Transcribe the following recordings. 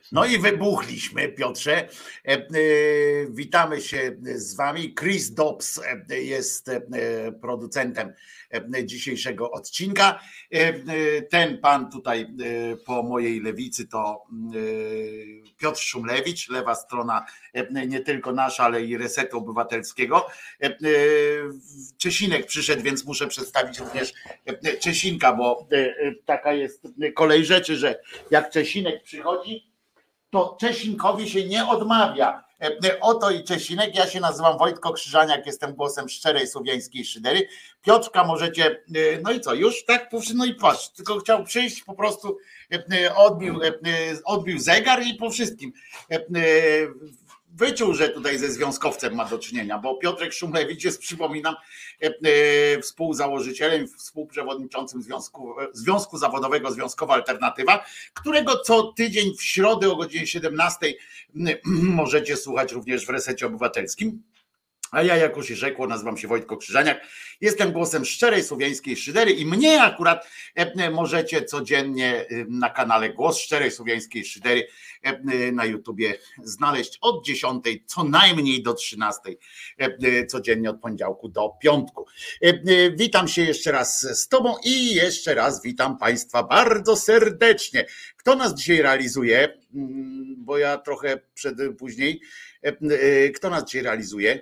No i wybuchliśmy, Piotrze. Witamy się z wami. Chris Dobbs jest producentem dzisiejszego odcinka. Ten pan tutaj po mojej lewicy to Piotr Szumlewicz, lewa strona nie tylko nasza, ale i Resetu Obywatelskiego. Czesinek przyszedł, więc muszę przedstawić również Czesinka, bo taka jest kolej rzeczy, że jak Czesinek przychodzi, to Czesinkowi się nie odmawia. Oto i Czesinek, ja się nazywam Wojtko Krzyżaniak, jestem głosem szczerej słowiańskiej szydery. Piotrka możecie, no i co, już tak? No i patrz, tylko chciał przyjść, po prostu odbił zegar i po wszystkim. Wyczuł, że tutaj ze związkowcem ma do czynienia, bo Piotrek Szumlewicz jest, przypominam, współzałożycielem, współprzewodniczącym Związku Zawodowego Związkowa Alternatywa, którego co tydzień w środę o godzinie 17 możecie słuchać również w Resecie Obywatelskim. A ja, jako się rzekło, nazywam się Wojtko Krzyżaniak, jestem głosem szczerej słowiańskiej szydery i mnie akurat możecie codziennie na kanale Głos Szczerej Słowiańskiej Szydery na YouTubie znaleźć od 10 co najmniej do 13 codziennie od poniedziałku do piątku. Witam się jeszcze raz z tobą i jeszcze raz witam państwa bardzo serdecznie. Kto nas dzisiaj realizuje? Bo ja trochę później. Kto nas dzisiaj realizuje?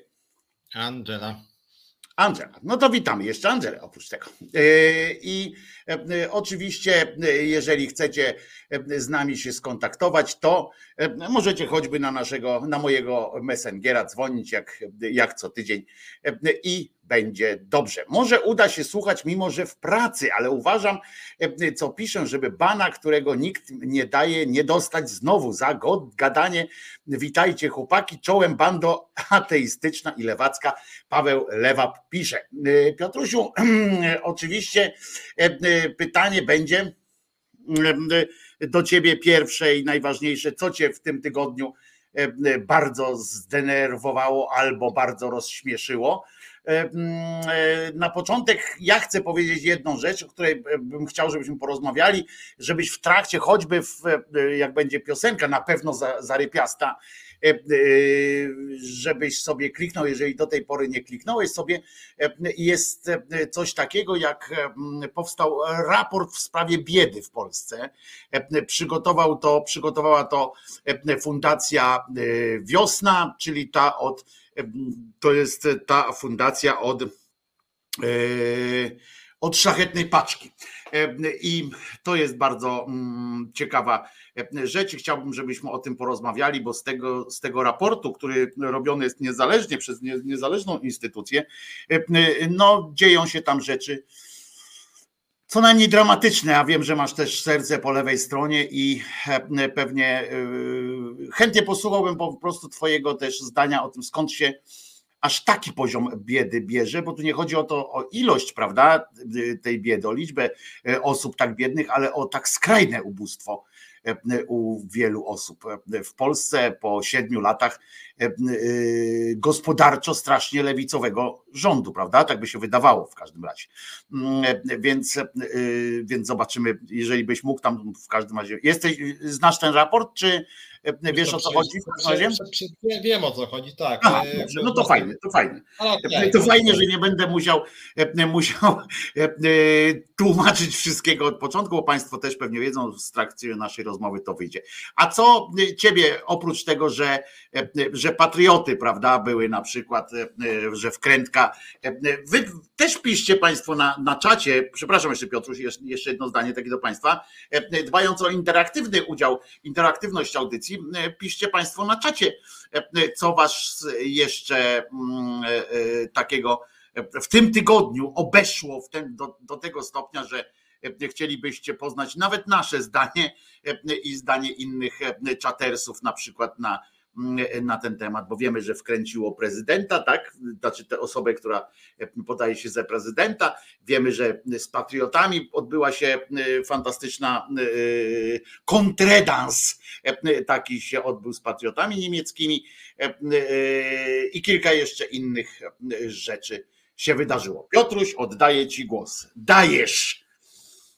Angela, no to witamy jeszcze Angelę oprócz tego. I oczywiście, jeżeli chcecie z nami się skontaktować, to możecie choćby na mojego Messengera dzwonić jak co tydzień i będzie dobrze. Może uda się słuchać, mimo że w pracy, ale uważam, co piszę, żeby bana, którego nikt nie daje, nie dostać znowu za gadanie. Witajcie chłopaki, czołem bando ateistyczna i lewacka. Paweł Lewap pisze. Piotrusiu, oczywiście pytanie będzie do ciebie pierwsze i najważniejsze. Co cię w tym tygodniu bardzo zdenerwowało albo bardzo rozśmieszyło? Na początek ja chcę powiedzieć jedną rzecz, o której bym chciał, żebyśmy porozmawiali, żebyś w trakcie, choćby jak będzie piosenka, na pewno zarypiasta, żebyś sobie kliknął, jeżeli do tej pory nie kliknąłeś sobie. Jest coś takiego, jak powstał raport w sprawie biedy w Polsce. Przygotowała to Fundacja Wiosna, czyli to jest ta fundacja od Szlachetnej Paczki. I to jest bardzo ciekawa rzecz i chciałbym, żebyśmy o tym porozmawiali, bo z tego raportu, który robiony jest niezależnie przez niezależną instytucję, no dzieją się tam rzeczy co najmniej dramatyczne, a wiem, że masz też serce po lewej stronie i pewnie chętnie posłuchałbym po prostu twojego też zdania o tym, skąd się aż taki poziom biedy bierze, bo tu nie chodzi o ilość, prawda, tej biedy, o liczbę osób tak biednych, ale o tak skrajne ubóstwo u wielu osób. W Polsce po 7 latach gospodarczo strasznie lewicowego rządu, prawda? Tak by się wydawało w każdym razie. Więc zobaczymy, jeżeli byś mógł tam w każdym razie. Znasz ten raport, czy wiesz, o co chodzi? Wiem, o co chodzi, tak. Aha, dobrze, no to fajnie, to fajnie. To fajnie, że nie będę musiał tłumaczyć wszystkiego od początku, bo państwo też pewnie wiedzą, w trakcie naszej rozmowy to wyjdzie. A co ciebie, oprócz tego, że patrioty, prawda, były na przykład, że wkrętka, wy też piszcie państwo na czacie, przepraszam jeszcze Piotruś, jeszcze jedno zdanie takie do państwa, dbając o interaktywny udział, interaktywność audycji, piszcie państwo na czacie, co was jeszcze takiego w tym tygodniu obeszło do tego stopnia, że chcielibyście poznać nawet nasze zdanie i zdanie innych czatersów, na przykład na ten temat, bo wiemy, że wkręciło prezydenta, tak? Znaczy tę osobę, która podaje się za prezydenta. Wiemy, że z patriotami odbyła się fantastyczna kontredans, taki się odbył z patriotami niemieckimi i kilka jeszcze innych rzeczy się wydarzyło. Piotruś, oddaję ci głos. Dajesz!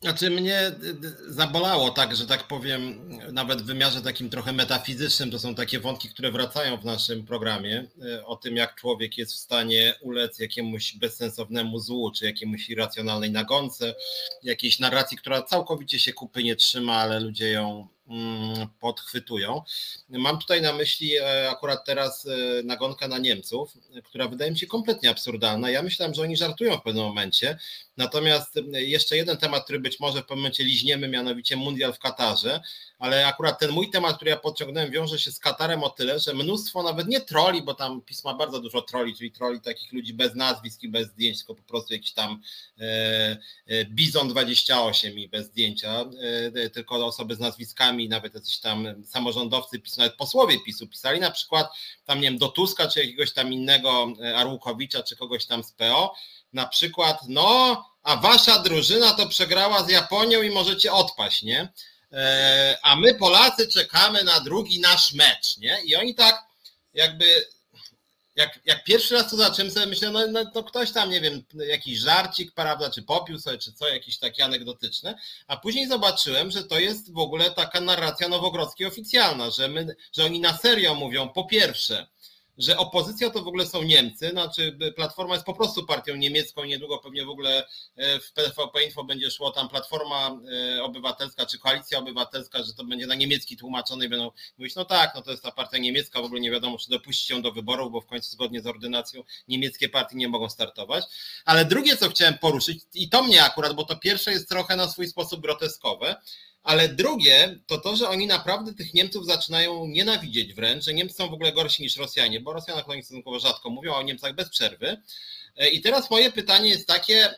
Znaczy mnie zabolało tak, że tak powiem, nawet w wymiarze takim trochę metafizycznym, to są takie wątki, które wracają w naszym programie, o tym jak człowiek jest w stanie ulec jakiemuś bezsensownemu złu, czy jakiemuś irracjonalnej nagonce, jakiejś narracji, która całkowicie się kupy nie trzyma, ale ludzie ją podchwytują. Mam tutaj na myśli akurat teraz nagonkę na Niemców, która wydaje mi się kompletnie absurdalna. Ja myślałem, że oni żartują w pewnym momencie. Natomiast jeszcze jeden temat, który być może w pewnym momencie liźniemy, mianowicie mundial w Katarze, ale akurat ten mój temat, który ja podciągnąłem, wiąże się z Katarem o tyle, że mnóstwo nawet nie troli, bo tam PiS ma bardzo dużo troli, czyli troli takich ludzi bez nazwisk i bez zdjęć, tylko po prostu jakiś tam Bizon 28 i bez zdjęcia, tylko osoby z nazwiskami, nawet jacyś tam samorządowcy PiS, nawet posłowie PiS-u pisali na przykład tam, nie wiem, do Tuska, czy jakiegoś tam innego Arłukowicza, czy kogoś tam z PO, na przykład, no, a wasza drużyna to przegrała z Japonią i możecie odpaść, nie? A my Polacy czekamy na drugi nasz mecz, nie? I oni tak jakby, jak pierwszy raz to zacząłem sobie myślę, no ktoś tam, nie wiem, jakiś żarcik, prawda, czy popił sobie, czy co, jakieś takie anegdotyczne, a później zobaczyłem, że to jest w ogóle taka narracja Nowogrodzkiej oficjalna, że oni na serio mówią, po pierwsze, że opozycja to w ogóle są Niemcy, znaczy Platforma jest po prostu partią niemiecką, niedługo pewnie w ogóle w TVP Info będzie szło tam Platforma Obywatelska czy Koalicja Obywatelska, że to będzie na niemiecki tłumaczone i będą mówić, no tak, no to jest ta partia niemiecka, w ogóle nie wiadomo, czy dopuścić ją do wyborów, bo w końcu zgodnie z ordynacją niemieckie partie nie mogą startować. Ale drugie, co chciałem poruszyć, i to mnie akurat, bo to pierwsze jest trochę na swój sposób groteskowe, ale drugie to, że oni naprawdę tych Niemców zaczynają nienawidzieć wręcz, że Niemcy są w ogóle gorsi niż Rosjanie, bo o Rosjanach oni stosunkowo rzadko mówią, a o Niemcach bez przerwy. I teraz moje pytanie jest takie,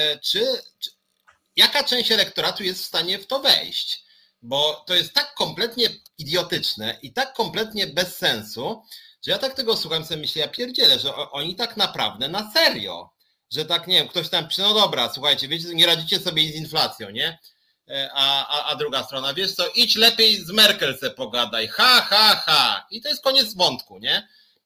jaka część elektoratu jest w stanie w to wejść? Bo to jest tak kompletnie idiotyczne i tak kompletnie bez sensu, że ja tak tego słucham, sobie myślę, ja pierdzielę, że oni tak naprawdę na serio, że tak, nie wiem, ktoś tam, no dobra, słuchajcie, wiecie, nie radzicie sobie z inflacją, nie? A druga strona, wiesz co, idź lepiej z Merkel se pogadaj, ha. I to jest koniec wątku, nie?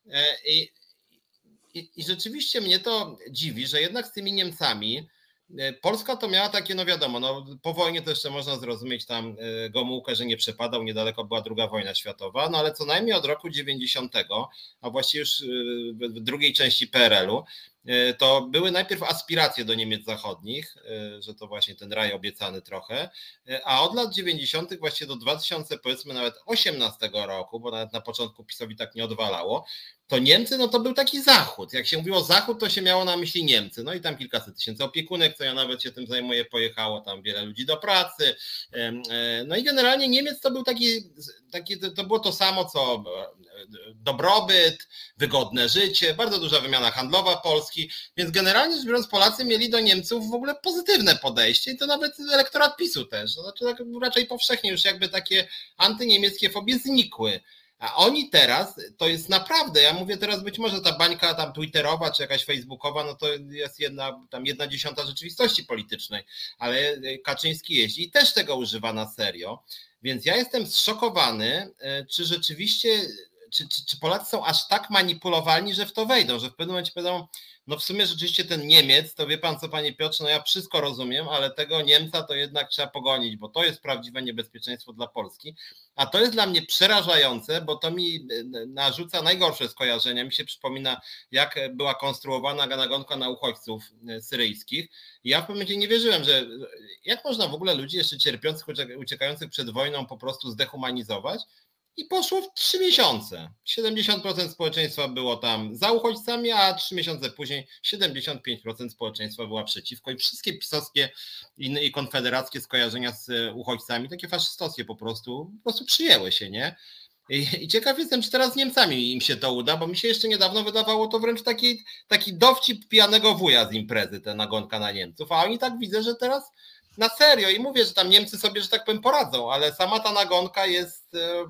I rzeczywiście mnie to dziwi, że jednak z tymi Niemcami Polska to miała takie, no wiadomo, no po wojnie to jeszcze można zrozumieć tam Gomułkę, że nie przepadał, niedaleko była II wojna światowa, no ale co najmniej od roku 90, a właściwie już w drugiej części PRL-u, to były najpierw aspiracje do Niemiec zachodnich, że to właśnie ten raj obiecany trochę, a od lat 90. właściwie do 2000 powiedzmy nawet 18 roku, bo nawet na początku PiS-owi tak nie odwalało, to Niemcy, no to był taki Zachód. Jak się mówiło Zachód, to się miało na myśli Niemcy. No i tam kilkaset tysięcy opiekunek, co ja nawet się tym zajmuję, pojechało tam wiele ludzi do pracy. No i generalnie Niemiec to był taki to było to samo, co dobrobyt, wygodne życie, bardzo duża wymiana handlowa Polski, więc generalnie rzecz biorąc Polacy mieli do Niemców w ogóle pozytywne podejście i to nawet elektorat PiS-u też. Znaczy tak raczej powszechnie już jakby takie antyniemieckie fobie znikły. A oni teraz, to jest naprawdę, ja mówię teraz być może ta bańka tam twitterowa czy jakaś facebookowa, no to jest jedna dziesiąta rzeczywistości politycznej, ale Kaczyński jeździ i też tego używa na serio, więc ja jestem zszokowany, czy rzeczywiście, czy Polacy są aż tak manipulowalni, że w to wejdą, że w pewnym momencie powiedzą, no w sumie rzeczywiście ten Niemiec, to wie pan co, panie Piotrze, no ja wszystko rozumiem, ale tego Niemca to jednak trzeba pogonić, bo to jest prawdziwe niebezpieczeństwo dla Polski. A to jest dla mnie przerażające, bo to mi narzuca najgorsze skojarzenia. Mi się przypomina, jak była konstruowana nagonka na uchodźców syryjskich. I ja w pewnym momencie nie wierzyłem, że jak można w ogóle ludzi jeszcze cierpiących, uciekających przed wojną po prostu zdehumanizować. I poszło w 3 miesiące. 70% społeczeństwa było tam za uchodźcami, a 3 miesiące później 75% społeczeństwa była przeciwko i wszystkie pisowskie i konfederackie skojarzenia z uchodźcami, takie faszystowskie po prostu przyjęły się, nie? I ciekaw jestem, czy teraz z Niemcami im się to uda, bo mi się jeszcze niedawno wydawało to wręcz taki dowcip pijanego wuja z imprezy, ta nagonka na Niemców, a oni tak widzę, że teraz na serio i mówię, że tam Niemcy sobie, że tak powiem, poradzą, ale sama ta nagonka jest...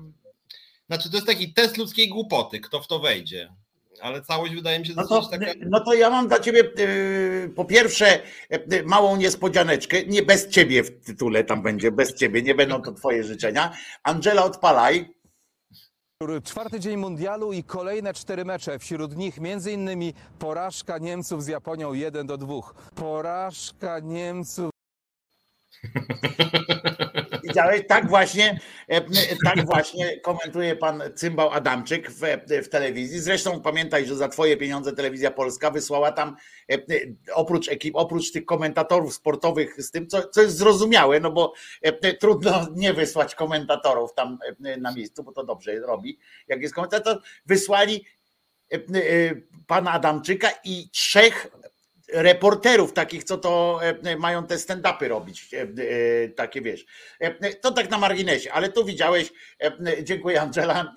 Znaczy to jest taki test ludzkiej głupoty, kto w to wejdzie, ale całość wydaje mi się dosyć taka... No to ja mam dla ciebie po pierwsze małą niespodzianeczkę, nie bez ciebie w tytule tam będzie, bez ciebie, nie będą to twoje życzenia. Angela, odpalaj. 4. dzień mundialu i kolejne 4 mecze. Wśród nich m.in. porażka Niemców z Japonią 1-2. Porażka Niemców. Widziałeś? Tak właśnie komentuje pan Cymbał Adamczyk w telewizji. Zresztą pamiętaj, że za twoje pieniądze Telewizja Polska wysłała tam oprócz tych komentatorów sportowych z tym, co jest zrozumiałe, no bo trudno nie wysłać komentatorów tam na miejscu, bo to dobrze robi. Jak jest komentator, wysłali pana Adamczyka i 3 reporterów takich, co to mają te stand-upy robić, takie wiesz. To tak na marginesie, ale tu widziałeś, dziękuję Angela,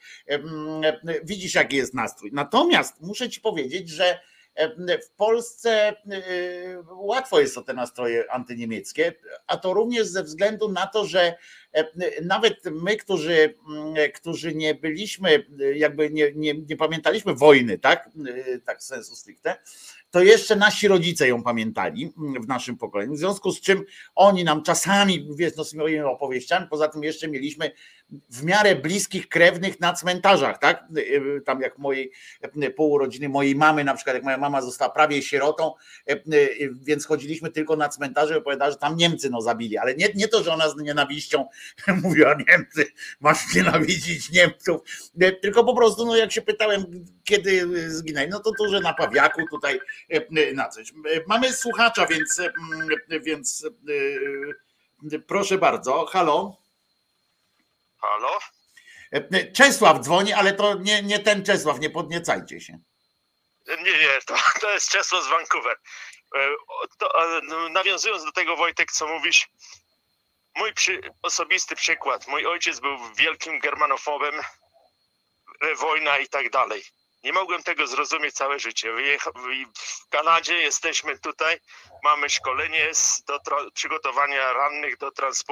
widzisz jaki jest nastrój. Natomiast muszę ci powiedzieć, że w Polsce łatwo jest o te nastroje antyniemieckie, a to również ze względu na to, że nawet my, którzy nie byliśmy, jakby nie pamiętaliśmy wojny, tak sensu stricte, to jeszcze nasi rodzice ją pamiętali w naszym pokoleniu, w związku z czym oni nam czasami, wiesz, no, swoimi opowieściami, poza tym jeszcze mieliśmy w miarę bliskich krewnych na cmentarzach, tak, tam jak pół urodziny mojej mamy, na przykład jak moja mama została prawie sierotą, więc chodziliśmy tylko na cmentarze i opowiadała, że tam Niemcy zabili, ale nie to, że ona z nienawiścią mówiła Niemcy, masz nienawidzić Niemców, tylko po prostu, no jak się pytałem, kiedy zginęli, no to że na Pawiaku tutaj na coś. Mamy słuchacza, więc proszę bardzo. Halo? Halo? Czesław dzwoni, ale to nie ten Czesław, nie podniecajcie się. Nie, to jest Czesław z Vancouver. Nawiązując do tego, Wojtek, co mówisz, mój osobisty przykład. Mój ojciec był wielkim germanofobem, wojna i tak dalej. Nie mogłem tego zrozumieć całe życie. W Kanadzie jesteśmy tutaj, mamy szkolenie do przygotowania rannych do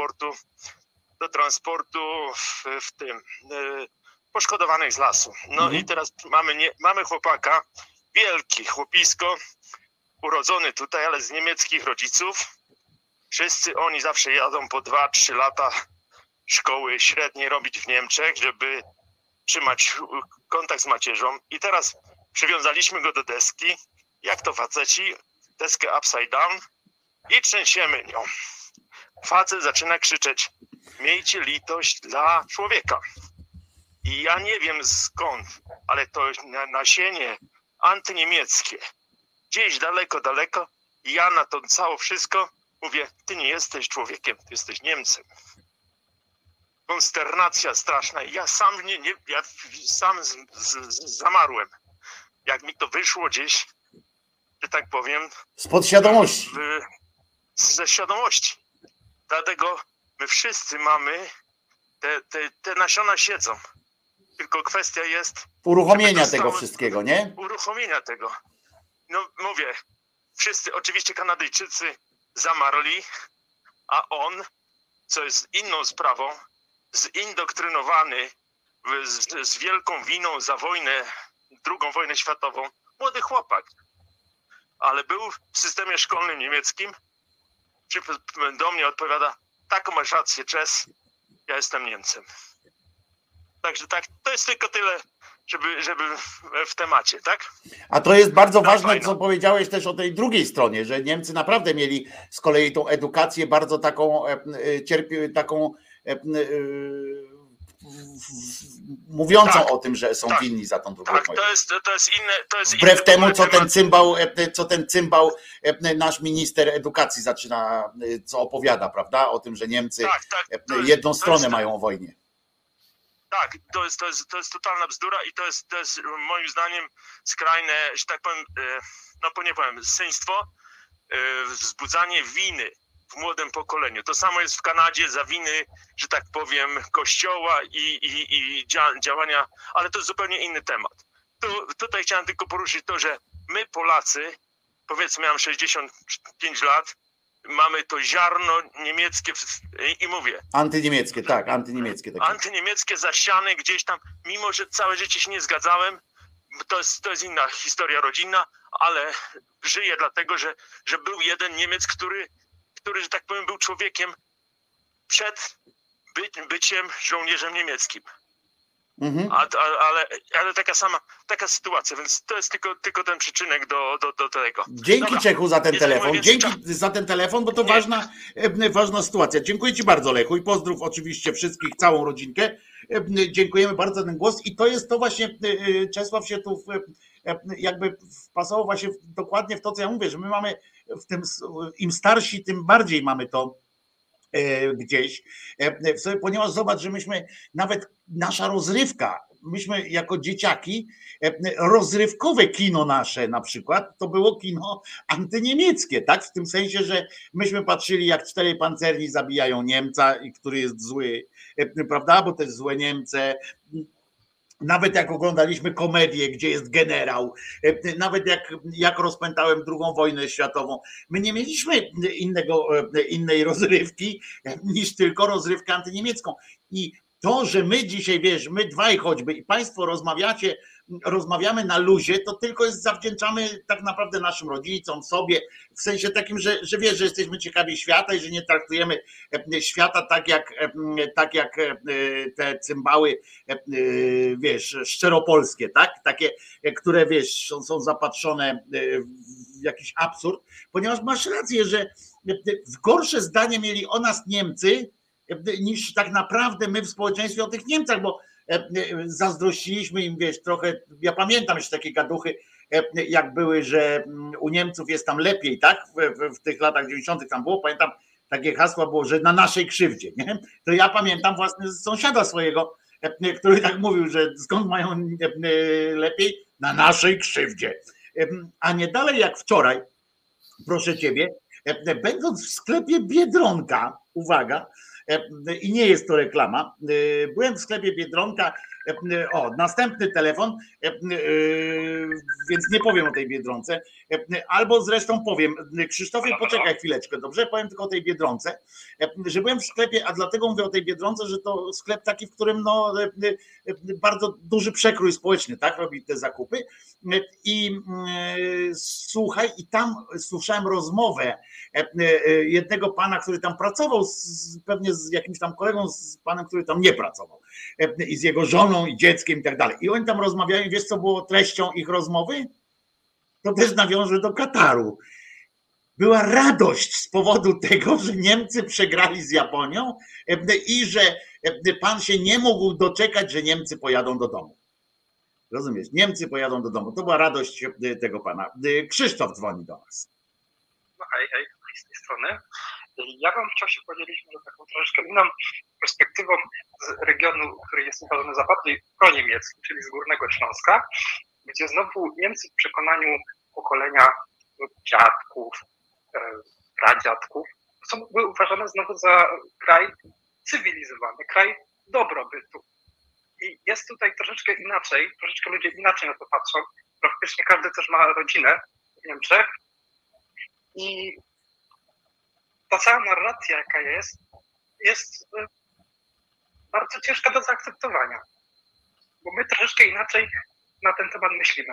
transportu w tym poszkodowanych z lasu. No i teraz mamy chłopaka, wielki chłopisko, urodzony tutaj, ale z niemieckich rodziców. Wszyscy oni zawsze jadą po 2-3 lata szkoły średniej robić w Niemczech, żeby trzymać kontakt z macierzą. I teraz przywiązaliśmy go do deski, jak to faceci, deskę upside down i trzęsiemy nią. Facet zaczyna krzyczeć: miejcie litość dla człowieka. I ja nie wiem skąd, ale to nasienie antyniemieckie, gdzieś daleko, i ja na to całe wszystko mówię: ty nie jesteś człowiekiem, ty jesteś Niemcem. Konsternacja straszna. Ja sam zamarłem. Jak mi to wyszło gdzieś, że tak powiem, spod świadomości. Ze świadomości. Dlatego my wszyscy mamy, te nasiona siedzą. Tylko kwestia jest uruchomienia tego wszystkiego, nie? Uruchomienia tego. No mówię, wszyscy, oczywiście Kanadyjczycy zamarli, a on, co jest inną sprawą, zindoktrynowany z wielką winą za wojnę, II wojnę światową, młody chłopak, ale był w systemie szkolnym niemieckim, do mnie odpowiada: taką masz rację, Czes, ja jestem Niemcem. Także tak, to jest tylko tyle, żeby w temacie, tak? A to jest bardzo ważne, co powiedziałeś też o tej drugiej stronie, że Niemcy naprawdę mieli z kolei tą edukację bardzo taką mówiącą o tym, że są winni za tą drugą wojnę. To jest inne. Wbrew temu, co ten cymbał, nasz minister edukacji zaczyna, co opowiada, prawda? O tym, że Niemcy jedną stronę mają o wojnie. Tak, to jest totalna bzdura i to jest moim zdaniem skrajne, że tak powiem, nie powiem, syństwo, wzbudzanie winy w młodym pokoleniu. To samo jest w Kanadzie za winy, że tak powiem, kościoła i działania, ale to jest zupełnie inny temat. Tutaj chciałem tylko poruszyć to, że my Polacy, powiedzmy, miałem 65 lat, mamy to ziarno niemieckie i mówię. Antyniemieckie, tak, antyniemieckie. Takie. Antyniemieckie zasiane gdzieś tam, mimo że całe życie się nie zgadzałem, to jest inna historia rodzinna, ale żyję dlatego, że był jeden Niemiec, który, że tak powiem, był człowiekiem przed byciem żołnierzem niemieckim. Ale taka sytuacja, więc to jest tylko ten przyczynek do tego. Dzięki Dobra. Czechu za ten Nie telefon. zajmuję Dzięki więcej za ten telefon, bo to ważna sytuacja. Dziękuję Ci bardzo, Lechu, i pozdrów oczywiście wszystkich, całą rodzinkę. Dziękujemy bardzo za ten głos i to jest to właśnie, Czesław się tu jakby wpasował właśnie dokładnie w to, co ja mówię, że my mamy w tym, im starsi, tym bardziej mamy to gdzieś w sobie, ponieważ zobacz, że myśmy nawet nasza rozrywka, myśmy jako dzieciaki, rozrywkowe kino nasze na przykład, to było kino antyniemieckie, tak? W tym sensie, że myśmy patrzyli, jak 4 pancerni zabijają Niemca, który jest zły, prawda? Bo to jest złe Niemce. Nawet jak oglądaliśmy komedię, gdzie jest generał, nawet jak rozpętałem II wojnę światową, my nie mieliśmy innej rozrywki niż tylko rozrywkę antyniemiecką. I to, że my dzisiaj, wiesz, my dwaj choćby i państwo rozmawiamy na luzie, to tylko zawdzięczamy tak naprawdę naszym rodzicom, sobie, w sensie takim, że wiesz, że jesteśmy ciekawi świata i że nie traktujemy świata tak jak te cymbały, wiesz, szczeropolskie, tak? Takie, które, wiesz, są zapatrzone w jakiś absurd, ponieważ masz rację, że gorsze zdanie mieli o nas Niemcy, niż tak naprawdę my w społeczeństwie o tych Niemcach, bo zazdrościliśmy im, wiesz, trochę, ja pamiętam jeszcze takie gaduchy, jak były, że u Niemców jest tam lepiej, tak? W tych latach 90. tam było, pamiętam, takie hasła było, że na naszej krzywdzie, nie? To ja pamiętam właśnie sąsiada swojego, który tak mówił, że skąd mają lepiej? Na naszej krzywdzie. A nie dalej jak wczoraj, proszę ciebie, będąc w sklepie Biedronka, uwaga, i nie jest to reklama, byłem w sklepie Biedronka, następny telefon, więc nie powiem o tej Biedronce, albo zresztą powiem, Krzysztofie, poczekaj chwileczkę, dobrze? Powiem tylko o tej Biedronce, że byłem w sklepie, a dlatego mówię o tej Biedronce, że to sklep taki, w którym bardzo duży przekrój społeczny, tak, robi te zakupy i słuchaj, i tam słyszałem rozmowę jednego pana, który tam pracował, pewnie z jakimś tam kolegą, z panem, który tam nie pracował, i z jego żoną i dzieckiem i tak dalej. I oni tam rozmawiają, wiesz co było treścią ich rozmowy? To też nawiążę do Kataru. Była radość z powodu tego, że Niemcy przegrali z Japonią i że pan się nie mógł doczekać, że Niemcy pojadą do domu. Rozumiesz? Niemcy pojadą do domu. To była radość tego pana. Krzysztof dzwoni do nas. No hej, z tej strony. Ja bym chciał się podzielić może taką troszeczkę inną perspektywą z regionu, który jest uważany za bardziej proniemiecki, czyli z Górnego Śląska, gdzie znowu Niemcy w przekonaniu pokolenia dziadków, pradziadków były uważane znowu za kraj cywilizowany, kraj dobrobytu. I jest tutaj troszeczkę inaczej, troszeczkę ludzie inaczej na to patrzą. Praktycznie każdy też ma rodzinę w Niemczech. I ta cała narracja, jaka jest bardzo ciężka do zaakceptowania. Bo my troszeczkę inaczej na ten temat myślimy.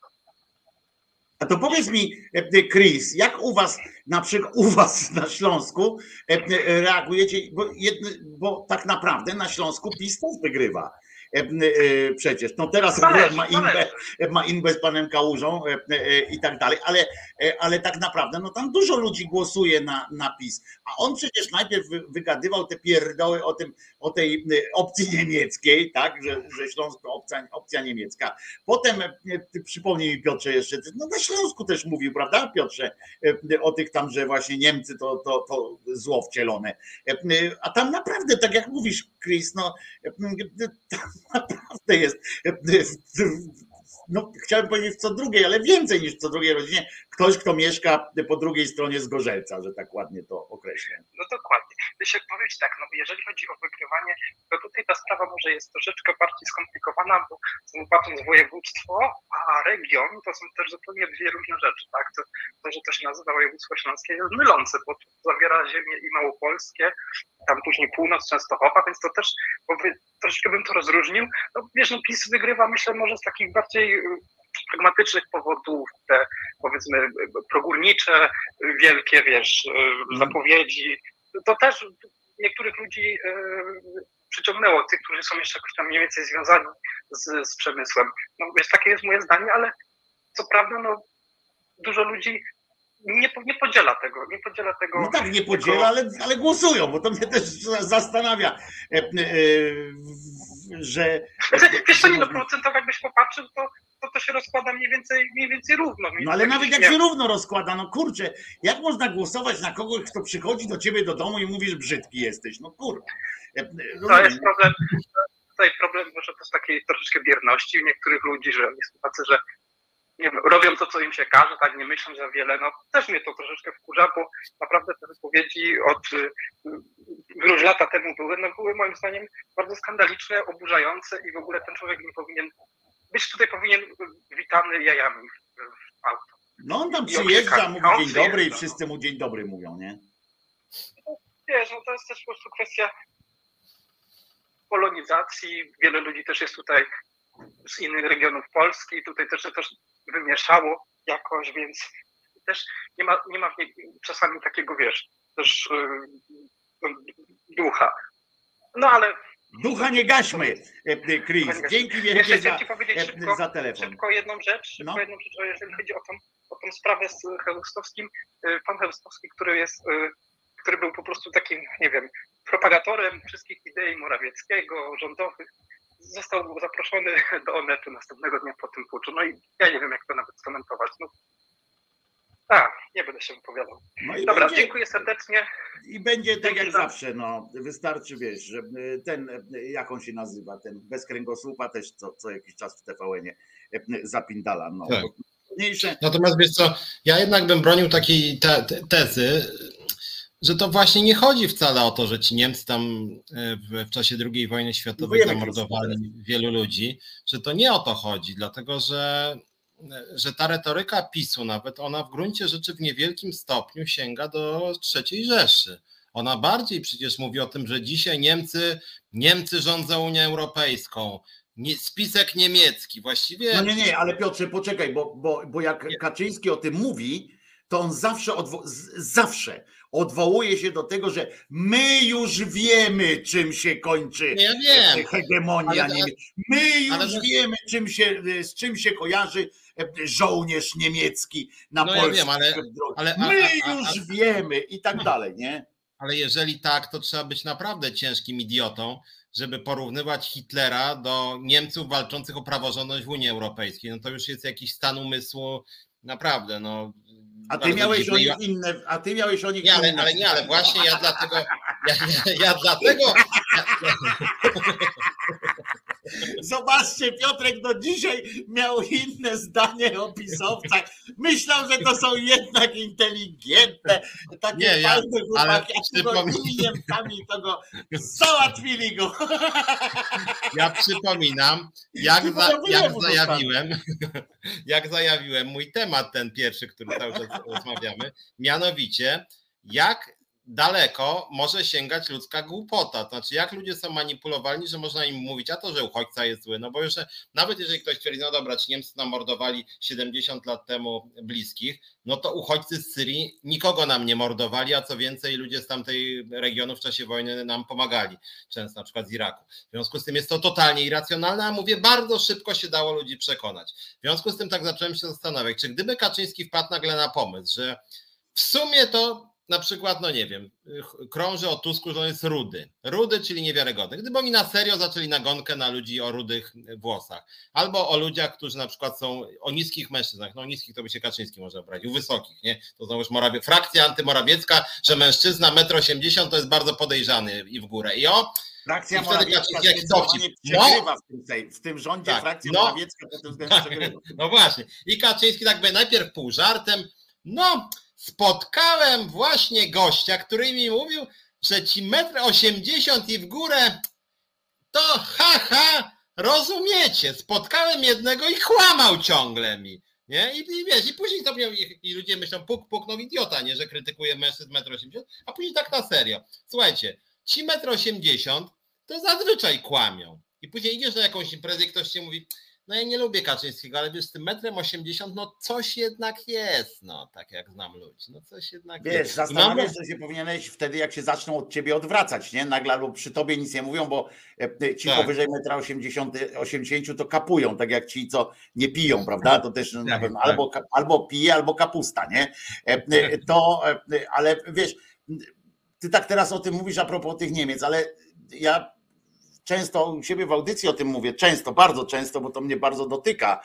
A to powiedz mi, Chris, jak u was, na przykład u was na Śląsku reagujecie, bo tak naprawdę na Śląsku PiS też wygrywa. Przecież, no teraz ma inbę z panem Kałużą i tak dalej, ale tak naprawdę no tam dużo ludzi głosuje na PiS, a on przecież najpierw wygadywał te pierdoły o tej opcji niemieckiej, tak, że Śląsko opcja niemiecka. Potem przypomnij mi, Piotrze, jeszcze, no na Śląsku też mówił, prawda, Piotrze, o tych tam, że właśnie Niemcy to zło wcielone. A tam naprawdę, tak jak mówisz, Chris, no tam naprawdę jest, no chciałem powiedzieć w co drugiej, ale więcej niż w co drugiej rodzinie, ktoś, kto mieszka po drugiej stronie Zgorzelca, że tak ładnie to określę. No dokładnie. Chcę powiedzieć tak, no jeżeli chodzi o wygrywanie, to tutaj ta sprawa może jest troszeczkę bardziej skomplikowana, bo patrząc województwo, a region to są też zupełnie dwie różne rzeczy, tak? To że to się nazywa województwo śląskie jest mylące, bo zawiera ziemię i Małopolskie, tam później północ Częstochowa, więc to też troszeczkę bym to rozróżnił. No wiesz, no PiS wygrywa, myślę, może z takich bardziej pragmatycznych powodów, te powiedzmy progórnicze, wielkie, wiesz, zapowiedzi. To też niektórych ludzi przyciągnęło tych, którzy są jeszcze jakoś tam mniej więcej związani z przemysłem. No wiesz, takie jest moje zdanie, ale co prawda, no dużo ludzi nie podziela tego. No tak, nie podziela, ale głosują, bo to mnie też zastanawia, że... Wiesz co, nie, no procentowo jakbyś popatrzył, to się rozkłada mniej więcej równo. No ale nawet jak się równo rozkłada, no kurczę, jak można głosować na kogoś, kto przychodzi do ciebie do domu i mówisz, brzydki jesteś, no kurwa. To jest problem, tutaj problem, że to jest takiej troszeczkę bierności u niektórych ludzi, że oni są tacy, że nie wiem, robią to, co im się każe, tak nie myślą za wiele. No też mnie to troszeczkę wkurza, bo naprawdę te wypowiedzi już lata temu były moim zdaniem bardzo skandaliczne, oburzające i w ogóle ten człowiek nie powinien być tutaj, powinien witany jajami w auto. No on tam przyjeżdża, mówi dzień dobry i wszyscy mu dzień dobry mówią, nie? Wiesz, no to jest też po prostu kwestia polonizacji. Wiele ludzi też jest tutaj z innych regionów Polski, tutaj też wymieszało jakoś, więc też nie ma w niej czasami takiego, wiesz, też ducha. No ale... Ducha nie gaśmy, Chris. Dzięki wielkie za telefon. Szybko jedną rzecz, jeżeli chodzi o tą sprawę z Chełstowskim. Pan Chełstowski, który był po prostu takim, nie wiem, propagatorem wszystkich idei Morawieckiego, rządowych, został zaproszony do Onetu następnego dnia po tym puczu. No i ja nie wiem, jak to nawet skomentować. No, nie będę się wypowiadał. No dobra, dziękuję serdecznie. I będzie tak jak zawsze, no. Wystarczy, wiesz, że ten, jak on się nazywa, ten bez kręgosłupa też co jakiś czas w TVN-ie zapindala. No. Tak. Natomiast wiesz co, ja jednak bym bronił takiej tezy, że to właśnie nie chodzi wcale o to, że ci Niemcy tam w czasie II wojny światowej zamordowali wielu ludzi, że to nie o to chodzi, dlatego że ta retoryka PiS-u nawet, ona w gruncie rzeczy w niewielkim stopniu sięga do III Rzeszy. Ona bardziej przecież mówi o tym, że dzisiaj Niemcy rządzą Unią Europejską, spisek niemiecki właściwie. No nie, ale Piotrze, poczekaj, bo jak Kaczyński o tym mówi, to on zawsze odwołuje się do tego, że my już wiemy, czym się kończy hegemonia niemiecka. My już wiemy, z czym się kojarzy żołnierz niemiecki na polskim drodze. My już wiemy i tak dalej, nie? Ale jeżeli tak, to trzeba być naprawdę ciężkim idiotą, żeby porównywać Hitlera do Niemców walczących o praworządność w Unii Europejskiej. No to już jest jakiś stan umysłu naprawdę, no. A ty miałeś o nich inne, ale właśnie ja dlatego. Zobaczcie, Piotrek do dzisiaj miał inne zdanie o pisowcach. Myślał, że to są jednak inteligentne, takie fajne chłopaki, a tylko Niemcami to go załatwili go. Ja przypominam, jak zajawiłem mój temat, ten pierwszy, który cały czas rozmawiamy, mianowicie jak daleko może sięgać ludzka głupota, to znaczy jak ludzie są manipulowani, że można im mówić, a to, że uchodźca jest zły, no bo już nawet jeżeli ktoś twierdzi, no dobra, ci Niemcy nam mordowali 70 lat temu bliskich, no to uchodźcy z Syrii nikogo nam nie mordowali, a co więcej ludzie z tamtej regionu w czasie wojny nam pomagali, często na przykład z Iraku. W związku z tym jest to totalnie irracjonalne, a mówię, bardzo szybko się dało ludzi przekonać. W związku z tym tak zacząłem się zastanawiać, czy gdyby Kaczyński wpadł nagle na pomysł, że w sumie to na przykład, no nie wiem, krąży o Tusku, że on jest rudy, czyli niewiarygodny. Gdyby oni na serio zaczęli nagonkę na ludzi o rudych włosach, albo o ludziach, którzy na przykład są o niskich mężczyznach, no o niskich to by się Kaczyński może brać, u wysokich, nie? To znowu już frakcja antymorawiecka, że mężczyzna 1,80 m to jest bardzo podejrzany i w górę. Frakcja Morawiecka przegrywa w tym rządzie, tak, frakcja Morawiecka pod tym względem przegrywa. No właśnie. I Kaczyński tak by najpierw pół żartem, spotkałem właśnie gościa, który mi mówił, że ci 1,80 m i w górę to rozumiecie, spotkałem jednego i kłamał ciągle mi. Nie? I wiesz, i później to i ludzie myślą, puk, no idiota, nie, że krytykuje mężczyzn 1,80 m, a później tak na serio. Słuchajcie, ci 1,80 m to zazwyczaj kłamią. I później idziesz na jakąś imprezę i ktoś ci mówi, no ja nie lubię Kaczyńskiego, ale wiesz, z tym 1,80 m, no coś jednak jest, no tak jak znam ludzi, no coś jednak Wiesz, jest. zastanawiasz się powinieneś wtedy, jak się zaczną od ciebie odwracać, nie? Nagle albo przy tobie nic nie mówią, bo ci Tak. powyżej 1,80 m to kapują, tak jak ci, co nie piją, prawda? To też na pewno albo pije, albo kapusta, nie? Ale wiesz, ty tak teraz o tym mówisz a propos tych Niemiec, ale ja często u siebie w audycji o tym mówię, bardzo często, bo to mnie bardzo dotyka.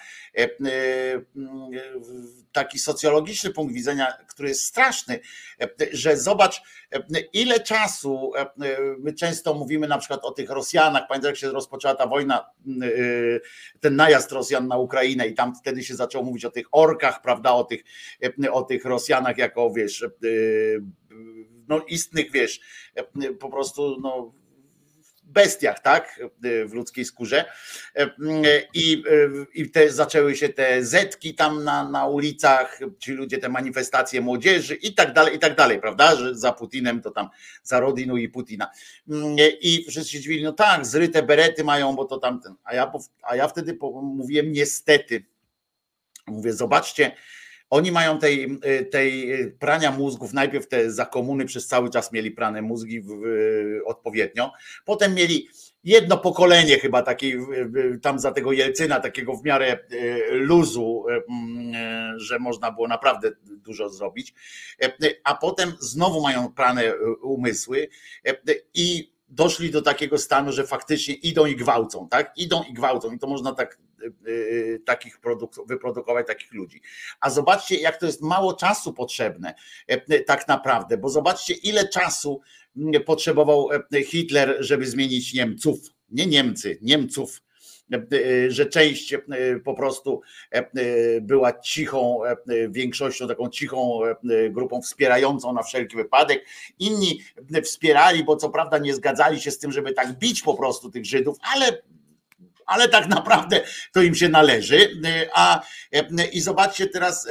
Taki socjologiczny punkt widzenia, który jest straszny, że zobacz, ile czasu my często mówimy na przykład o tych Rosjanach. Pamiętasz, jak się rozpoczęła ta wojna, ten najazd Rosjan na Ukrainę i tam wtedy się zaczęło mówić o tych orkach, prawda, o tych Rosjanach jako, wiesz, no istnych, wiesz, po prostu, no bestiach, tak, w ludzkiej skórze i zaczęły się te zetki tam na ulicach, ci ludzie, te manifestacje młodzieży i tak dalej, prawda, że za Putinem to tam za Rodinu i Putina i wszyscy się dziwili, no tak, zryte berety mają, bo to tamten, a ja wtedy mówiłem niestety, mówię, zobaczcie, oni mają tej prania mózgów, najpierw te za komuny przez cały czas mieli prane mózgi odpowiednio, potem mieli jedno pokolenie chyba takiej tam za tego Jelcyna, takiego w miarę luzu, że można było naprawdę dużo zrobić, a potem znowu mają prane umysły i doszli do takiego stanu, że faktycznie idą i gwałcą, tak? Idą i gwałcą i to można takich wyprodukować, takich ludzi. A zobaczcie, jak to jest mało czasu potrzebne tak naprawdę, bo zobaczcie, ile czasu potrzebował Hitler, żeby zmienić Niemców, nie Niemcy, Niemców, że część po prostu była cichą większością, taką cichą grupą wspierającą na wszelki wypadek. Inni wspierali, bo co prawda nie zgadzali się z tym, żeby tak bić po prostu tych Żydów, ale tak naprawdę to im się należy. I zobaczcie, teraz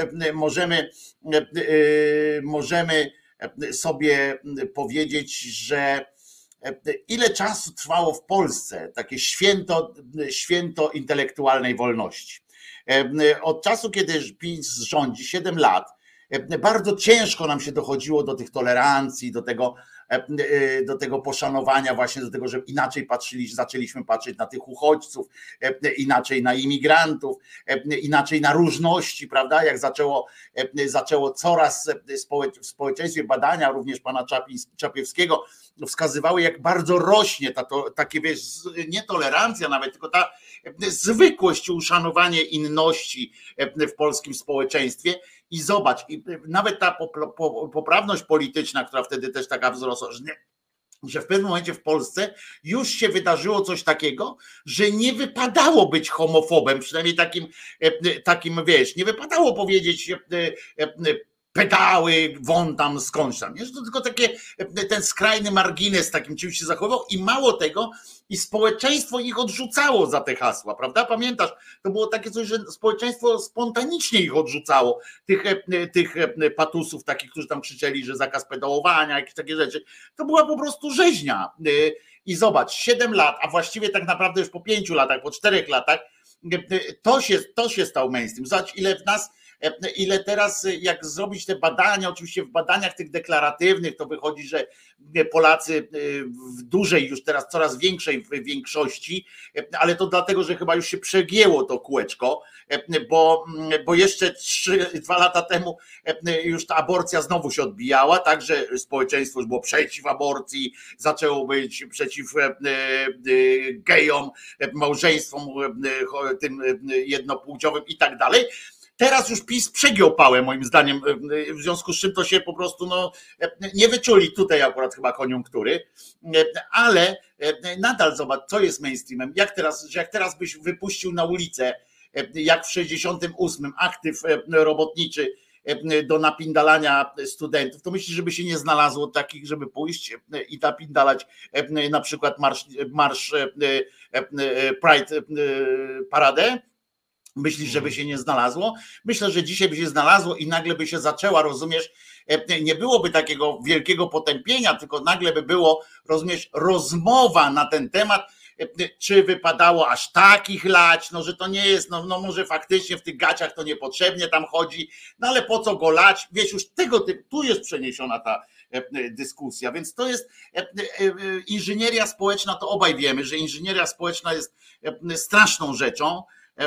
możemy sobie powiedzieć, że ile czasu trwało w Polsce takie święto intelektualnej wolności. Od czasu, kiedy PiS rządzi 7 lat, bardzo ciężko nam się dochodziło do tych tolerancji, do tego poszanowania, właśnie do tego, że inaczej zaczęliśmy patrzeć na tych uchodźców, inaczej na imigrantów, inaczej na różności, prawda? Jak zaczęło coraz w społeczeństwie badania, również pana Czapiewskiego, wskazywały, jak bardzo rośnie takie, wiesz, nie tolerancja nawet, tylko ta zwykłość i uszanowanie inności w polskim społeczeństwie. I zobacz, nawet ta poprawność polityczna, która wtedy też taka wzrosła, że w pewnym momencie w Polsce już się wydarzyło coś takiego, że nie wypadało być homofobem, przynajmniej takim, wiesz, nie wypadało powiedzieć pedały, won tam skądś tam, nie? Że to tylko ten skrajny margines takim czymś się zachowywał i mało tego, i społeczeństwo ich odrzucało za te hasła, prawda? Pamiętasz, to było takie coś, że społeczeństwo spontanicznie ich odrzucało, tych patusów takich, którzy tam krzyczeli, że zakaz pedałowania, jakieś takie rzeczy. To była po prostu rzeźnia. I zobacz, 7 lat, a właściwie tak naprawdę już po 5 latach, po 4 latach, to się stał mainstream. Zobacz, ile teraz, jak zrobić te badania, oczywiście w badaniach tych deklaratywnych, to wychodzi, że Polacy w dużej już teraz, coraz większej większości, ale to dlatego, że chyba już się przegięło to kółeczko, bo jeszcze 2 lata temu już ta aborcja znowu się odbijała, tak, że społeczeństwo już było przeciw aborcji, zaczęło być przeciw gejom, małżeństwom tym jednopłciowym i tak dalej. Teraz już PiS przegiął pałę, moim zdaniem, w związku z czym to się po prostu nie wyczuli tutaj akurat chyba koniunktury, ale nadal zobacz, co jest mainstreamem. Jak teraz byś wypuścił na ulicę, jak w 68 aktyw robotniczy do napindalania studentów, to myślisz, żeby się nie znalazło takich, żeby pójść i napindalać na przykład marsz Pride Paradę? Myślisz, żeby się nie znalazło? Myślę, że dzisiaj by się znalazło i nagle by się zaczęła, rozumiesz, nie byłoby takiego wielkiego potępienia, tylko nagle by było, rozumiesz, rozmowa na ten temat, czy wypadało aż takich lać, no że to nie jest, no może faktycznie w tych gaciach to niepotrzebnie tam chodzi, no ale po co go lać, wiesz, już tego typu, tu jest przeniesiona ta dyskusja, więc to jest inżynieria społeczna, to obaj wiemy, że inżynieria społeczna jest straszną rzeczą,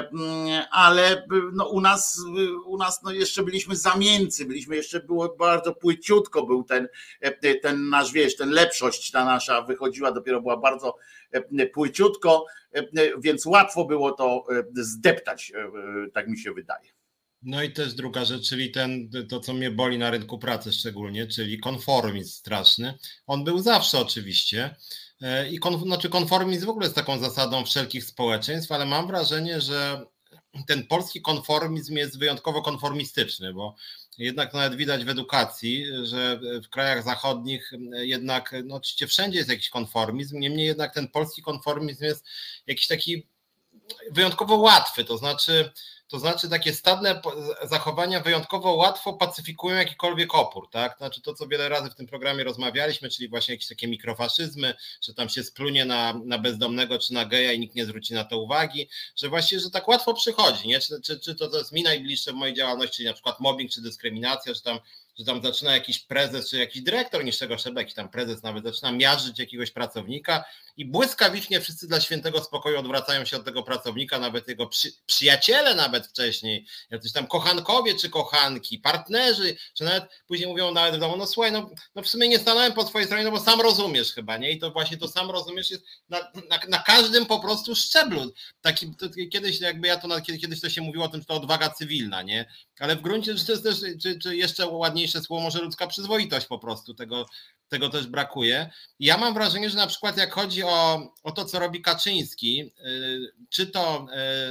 ale no u nas no jeszcze byliśmy zamieńcy, było bardzo płyciutko był ten nasz, wiesz, ten lepszość ta nasza wychodziła, dopiero była bardzo płyciutko, więc łatwo było to zdeptać, tak mi się wydaje. No i też druga rzecz, czyli to co mnie boli na rynku pracy szczególnie, czyli konformizm straszny. On był zawsze oczywiście i konformizm w ogóle jest taką zasadą wszelkich społeczeństw, ale mam wrażenie, że ten polski konformizm jest wyjątkowo konformistyczny, bo jednak nawet widać w edukacji, że w krajach zachodnich jednak, no oczywiście wszędzie jest jakiś konformizm, niemniej jednak ten polski konformizm jest jakiś taki wyjątkowo łatwy, to znaczy takie stadne zachowania wyjątkowo łatwo pacyfikują jakikolwiek opór, tak? Znaczy to, co wiele razy w tym programie rozmawialiśmy, czyli właśnie jakieś takie mikrofaszyzmy, że tam się splunie na bezdomnego czy na geja i nikt nie zwróci na to uwagi, że właściwie, że tak łatwo przychodzi, nie? Czy to jest mi najbliższe w mojej działalności, czyli na przykład mobbing czy dyskryminacja, że tam zaczyna jakiś prezes czy jakiś dyrektor niższego szczebla, jakiś tam prezes nawet zaczyna miażdżyć jakiegoś pracownika i błyskawicznie wszyscy dla świętego spokoju odwracają się od tego pracownika, nawet jego przyjaciele nawet wcześniej, jacyś tam kochankowie czy kochanki, partnerzy, czy nawet później mówią nawet w domu, no słuchaj, no w sumie nie stanąłem po twojej stronie, no bo sam rozumiesz chyba, nie? I to właśnie to sam rozumiesz jest na każdym po prostu szczeblu. Kiedyś jakby kiedyś to się mówiło o tym, że to odwaga cywilna, nie? Ale w gruncie rzeczy to jest też, czy jeszcze ładniejsze słowo, może ludzka przyzwoitość po prostu, tego też brakuje. Ja mam wrażenie, że na przykład jak chodzi o to, co robi Kaczyński, czy to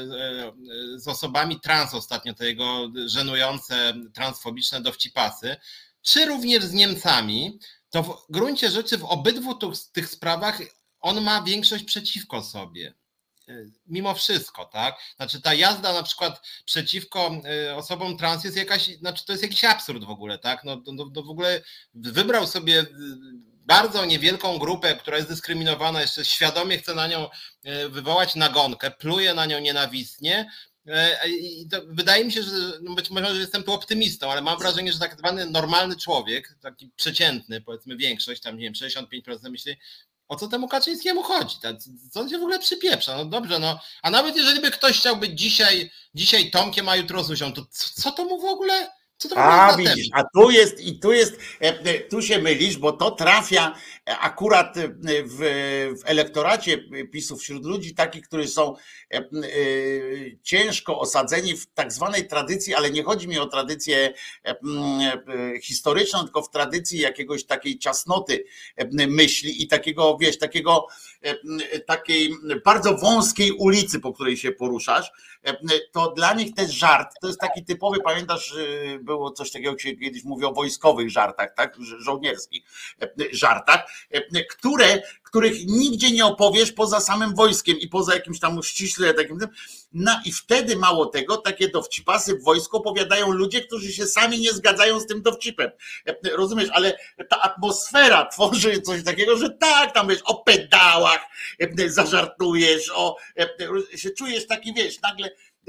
z osobami trans ostatnio, te jego żenujące, transfobiczne dowcipasy, czy również z Niemcami, to w gruncie rzeczy w obydwu tych sprawach on ma większość przeciwko sobie. Mimo wszystko, tak? Znaczy ta jazda na przykład przeciwko osobom trans jest to jest jakiś absurd w ogóle, tak? No w ogóle wybrał sobie bardzo niewielką grupę, która jest dyskryminowana, jeszcze świadomie chce na nią wywołać nagonkę, pluje na nią nienawistnie. I to wydaje mi się, że być może jestem tu optymistą, ale mam wrażenie, że tak zwany normalny człowiek, taki przeciętny, powiedzmy większość, tam nie wiem, 65% myśli, o co temu Kaczyńskiemu chodzi? Co on się w ogóle przypieprza? No dobrze, no. A nawet jeżeli by ktoś chciał być dzisiaj Tomkiem, a jutro Zuzią, to co to mu w ogóle? Co to a widzisz, a tu się mylisz, bo to trafia akurat w elektoracie PiS-u wśród ludzi takich, którzy są ciężko osadzeni w tak zwanej tradycji, ale nie chodzi mi o tradycję historyczną, tylko w tradycji jakiegoś takiej ciasnoty myśli i takiego, wiesz, takiej bardzo wąskiej ulicy, po której się poruszasz, to dla nich też żart, to jest taki typowy, pamiętasz, było coś takiego, jak się kiedyś mówi o wojskowych żartach, tak, żołnierskich żartach, których nigdzie nie opowiesz poza samym wojskiem i poza jakimś tam ściśle takim. No i wtedy mało tego, takie dowcipasy w wojsku opowiadają ludzie, którzy się sami nie zgadzają z tym dowcipem. Rozumiesz, ale ta atmosfera tworzy coś takiego, że tak, tam wiesz, o pedałach zażartujesz, się czujesz taki, wiesz, nagle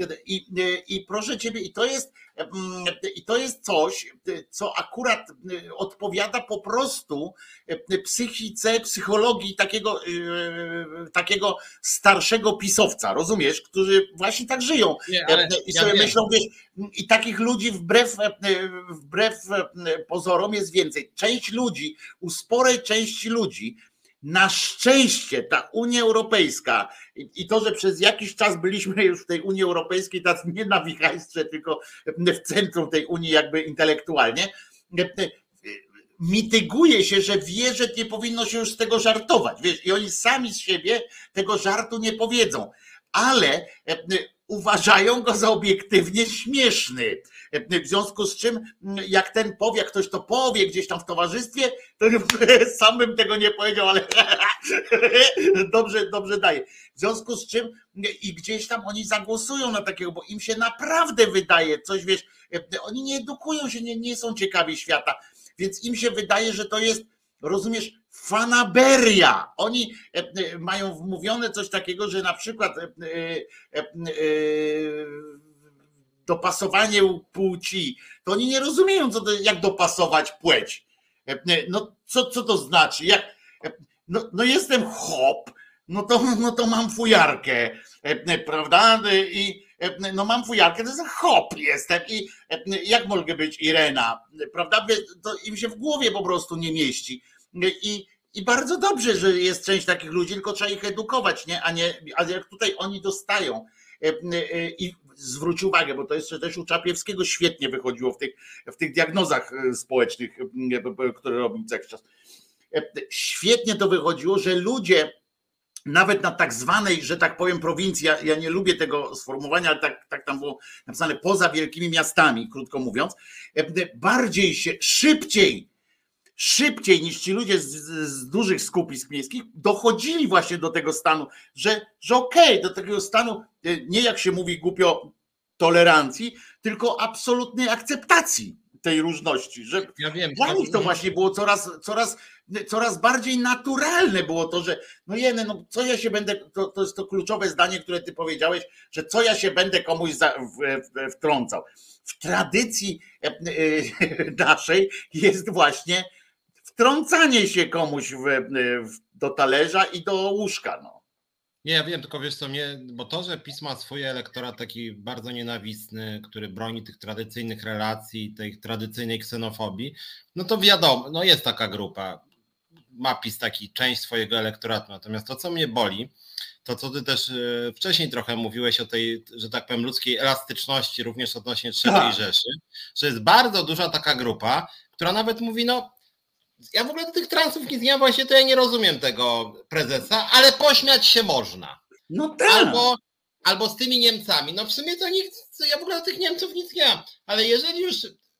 i proszę ciebie, i to jest coś, co akurat odpowiada po prostu psychice, psychologii takiego starszego pisowca, rozumiesz, którzy właśnie tak żyją. I sobie myślą, wiesz, i takich ludzi wbrew pozorom jest więcej. U sporej części ludzi na szczęście ta Unia Europejska i to, że przez jakiś czas byliśmy już w tej Unii Europejskiej, tak nie na wichajstrze, tylko w centrum tej Unii jakby intelektualnie, mityguje się, że wie, że nie powinno się już z tego żartować. Wiesz, i oni sami z siebie tego żartu nie powiedzą, ale uważają go za obiektywnie śmieszny. W związku z czym, jak ktoś to powie gdzieś tam w towarzystwie, to sam bym tego nie powiedział, ale dobrze daje. W związku z czym i gdzieś tam oni zagłosują na takiego, bo im się naprawdę wydaje coś, wiesz, oni nie edukują się, nie są ciekawi świata, więc im się wydaje, że to jest, rozumiesz, fanaberia. Oni mają wmówione coś takiego, że na przykład dopasowanie płci, to oni nie rozumieją, jak dopasować płeć. No co to znaczy? No jestem hop, no to mam fujarkę, prawda? I no mam fujarkę, to jest hop jestem i jak mogę być Irena, prawda? To im się w głowie po prostu nie mieści. I bardzo dobrze, że jest część takich ludzi, tylko trzeba ich edukować, nie? A jak tutaj oni dostają. I zwróć uwagę, bo to jeszcze też u Czapiewskiego świetnie wychodziło w tych diagnozach społecznych, które robił co jakiś czas. Świetnie to wychodziło, że ludzie nawet na tak zwanej, że tak powiem, prowincji, ja nie lubię tego sformułowania, ale tak tam było napisane, poza wielkimi miastami, krótko mówiąc, bardziej się, szybciej niż ci ludzie z dużych skupisk miejskich dochodzili właśnie do tego stanu, że okej, do takiego stanu, nie jak się mówi głupio tolerancji, tylko absolutnej akceptacji tej różności, że Ja wiem, dla nich to właśnie było coraz bardziej naturalne było to, że no co ja się będę, to jest to kluczowe zdanie, które ty powiedziałeś, że co ja się będę komuś wtrącał. W tradycji naszej jest właśnie wtrącanie się komuś do talerza i do łóżka. No. Nie, ja wiem, tylko wiesz co mnie, bo to, że PiS ma swój elektorat taki bardzo nienawistny, który broni tych tradycyjnych relacji, tej tradycyjnej ksenofobii, no to wiadomo, no jest taka grupa, ma PiS taki część swojego elektoratu, natomiast to, co mnie boli, to co ty też wcześniej trochę mówiłeś o tej, że tak powiem, ludzkiej elastyczności również odnośnie III Rzeszy, że jest bardzo duża taka grupa, która nawet mówi, no ja w ogóle do tych transów nic nie mam, właśnie to ja nie rozumiem tego prezesa, ale pośmiać się można. No tak. Albo z tymi Niemcami. No w sumie to ja w ogóle do tych Niemców nic nie mam, ale jeżeli już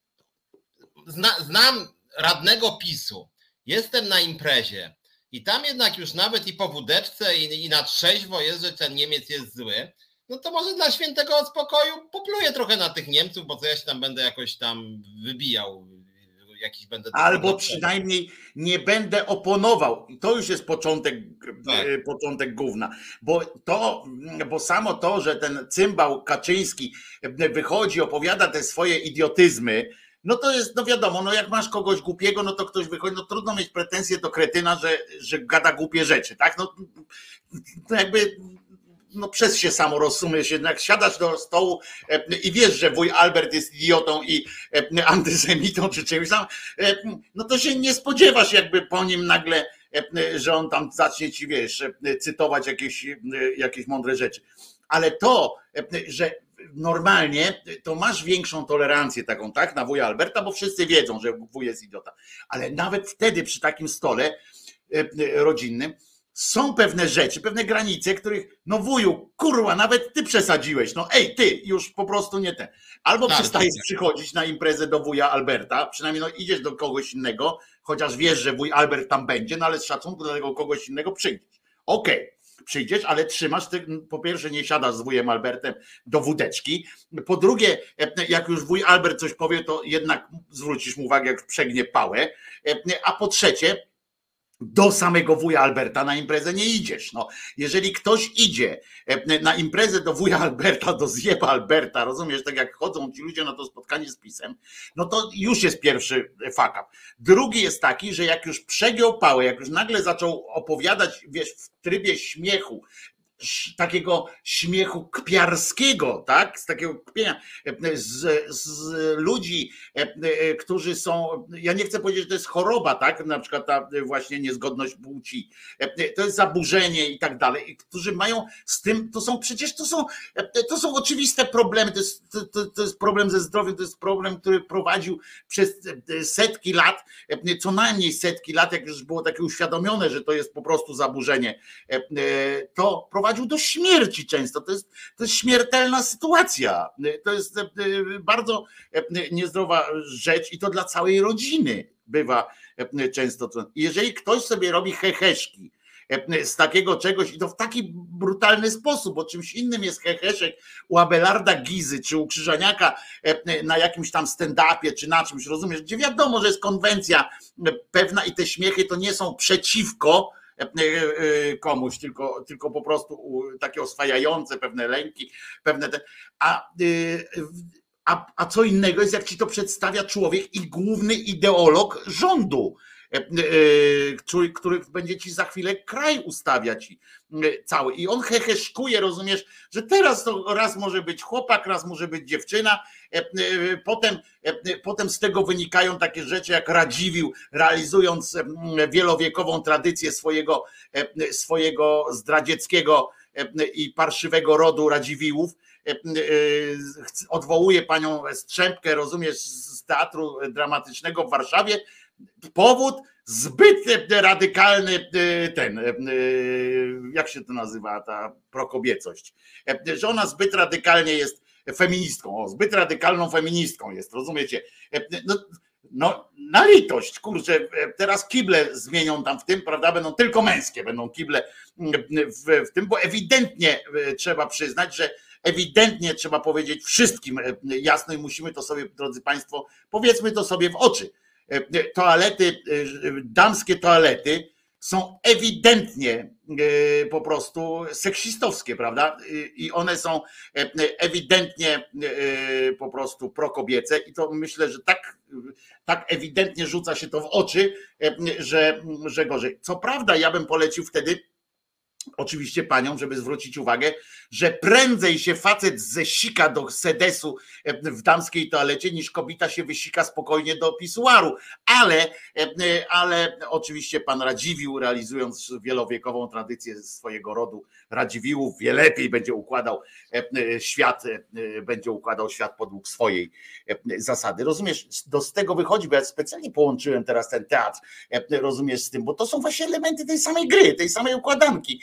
znam radnego PiS-u, jestem na imprezie i tam jednak już nawet i po wódeczce i na trzeźwo jest, że ten Niemiec jest zły, no to może dla świętego spokoju popluję trochę na tych Niemców, bo co ja się tam będę jakoś tam wybijał. Albo przynajmniej nie będę oponował. I to już jest początek gówna. Bo samo to, że ten cymbał Kaczyński wychodzi, opowiada te swoje idiotyzmy, no to jest, no wiadomo, no jak masz kogoś głupiego, no to ktoś wychodzi, no trudno mieć pretensje do kretyna, że gada głupie rzeczy, tak? No to jakby no przez się samo rozumiesz, jednak siadasz do stołu i wiesz, że wuj Albert jest idiotą i antysemitą czy czymś tam, no to się nie spodziewasz jakby po nim nagle, że on tam zacznie ci, wiesz, cytować jakieś mądre rzeczy. Ale to, że normalnie to masz większą tolerancję taką, tak, na wuja Alberta, bo wszyscy wiedzą, że wuj jest idiota. Ale nawet wtedy przy takim stole rodzinnym są pewne rzeczy, pewne granice, których, no wuju, kurwa, nawet ty przesadziłeś, no ej, ty, już po prostu nie ten. Albo przestajesz przychodzić na imprezę do wuja Alberta, przynajmniej no idziesz do kogoś innego, chociaż wiesz, że wuj Albert tam będzie, no ale z szacunku do tego kogoś innego przyjdziesz. Okej, przyjdziesz, ale trzymasz, po pierwsze nie siadasz z wujem Albertem do wódeczki, po drugie, jak już wuj Albert coś powie, to jednak zwrócisz mu uwagę, jak przegnie pałę, a po trzecie, do samego wuja Alberta na imprezę nie idziesz. No, jeżeli ktoś idzie na imprezę do wuja Alberta, do zjeba Alberta, rozumiesz, tak jak chodzą ci ludzie na to spotkanie z PiS-em, no to już jest pierwszy fuck up. Drugi jest taki, że jak już przegiął pałę, jak już nagle zaczął opowiadać, wiesz, w trybie śmiechu, takiego śmiechu kpiarskiego, tak? Z takiego kpienia, z ludzi, którzy są, ja nie chcę powiedzieć, że to jest choroba, tak? Na przykład ta właśnie niezgodność płci, to jest zaburzenie i tak dalej, którzy mają z tym, to są oczywiste problemy, to jest problem ze zdrowiem, to jest problem, który prowadził przez setki lat, co najmniej setki lat, jak już było takie uświadomione, że to jest po prostu zaburzenie, to prowadził do śmierci często. To jest śmiertelna sytuacja. To jest bardzo niezdrowa rzecz i to dla całej rodziny bywa często. Jeżeli ktoś sobie robi heheszki z takiego czegoś i to w taki brutalny sposób, bo czymś innym jest heheszek u Abelarda Gizy czy u Krzyżaniaka na jakimś tam stand-upie czy na czymś, rozumiesz, gdzie wiadomo, że jest konwencja pewna i te śmiechy to nie są przeciwko komuś, tylko po prostu takie oswajające pewne lęki, pewne te, a co innego jest, jak ci to przedstawia człowiek i główny ideolog rządu, który będzie ci za chwilę kraj ustawiać cały. I on heheszkuje, rozumiesz, że teraz to raz może być chłopak, raz może być dziewczyna, potem z tego wynikają takie rzeczy jak Radziwiłł, realizując wielowiekową tradycję swojego zdradzieckiego i parszywego rodu Radziwiłłów, odwołuje panią Strzępkę, rozumiesz, z Teatru Dramatycznego w Warszawie. Powód zbyt radykalny jak się to nazywa, ta prokobiecość, że ona zbyt radykalnie jest feministką, zbyt radykalną feministką jest, rozumiecie? No na litość, kurczę, teraz kible zmienią tam w tym, prawda, będą tylko męskie, będą kible w tym, bo ewidentnie trzeba przyznać, że ewidentnie trzeba powiedzieć wszystkim jasno i musimy to sobie, drodzy państwo, powiedzmy to sobie w oczy. Toalety, damskie toalety są ewidentnie po prostu seksistowskie, prawda? I one są ewidentnie po prostu prokobiece i to myślę, że tak ewidentnie rzuca się to w oczy, że gorzej. Co prawda ja bym polecił wtedy oczywiście paniom, żeby zwrócić uwagę, że prędzej się facet zesika do sedesu w damskiej toalecie, niż kobieta się wysika spokojnie do pisuaru. Ale oczywiście pan Radziwiłł, realizując wielowiekową tradycję swojego rodu Radziwiłłów, wie lepiej będzie układał świat podług swojej zasady. Rozumiesz, z tego wychodzi, bo ja specjalnie połączyłem teraz ten teatr, rozumiesz, z tym, bo to są właśnie elementy tej samej gry, tej samej układanki,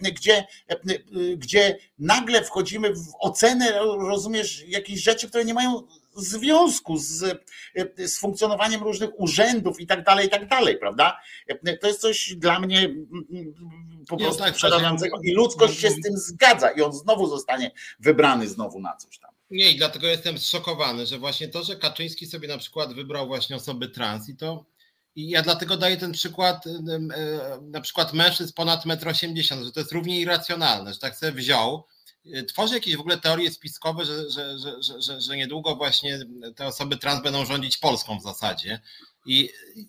gdzie nagle wchodzimy w ocenę, rozumiesz, jakichś rzeczy, które nie mają związku z funkcjonowaniem różnych urzędów i tak dalej, prawda? To jest coś dla mnie po prostu przerażającego i ludzkość się z tym zgadza i on znowu zostanie wybrany znowu na coś tam. Nie, i dlatego jestem zszokowany, że właśnie to, że Kaczyński sobie na przykład wybrał właśnie osoby trans i ja dlatego daję ten przykład, na przykład mężczyzn ponad 1,80 m, że to jest równie irracjonalne, że tak sobie wziął, tworzy jakieś w ogóle teorie spiskowe, że niedługo właśnie te osoby trans będą rządzić Polską w zasadzie i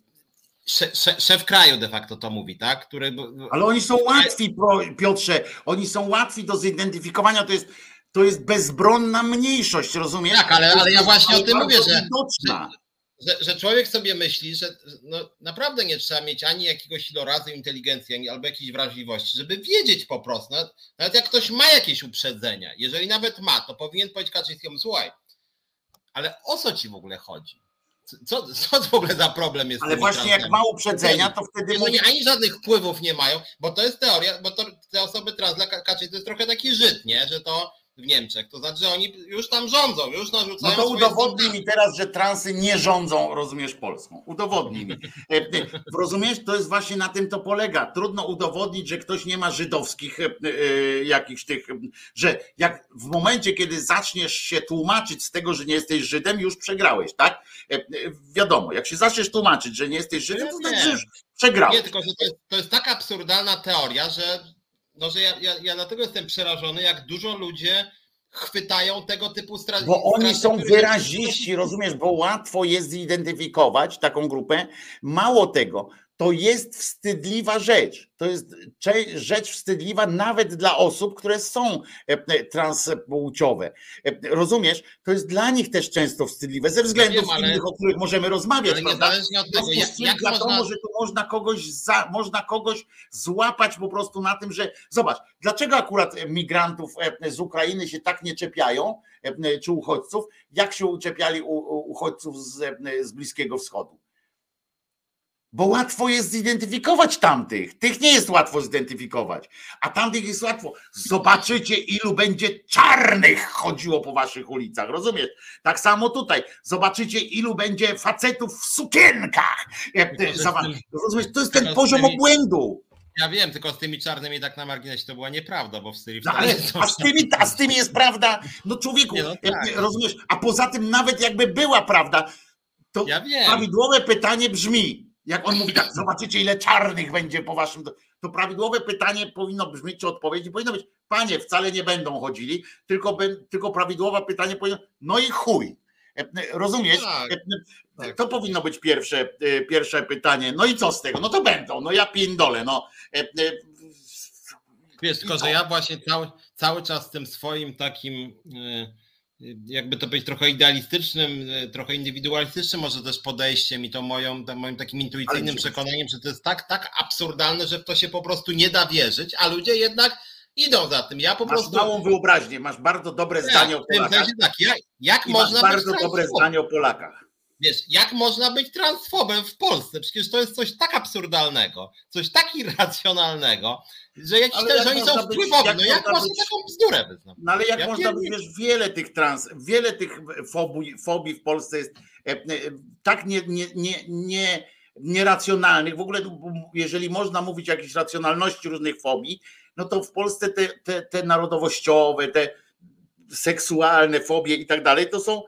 szef kraju de facto to mówi, tak? Ale oni są łatwi, Piotrze, oni są łatwi do zidentyfikowania, to jest bezbronna mniejszość, rozumiesz? Tak, ale ja właśnie o tym mówię, że człowiek sobie myśli, że no naprawdę nie trzeba mieć ani jakiegoś ilorazu inteligencji, albo jakiejś wrażliwości, żeby wiedzieć po prostu, nawet jak ktoś ma jakieś uprzedzenia, jeżeli nawet ma, to powinien powiedzieć Kaczyńskiemu, słuchaj, ale o co ci w ogóle chodzi? Co w ogóle za problem jest? Ale właśnie jak ma uprzedzenia, to wtedy mówi... ani żadnych wpływów nie mają, bo to jest teoria, bo to te osoby trans dla Kaczyńskiego to jest trochę taki Żyd, nie? Że to w Niemczech, to znaczy, że oni już tam rządzą, już narzucają. No to udowodnij mi teraz, że transy nie rządzą, rozumiesz, Polską. Udowodnij mi. Rozumiesz, to jest właśnie na tym to polega. Trudno udowodnić, że ktoś nie ma żydowskich jakichś tych, że jak w momencie, kiedy zaczniesz się tłumaczyć z tego, że nie jesteś Żydem, już przegrałeś, tak? Wiadomo, jak się zaczniesz tłumaczyć, że nie jesteś Żydem, to znaczy, że już przegrałeś. Nie, tylko że to jest tak absurdalna teoria, że ja dlatego jestem przerażony, jak dużo ludzie chwytają tego typu strategii. Bo oni są wyraziści, rozumiesz, bo łatwo jest zidentyfikować taką grupę. Mało tego, to jest wstydliwa rzecz. To jest rzecz wstydliwa nawet dla osób, które są transpłciowe. Rozumiesz? To jest dla nich też często wstydliwe, ze względów innych, o których możemy rozmawiać. Ale niezależnie od tego, jak wiadomo, że tu można kogoś złapać po prostu na tym, że zobacz, dlaczego akurat migrantów z Ukrainy się tak nie czepiają, czy uchodźców, jak się uczepiali uchodźców z Bliskiego Wschodu. Bo łatwo jest zidentyfikować tamtych. Tych nie jest łatwo zidentyfikować, a tamtych jest łatwo. Zobaczycie, ilu będzie czarnych chodziło po waszych ulicach, rozumiesz? Tak samo tutaj. Zobaczycie, ilu będzie facetów w sukienkach. Rozumiesz? To jest ten poziom obłędu. Ja wiem, tylko z tymi czarnymi tak na marginesie to była nieprawda, bo w Syrii No, wcale ale, nie są a z tymi jest prawda, no człowieku, Nie, no tak. rozumiesz, a poza tym nawet jakby była prawda, to Ja wiem. prawidłowe pytanie brzmi, jak on mówi tak, zobaczycie ile czarnych będzie po waszym, to prawidłowe pytanie powinno brzmieć, czy odpowiedzi powinno być, panie, wcale nie będą chodzili, tylko prawidłowe pytanie powinno, no i chuj. Rozumiesz? Tak. To powinno być pierwsze pytanie. No i co z tego? No to będą. No ja pindolę. No. Wiesz, tylko że ja właśnie cały czas tym swoim takim, jakby to być trochę idealistycznym, trochę indywidualistycznym może też podejściem i to moim takim intuicyjnym przekonaniem, że to jest tak absurdalne, że w to się po prostu nie da wierzyć, a ludzie jednak idą za tym. Ja po Masz prostu małą wyobraźnię, masz bardzo dobre zdanie o Polakach. Tak, jak można masz bardzo dobre zdanie o Polakach. Wiesz, jak można być transfobem w Polsce? Przecież to jest coś tak absurdalnego, coś tak irracjonalnego, że ja ci że oni są wpływowi. No jak można taką bzdurę wyznać? No ale jak można być, wiesz, wiele tych fobii w Polsce jest tak nieracjonalnych. W ogóle, jeżeli można mówić o jakiejś racjonalności różnych fobii, no to w Polsce te narodowościowe, te seksualne fobie i tak dalej, to są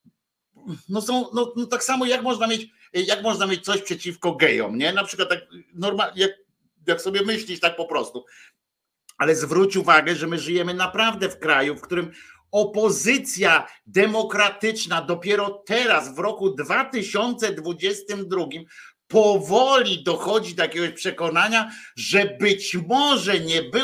tak samo jak można mieć coś przeciwko gejom, nie? Na przykład tak normalnie, jak sobie myślisz tak po prostu. Ale zwróć uwagę, że my żyjemy naprawdę w kraju, w którym opozycja demokratyczna dopiero teraz, w roku 2022, powoli dochodzi do jakiegoś przekonania, że być może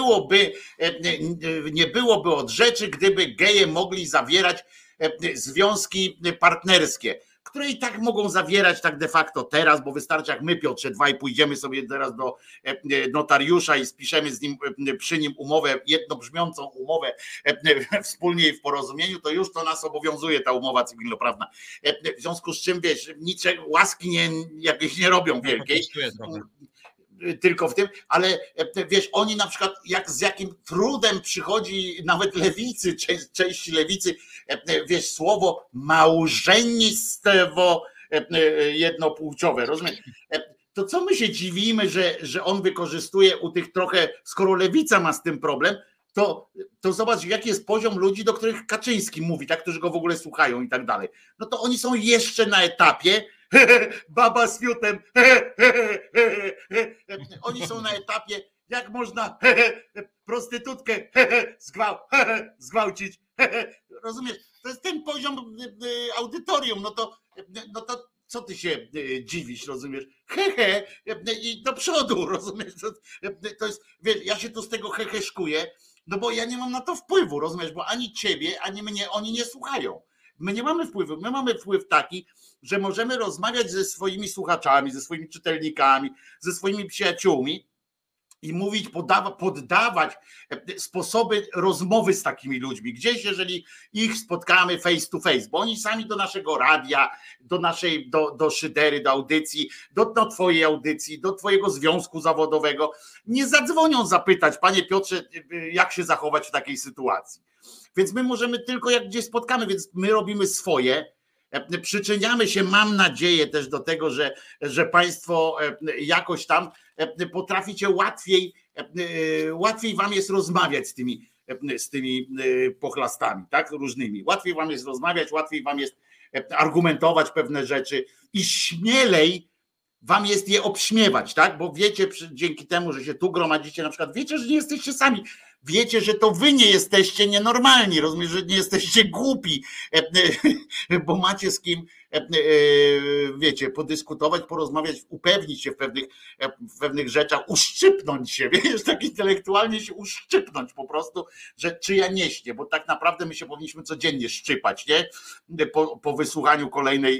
nie byłoby od rzeczy, gdyby geje mogli zawierać związki partnerskie, które i tak mogą zawierać tak de facto teraz, bo wystarczy, jak my, Piotrze, dwaj pójdziemy sobie teraz do notariusza i spiszemy przy nim umowę, jednobrzmiącą umowę wspólnie i w porozumieniu, to już to nas obowiązuje ta umowa cywilnoprawna. W związku z czym, wiesz, niczego, łaski jakieś nie robią wielkiej. Tylko w tym, ale wiesz, oni na przykład z jakim trudem przychodzi nawet lewicy, części lewicy, wiesz, słowo małżeństwo jednopłciowe, rozumiesz? To co my się dziwimy, że on wykorzystuje u tych trochę, skoro lewica ma z tym problem, to zobacz, jaki jest poziom ludzi, do których Kaczyński mówi, tak, którzy go w ogóle słuchają i tak dalej. No to oni są jeszcze na etapie baba z fiutem. Oni są na etapie, jak można prostytutkę zgwałcić. Rozumiesz? To jest ten poziom audytorium. No to co ty się dziwisz, rozumiesz? I do przodu, rozumiesz? To jest, wiesz, ja się tu z tego szkuję, no bo ja nie mam na to wpływu, rozumiesz? Bo ani ciebie, ani mnie oni nie słuchają. My nie mamy wpływu. My mamy wpływ taki, że możemy rozmawiać ze swoimi słuchaczami, ze swoimi czytelnikami, ze swoimi przyjaciółmi i mówić, poddawać sposoby rozmowy z takimi ludźmi. Gdzieś, jeżeli ich spotkamy face to face, bo oni sami do naszego radia, do szydery, do audycji, do twojej audycji, do twojego związku zawodowego nie zadzwonią zapytać, panie Piotrze, jak się zachować w takiej sytuacji. Więc my możemy tylko jak gdzieś spotkamy, więc my robimy swoje, przyczyniamy się, mam nadzieję też do tego, że państwo jakoś tam potraficie łatwiej wam jest rozmawiać z tymi pochlastami, tak, różnymi. Łatwiej wam jest rozmawiać, łatwiej wam jest argumentować pewne rzeczy i śmielej wam jest je obśmiewać, tak, bo wiecie, dzięki temu, że się tu gromadzicie, na przykład wiecie, że nie jesteście sami. Wiecie, że to wy nie jesteście nienormalni, rozumiesz, że nie jesteście głupi, bo macie z kim, wiecie, podyskutować, porozmawiać, upewnić się w pewnych rzeczach, uszczypnąć się, wiesz, tak intelektualnie się uszczypnąć po prostu, że czyja nieśnie, bo tak naprawdę my się powinniśmy codziennie szczypać, nie? Po wysłuchaniu kolejnej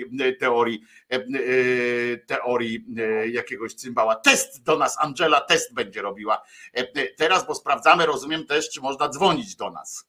teorii jakiegoś cymbała. Test do nas, Angela test będzie robiła teraz, bo sprawdzamy, rozumiem też, czy można dzwonić do nas.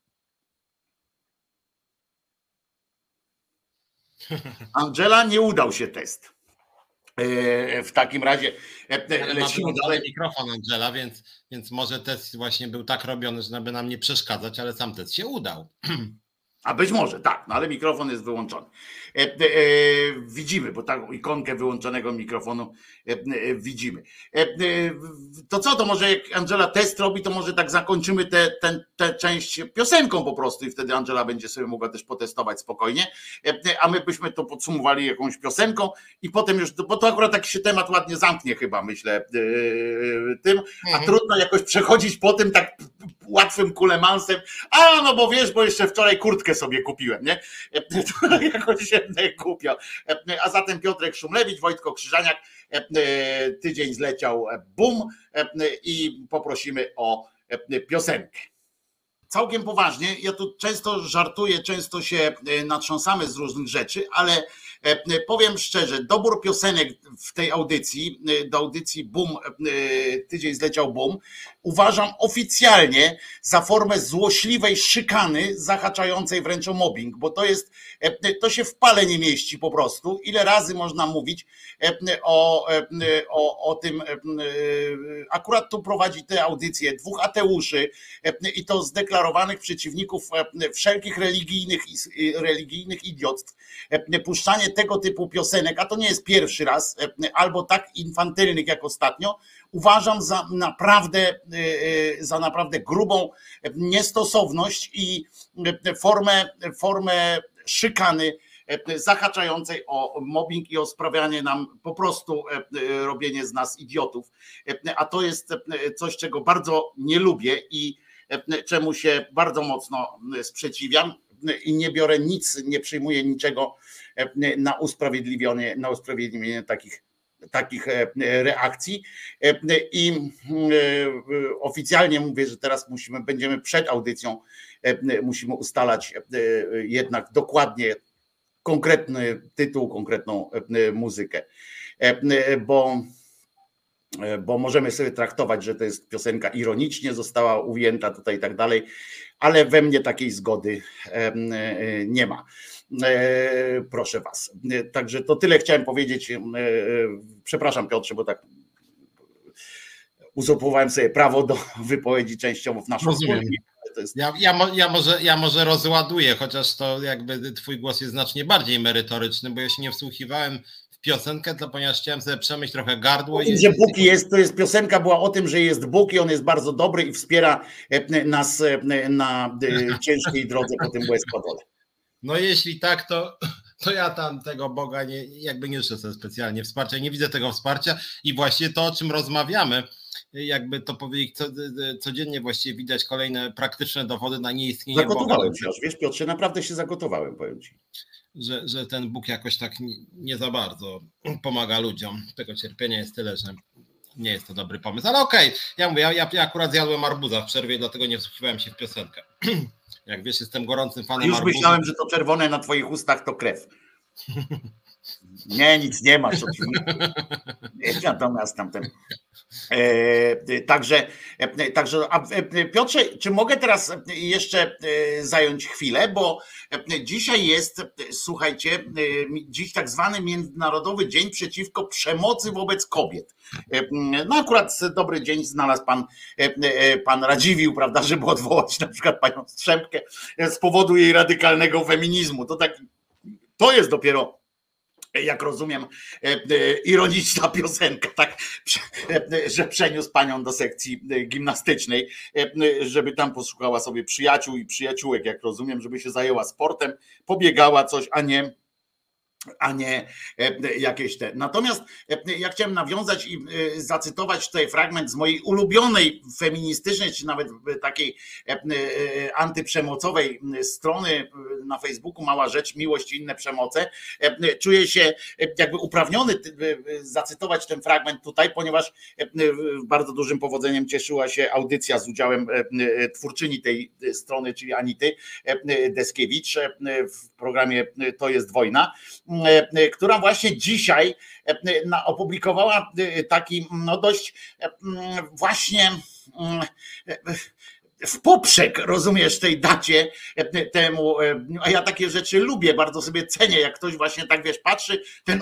Angela, nie udał się test. W takim razie lecimy dalej. Mikrofon Angela, więc może test właśnie był tak robiony, żeby nam nie przeszkadzać, ale sam test się udał. A być może, tak, no ale mikrofon jest wyłączony. Widzimy, bo taką ikonkę wyłączonego mikrofonu widzimy. To co, to może jak Angela test robi, to może tak zakończymy tę część piosenką po prostu i wtedy Angela będzie sobie mogła też potestować spokojnie, a my byśmy to podsumowali jakąś piosenką i potem już, bo to akurat taki się temat ładnie zamknie chyba, myślę, tym, a trudno jakoś przechodzić po tym tak łatwym kulemansem, no bo wiesz, bo jeszcze wczoraj kurtkę sobie kupiłem, nie? To jakoś się głupio. A zatem Piotrek Szumlewicz, Wojtko Krzyżaniak, tydzień zleciał bum i poprosimy o piosenkę. Całkiem poważnie, ja tu często żartuję, często się natrząsamy z różnych rzeczy, ale powiem szczerze, dobór piosenek w tej audycji, do audycji BUM, tydzień zleciał BUM, uważam oficjalnie za formę złośliwej szykany zahaczającej wręcz o mobbing, bo to się w pale nie mieści po prostu. Ile razy można mówić o tym, akurat tu prowadzi tę audycję dwóch ateuszy i to zdeklarowanych przeciwników wszelkich religijnych idiotstw, puszczanie tego typu piosenek, a to nie jest pierwszy raz, albo tak infantylnych jak ostatnio, uważam za naprawdę grubą niestosowność i formę szykany zahaczającej o mobbing i o sprawianie nam po prostu robienie z nas idiotów. A to jest coś, czego bardzo nie lubię i czemu się bardzo mocno sprzeciwiam i nie biorę nic, nie przyjmuję niczego na usprawiedliwienie takich reakcji i oficjalnie mówię, że teraz będziemy przed audycją, musimy ustalać jednak dokładnie konkretny tytuł, konkretną muzykę, bo możemy sobie traktować, że to jest piosenka ironicznie została ujęta tutaj i tak dalej, ale we mnie takiej zgody nie ma. Proszę was. Także to tyle chciałem powiedzieć. Przepraszam Piotrze, bo tak uzurpowałem sobie prawo do wypowiedzi częściowo w naszym wspólnie. Ja może rozładuję, chociaż to jakby twój głos jest znacznie bardziej merytoryczny, bo ja się nie wsłuchiwałem w piosenkę, to ponieważ chciałem sobie przemyć trochę gardło. Że Bóg to jest piosenka była o tym, że jest Bóg i on jest bardzo dobry i wspiera nas na ciężkiej drodze po tym łez-padole. No jeśli tak, to ja tam tego Boga nie życzę sobie specjalnie wsparcia, nie widzę tego wsparcia i właśnie to, o czym rozmawiamy, jakby to powiedzieć, codziennie właściwie widać kolejne praktyczne dowody na nieistnienie Boga. Zagotowałem się, wiesz Piotrze, naprawdę się zagotowałem, powiem ci. Że ten Bóg jakoś tak nie za bardzo pomaga ludziom. Tego cierpienia jest tyle, że nie jest to dobry pomysł. Ale okej, ja mówię, ja akurat zjadłem arbuza w przerwie, dlatego nie wsłuchiwałem się w piosenkę. Jak wiesz, jestem gorącym fanem Już arbuza. myślałem, że to czerwone na twoich ustach to krew. Nie, nic nie masz. Natomiast tamten. Także Piotrze, czy mogę teraz jeszcze zająć chwilę, bo dzisiaj jest, słuchajcie, dziś tak zwany Międzynarodowy Dzień Przeciwko Przemocy wobec Kobiet. No akurat dobry dzień znalazł pan Radziwiłł, prawda, żeby odwołać na przykład panią Strzempkę z powodu jej radykalnego feminizmu. To jest dopiero, jak rozumiem, ironiczna piosenka, tak, że przeniósł panią do sekcji gimnastycznej, żeby tam posłuchała sobie przyjaciół i przyjaciółek, jak rozumiem, żeby się zajęła sportem, pobiegała coś, a nie jakieś te. Natomiast ja chciałem nawiązać i zacytować tutaj fragment z mojej ulubionej feministycznej, czy nawet takiej antyprzemocowej strony na Facebooku Mała Rzecz, Miłość i inne przemoce. Czuję się jakby uprawniony zacytować ten fragment tutaj, ponieważ bardzo dużym powodzeniem cieszyła się audycja z udziałem twórczyni tej strony, czyli Anity Deskiewicz w programie To jest wojna, która właśnie dzisiaj opublikowała taki dość właśnie w poprzek, rozumiesz, tej dacie temu, a ja takie rzeczy lubię, bardzo sobie cenię, jak ktoś właśnie tak, wiesz, patrzy, ten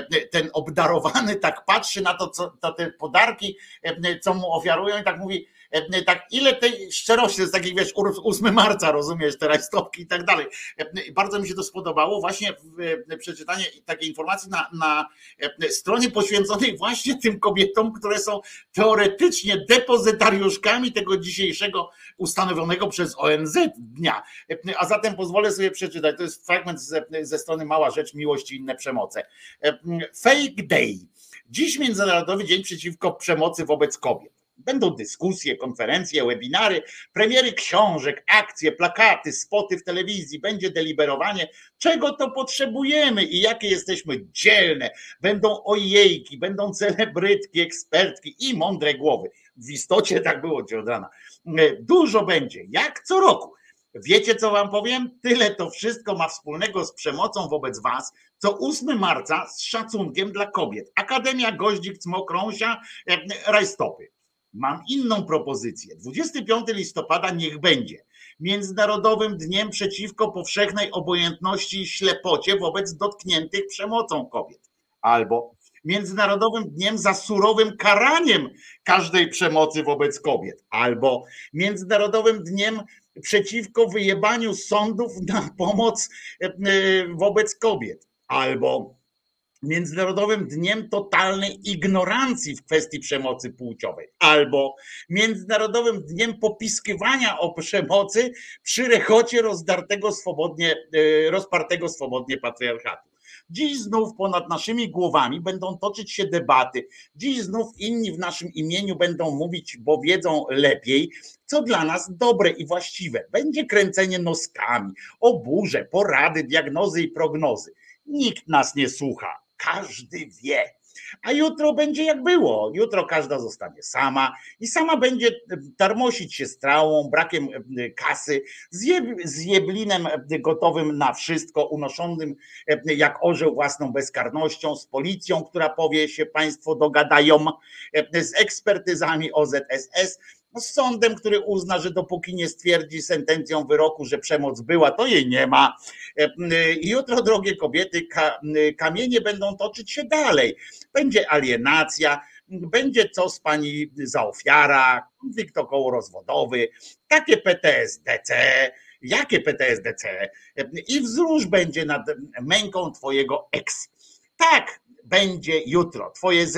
obdarowany tak patrzy na to, co te podarki, co mu ofiarują i tak mówi, Tak, ile tej szczerości, to jest taki, wiesz, 8 marca, rozumiesz, te rajstopki i tak dalej. Bardzo mi się to spodobało, właśnie przeczytanie takiej informacji na stronie poświęconej właśnie tym kobietom, które są teoretycznie depozytariuszkami tego dzisiejszego ustanowionego przez ONZ dnia. A zatem pozwolę sobie przeczytać, to jest fragment ze strony Mała Rzecz, Miłość i inne przemoce. Fake Day. Dziś Międzynarodowy Dzień Przeciwko Przemocy wobec Kobiet. Będą dyskusje, konferencje, webinary, premiery książek, akcje, plakaty, spoty w telewizji, będzie deliberowanie, czego to potrzebujemy i jakie jesteśmy dzielne. Będą ojejki, będą celebrytki, ekspertki i mądre głowy. W istocie tak było od rana. Dużo będzie, jak co roku. Wiecie, co wam powiem? Tyle to wszystko ma wspólnego z przemocą wobec was, co 8 marca z szacunkiem dla kobiet. Akademia Goździk, Cmokrąsia, Rajstopy. Mam inną propozycję. 25 listopada niech będzie Międzynarodowym Dniem Przeciwko Powszechnej Obojętności i Ślepocie wobec dotkniętych przemocą kobiet. Albo Międzynarodowym Dniem za surowym karaniem każdej przemocy wobec kobiet. Albo Międzynarodowym Dniem przeciwko wyjebaniu sądów na pomoc wobec kobiet. Albo Międzynarodowym Dniem Totalnej Ignorancji w kwestii przemocy płciowej, albo Międzynarodowym Dniem Popiskiwania o przemocy przy rechocie rozpartego swobodnie patriarchatu. Dziś znów ponad naszymi głowami będą toczyć się debaty, dziś znów inni w naszym imieniu będą mówić, bo wiedzą lepiej, co dla nas dobre i właściwe. Będzie kręcenie noskami, oburze, porady, diagnozy i prognozy. Nikt nas nie słucha. Każdy wie. A jutro będzie jak było. Jutro każda zostanie sama i sama będzie tarmosić się strawą, brakiem kasy, z jeblinem gotowym na wszystko, unoszonym jak orzeł własną bezkarnością, z policją, która powie się państwo dogadają, z ekspertyzami OZSS, z sądem, który uzna, że dopóki nie stwierdzi sentencją wyroku, że przemoc była, to jej nie ma. Jutro, drogie kobiety, kamienie będą toczyć się dalej. Będzie alienacja, będzie co z pani za ofiara, konflikt okołorozwodowy, takie PTSD-C, jakie PTSD-C i wzrusz będzie nad męką twojego ex. Tak będzie jutro.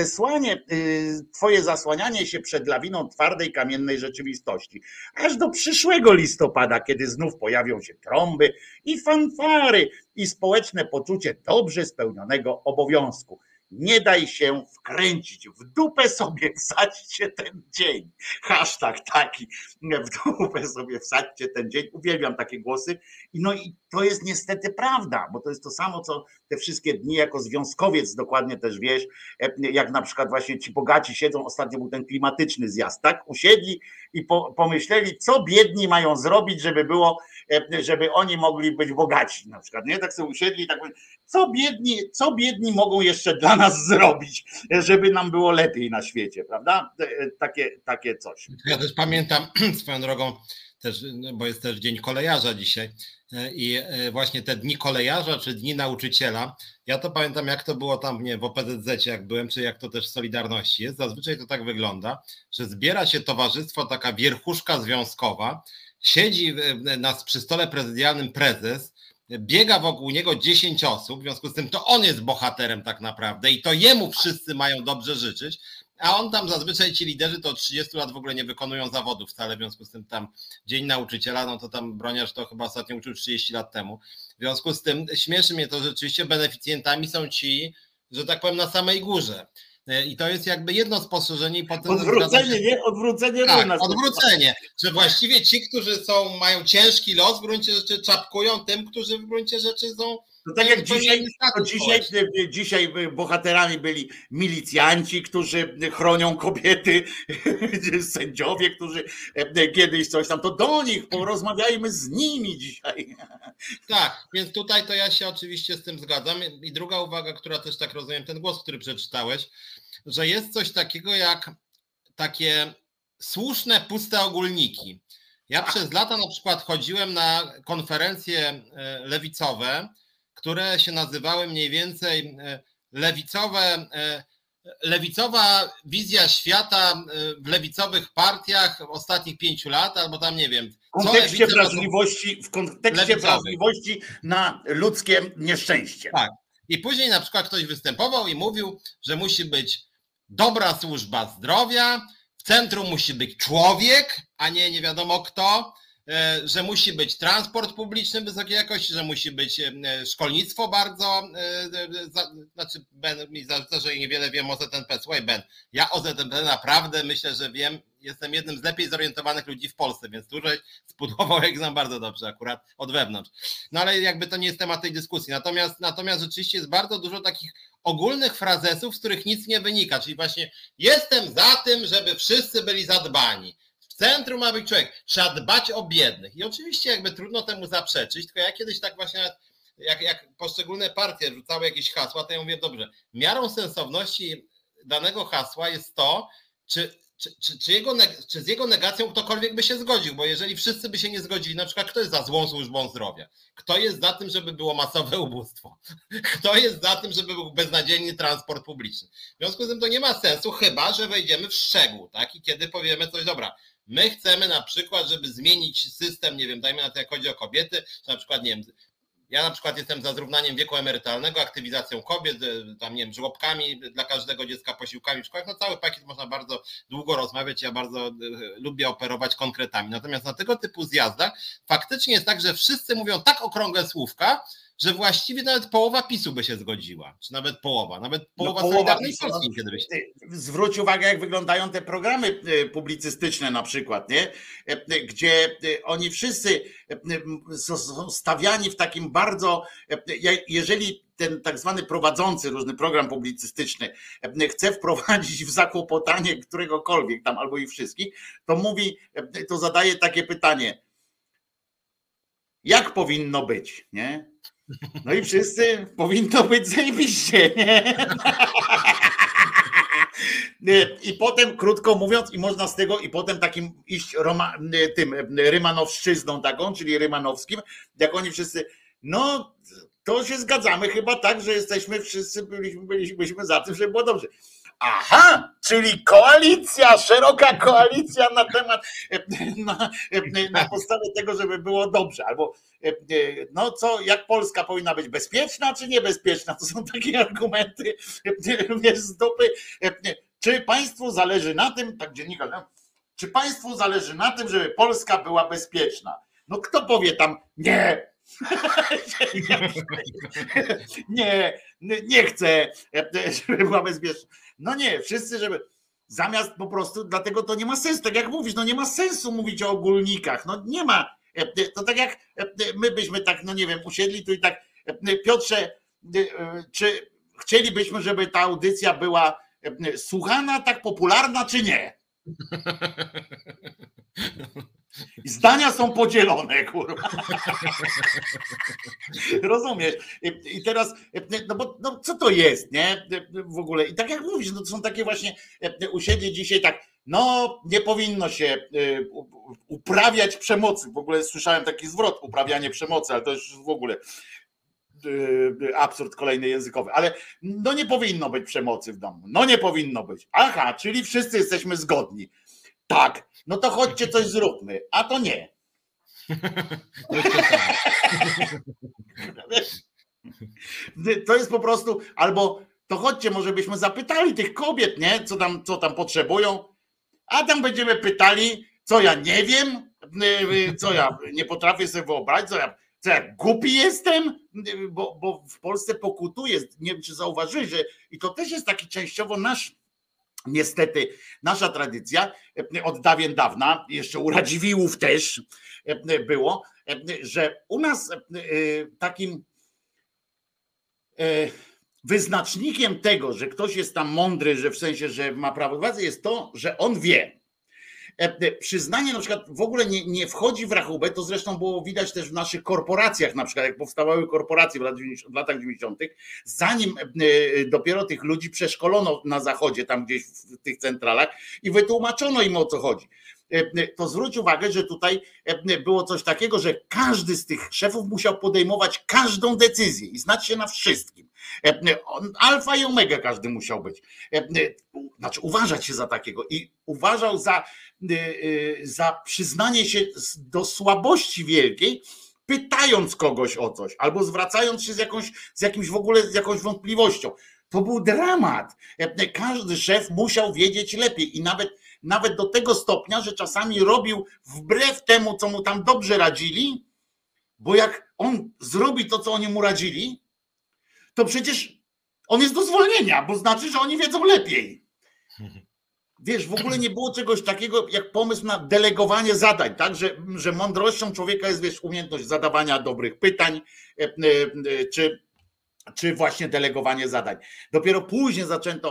Twoje zasłanianie się przed lawiną twardej, kamiennej rzeczywistości. Aż do przyszłego listopada, kiedy znów pojawią się trąby i fanfary i społeczne poczucie dobrze spełnionego obowiązku. Nie daj się wkręcić, w dupę sobie wsadźcie ten dzień. Hashtag taki, w dupę sobie wsadźcie ten dzień. Uwielbiam takie głosy. No i to jest niestety prawda, bo to jest to samo, co te wszystkie dni jako związkowiec dokładnie też wiesz, jak na przykład właśnie ci bogaci siedzą, ostatnio był ten klimatyczny zjazd, tak? Usiedli i pomyśleli, co biedni mają zrobić, żeby oni mogli być bogaci na przykład, nie? Tak sobie usiedli i tak mówią, co biedni mogą jeszcze dla nas zrobić, żeby nam było lepiej na świecie, prawda? Takie coś. Ja też pamiętam swoją drogą, też, bo jest też Dzień Kolejarza dzisiaj i właśnie te dni kolejarza czy dni nauczyciela, ja to pamiętam jak to było tam w OPZZ jak byłem, czy jak to też w Solidarności jest, zazwyczaj to tak wygląda, że zbiera się towarzystwo, taka wierchuszka związkowa, siedzi przy stole prezydialnym prezes, biega wokół niego 10 osób, w związku z tym to on jest bohaterem tak naprawdę i to jemu wszyscy mają dobrze życzyć, a on tam zazwyczaj ci liderzy to od 30 lat w ogóle nie wykonują zawodów wcale, w związku z tym tam Dzień Nauczyciela, no to tam Broniarz to chyba ostatnio uczył 30 lat temu, w związku z tym śmieszy mnie to, że rzeczywiście beneficjentami są ci, że tak powiem, na samej górze. I to jest jakby jedno spostrzeżenie i potem... Odwrócenie, nie? Odwrócenie. Tak, odwrócenie, że właściwie ci, którzy mają ciężki los, w gruncie rzeczy czapkują tym, którzy w gruncie rzeczy są... No tak jak dzisiaj bohaterami byli milicjanci, którzy chronią kobiety, sędziowie, którzy kiedyś coś tam, to do nich porozmawiajmy z nimi dzisiaj. Tak, więc tutaj to ja się oczywiście z tym zgadzam. I druga uwaga, która też tak rozumiem, ten głos, który przeczytałeś, że jest coś takiego jak takie słuszne, puste ogólniki. Ja przez lata na przykład chodziłem na konferencje lewicowe, które się nazywały mniej więcej lewicowe lewicowa wizja świata w lewicowych partiach ostatnich 5 lat, albo tam nie wiem. W kontekście wrażliwości na ludzkie nieszczęście. Tak. I później na przykład ktoś występował i mówił, że musi być dobra służba zdrowia, w centrum musi być człowiek, a nie wiadomo kto, że musi być transport publiczny wysokiej jakości, że musi być szkolnictwo bardzo, znaczy Ben mi zarzuca, że niewiele wiem o ZNP. Słuchaj Ben, ja o ZNP naprawdę myślę, że wiem, jestem jednym z lepiej zorientowanych ludzi w Polsce, więc tu zbudował jak znam bardzo dobrze akurat od wewnątrz. No ale jakby to nie jest temat tej dyskusji. Natomiast rzeczywiście jest bardzo dużo takich ogólnych frazesów, z których nic nie wynika, czyli właśnie jestem za tym, żeby wszyscy byli zadbani. W centrum ma być człowiek, trzeba dbać o biednych. I oczywiście jakby trudno temu zaprzeczyć, tylko ja kiedyś tak właśnie, jak poszczególne partie rzucały jakieś hasła, to ja mówię, dobrze, miarą sensowności danego hasła jest to, czy z jego negacją ktokolwiek by się zgodził, bo jeżeli wszyscy by się nie zgodzili, na przykład kto jest za złą służbą zdrowia, kto jest za tym, żeby było masowe ubóstwo, kto jest za tym, żeby był beznadziejny transport publiczny. W związku z tym to nie ma sensu, chyba że wejdziemy w szczegół, tak? I kiedy powiemy coś, dobra, my chcemy na przykład, żeby zmienić system, nie wiem, dajmy na to jak chodzi o kobiety, że na przykład, nie wiem, ja na przykład jestem za zrównaniem wieku emerytalnego, aktywizacją kobiet, tam nie wiem, żłobkami dla każdego dziecka, posiłkami w szkołach, no cały pakiet można bardzo długo rozmawiać, ja bardzo lubię operować konkretami. Natomiast na tego typu zjazdach faktycznie jest tak, że wszyscy mówią tak okrągłe słówka, że właściwie nawet połowa PiS-u by się zgodziła, czy nawet połowa Solidarnej Polski kiedyś. Zwróć uwagę, jak wyglądają te programy publicystyczne na przykład, nie? Gdzie oni wszyscy są stawiani w takim bardzo, jeżeli ten tak zwany prowadzący różny program publicystyczny chce wprowadzić w zakłopotanie któregokolwiek tam albo i wszystkich, to mówi, to zadaje takie pytanie, jak powinno być, nie? No i wszyscy powinno być zajebiście, nie? I potem, krótko mówiąc, i można z tego, i potem takim iść tym rymanowszczyzną taką, czyli rymanowskim, jak oni wszyscy, no to się zgadzamy chyba tak, że jesteśmy wszyscy, byliśmy za tym, żeby było dobrze. Aha, czyli koalicja, szeroka koalicja na temat, na podstawie tego, żeby było dobrze, albo no co, jak Polska powinna być bezpieczna, czy niebezpieczna, to są takie argumenty, wiesz, z dupy. Czy państwu zależy na tym, tak dziennikarz, czy państwu zależy na tym, żeby Polska była bezpieczna? No kto powie tam nie? Nie chcę, żeby była bezpieczna. No nie, wszyscy, żeby zamiast po prostu, dlatego to nie ma sensu, tak jak mówisz, no nie ma sensu mówić o ogólnikach, no nie ma, to tak jak my byśmy tak, no nie wiem, usiedli tu i tak, Piotrze, czy chcielibyśmy, żeby ta audycja była słuchana, tak popularna, czy nie? Zdania są podzielone, kurwa. Rozumiesz? I teraz, no bo no co to jest, nie? W ogóle. I tak jak mówisz, no to są takie właśnie, usiedli dzisiaj tak, no nie powinno się uprawiać przemocy. W ogóle słyszałem taki zwrot, uprawianie przemocy, ale to już w ogóle absurd kolejny językowy, ale no nie powinno być przemocy w domu. No nie powinno być. Aha, czyli wszyscy jesteśmy zgodni. Tak, no to chodźcie coś zróbmy, a to nie. To jest po prostu, albo to chodźcie, może byśmy zapytali tych kobiet, nie? Co tam potrzebują, a tam będziemy pytali, co ja nie wiem, co ja nie potrafię sobie wyobrazić, co ja głupi jestem, bo w Polsce pokutuje, nie wiem czy zauważyłeś, że i to też jest taki częściowo niestety nasza tradycja od dawien dawna, jeszcze u Radziwiłłów też było, że u nas takim wyznacznikiem tego, że ktoś jest tam mądry, że w sensie, że ma prawo władzy, jest to, że on wie. Przyznanie na przykład w ogóle nie wchodzi w rachubę, to zresztą było widać też w naszych korporacjach, na przykład jak powstawały korporacje w latach 90., zanim dopiero tych ludzi przeszkolono na zachodzie, tam gdzieś w tych centralach i wytłumaczono im o co chodzi. to zwróć uwagę, że tutaj było coś takiego, że każdy z tych szefów musiał podejmować każdą decyzję i znać się na wszystkim. Alfa i omega każdy musiał być. Znaczy uważać się za takiego i uważał za przyznanie się do słabości wielkiej, pytając kogoś o coś, albo zwracając się z jakimś w ogóle z jakąś wątpliwością. To był dramat. Każdy szef musiał wiedzieć lepiej i nawet do tego stopnia, że czasami robił wbrew temu, co mu tam dobrze radzili, bo jak on zrobi to, co oni mu radzili, to przecież on jest do zwolnienia, bo znaczy, że oni wiedzą lepiej. Wiesz, w ogóle nie było czegoś takiego jak pomysł na delegowanie zadań, tak? Że mądrością człowieka jest, wiesz, umiejętność zadawania dobrych pytań, czy właśnie delegowanie zadań. Dopiero później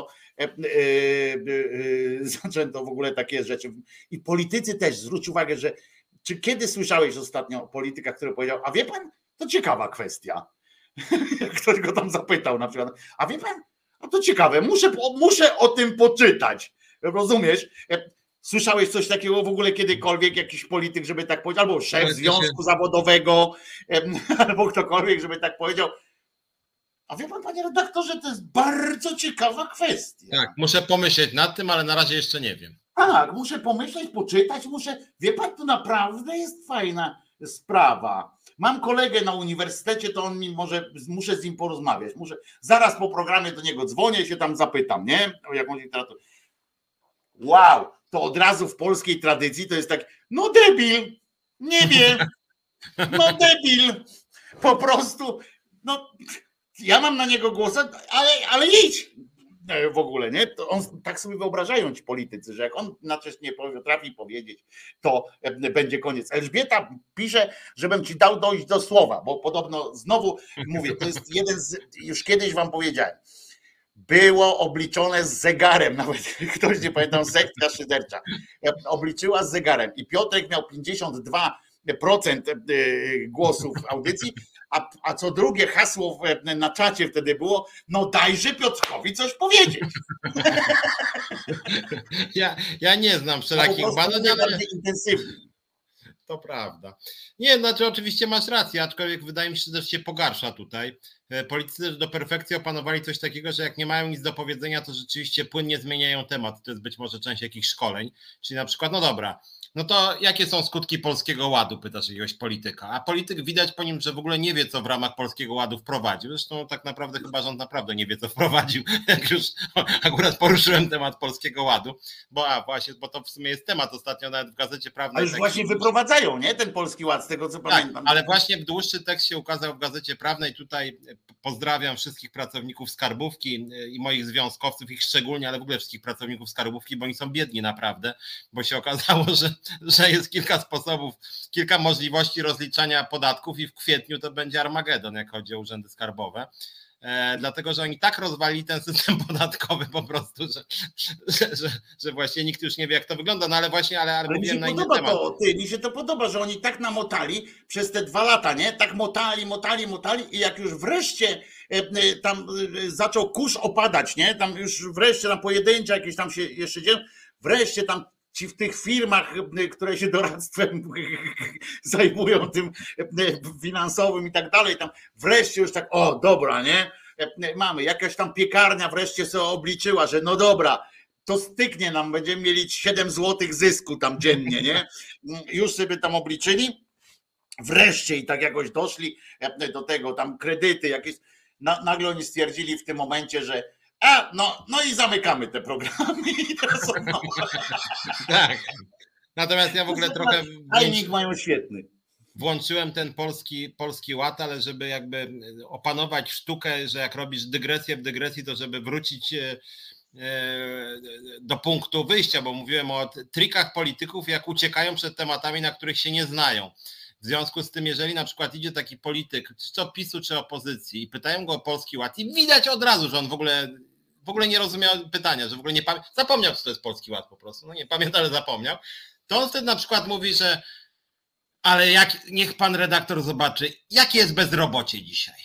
zaczęto w ogóle takie rzeczy. I politycy też, zwróć uwagę, że czy kiedy słyszałeś ostatnio o politykach, który powiedział, a wie pan, to ciekawa kwestia. Ktoś go tam zapytał na przykład, a wie pan, a to ciekawe, muszę o tym poczytać. Rozumiesz? Słyszałeś coś takiego w ogóle kiedykolwiek, jakiś polityk, żeby tak powiedział, albo szef związku zawodowego, albo ktokolwiek, żeby tak powiedział. A wie pan, panie redaktorze, to jest bardzo ciekawa kwestia. Tak, muszę pomyśleć nad tym, ale na razie jeszcze nie wiem. Tak, muszę pomyśleć, poczytać, wie pan, to naprawdę jest fajna sprawa. Mam kolegę na uniwersytecie, to on mi muszę z nim porozmawiać. Zaraz po programie do niego dzwonię i się tam zapytam, nie? O jakąś literaturę. Wow, to od razu w polskiej tradycji to jest tak, no debil, nie wie, no debil, po prostu, no ja mam na niego głos, ale idź w ogóle, nie? To on, tak sobie wyobrażają ci politycy, że jak on na coś nie potrafi powiedzieć, to będzie koniec. Elżbieta pisze, żebym ci dał dojść do słowa, bo podobno znowu mówię, to jest jeden już kiedyś wam powiedziałem, było obliczone z zegarem, nawet ktoś nie pamiętam, sekcja szydercza, obliczyła z zegarem i Piotrek miał 52% głosów w audycji, a co drugie hasło na czacie wtedy było, no dajże Piotrkowi coś powiedzieć. Ja nie znam wszelakich badań, ale intensywnie. to prawda. Nie, znaczy oczywiście masz rację, aczkolwiek wydaje mi się, że się pogarsza tutaj. Politycy do perfekcji opanowali coś takiego, że jak nie mają nic do powiedzenia, to rzeczywiście płynnie zmieniają temat. To jest być może część jakichś szkoleń. Czyli na przykład, no dobra, no to jakie są skutki Polskiego Ładu, pytasz jakiegoś polityka. A polityk widać po nim, że w ogóle nie wie, co w ramach Polskiego Ładu wprowadził. Zresztą tak naprawdę chyba rząd naprawdę nie wie, co wprowadził. Jak już akurat poruszyłem temat Polskiego Ładu, bo to w sumie jest temat ostatnio nawet w Gazecie Prawnej. A już właśnie wyprowadzają, nie? Ten Polski Ład, z tego co pamiętam. Ale właśnie dłuższy tekst się ukazał w Gazecie Prawnej. Tutaj pozdrawiam wszystkich pracowników Skarbówki i moich związkowców, ich szczególnie, ale w ogóle wszystkich pracowników Skarbówki, bo oni są biedni naprawdę, bo się okazało, że jest kilka sposobów, kilka możliwości rozliczania podatków i w kwietniu to będzie Armagedon, jak chodzi o urzędy skarbowe. Dlatego, że oni tak rozwalili ten system podatkowy po prostu, że właśnie nikt już nie wie, jak to wygląda, no ale właśnie, ale mówiłem na inny temat. Mi się to podoba, że oni tak namotali przez te 2 lata, nie? Tak motali i jak już wreszcie tam zaczął kurz opadać, nie? Tam już wreszcie tam pojedyncze jakieś tam się jeszcze dzieją, wreszcie tam ci w tych firmach, które się doradztwem zajmują tym finansowym i tak dalej, tam wreszcie już tak, o dobra, nie? Mamy, jakaś tam piekarnia wreszcie sobie obliczyła, że no dobra, to styknie nam, będziemy mieli 7 złotych zysku tam dziennie, nie? Już sobie tam obliczyli, wreszcie i tak jakoś doszli do tego, tam kredyty jakieś, nagle oni stwierdzili w tym momencie, że no i zamykamy te programy i teraz są nowe. Tak. Natomiast ja w ogóle trochę tajnik mają świetny. Włączyłem ten polski ład, ale żeby jakby opanować sztukę, że jak robisz dygresję w dygresji, to żeby wrócić do punktu wyjścia, bo mówiłem o trikach polityków, jak uciekają przed tematami, na których się nie znają. W związku z tym, jeżeli na przykład idzie taki polityk, czy PiS-u, czy opozycji i pytają go o Polski Ład i widać od razu, że on w ogóle nie rozumiał pytania, że w ogóle nie zapomniał, co to jest Polski Ład po prostu. No nie pamięta, ale zapomniał. To on wtedy na przykład mówi, że ale niech pan redaktor zobaczy, jakie jest bezrobocie dzisiaj.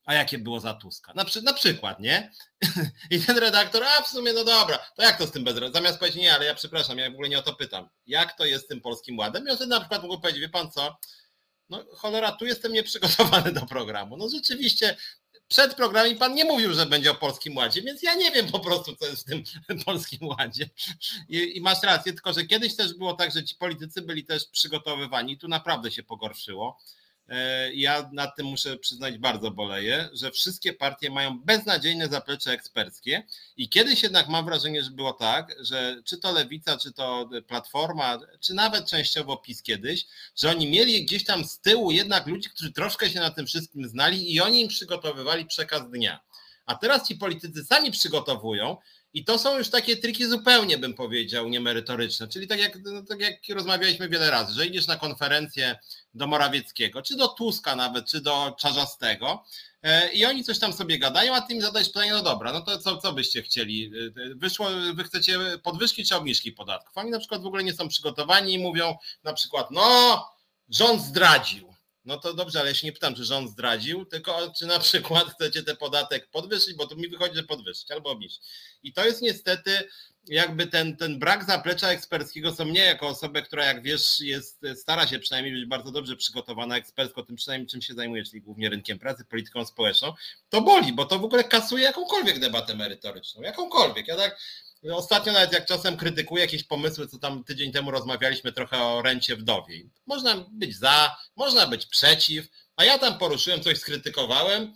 A jakie było za Tuska? Na przykład, nie? I ten redaktor, a w sumie no dobra, to jak to z tym bezrobociem? Zamiast powiedzieć, nie, ale ja przepraszam, ja w ogóle nie o to pytam. Jak to jest z tym Polskim Ładem? I on wtedy na przykład mógł powiedzieć, wie pan co, no cholera, tu jestem nieprzygotowany do programu. No rzeczywiście przed programem pan nie mówił, że będzie o Polskim Ładzie, więc ja nie wiem po prostu, co jest w tym Polskim Ładzie. I masz rację, tylko że kiedyś też było tak, że ci politycy byli też przygotowywani i tu naprawdę się pogorszyło. Ja nad tym muszę przyznać, bardzo boleję, że wszystkie partie mają beznadziejne zaplecze eksperckie i kiedyś jednak mam wrażenie, że było tak, że czy to Lewica, czy to Platforma, czy nawet częściowo PiS kiedyś, że oni mieli gdzieś tam z tyłu jednak ludzi, którzy troszkę się na tym wszystkim znali i oni im przygotowywali przekaz dnia. A teraz ci politycy sami przygotowują i to są już takie triki zupełnie, bym powiedział, niemerytoryczne. Czyli tak jak rozmawialiśmy wiele razy, że idziesz na konferencję do Morawieckiego, czy do Tuska nawet, czy do Czarzastego i oni coś tam sobie gadają, a ty im zadajesz pytanie, no dobra, no to co byście chcieli? Wy chcecie podwyżki czy obniżki podatków? Oni na przykład w ogóle nie są przygotowani i mówią na przykład, no rząd zdradził. No to dobrze, ale ja się nie pytam, czy rząd zdradził, tylko czy na przykład chcecie ten podatek podwyższyć, bo tu mi wychodzi, że podwyższyć albo obniżyć. I to jest niestety jakby ten brak zaplecza eksperckiego, co mnie jako osobę, która jak wiesz stara się przynajmniej być bardzo dobrze przygotowana ekspercko, tym przynajmniej czym się zajmuje, czyli głównie rynkiem pracy, polityką społeczną, to boli, bo to w ogóle kasuje jakąkolwiek debatę merytoryczną, jakąkolwiek. Ja tak ostatnio nawet jak czasem krytykuję jakieś pomysły, co tam tydzień temu rozmawialiśmy trochę o rencie wdowiej. Można być za, można być przeciw, a ja tam poruszyłem, coś skrytykowałem,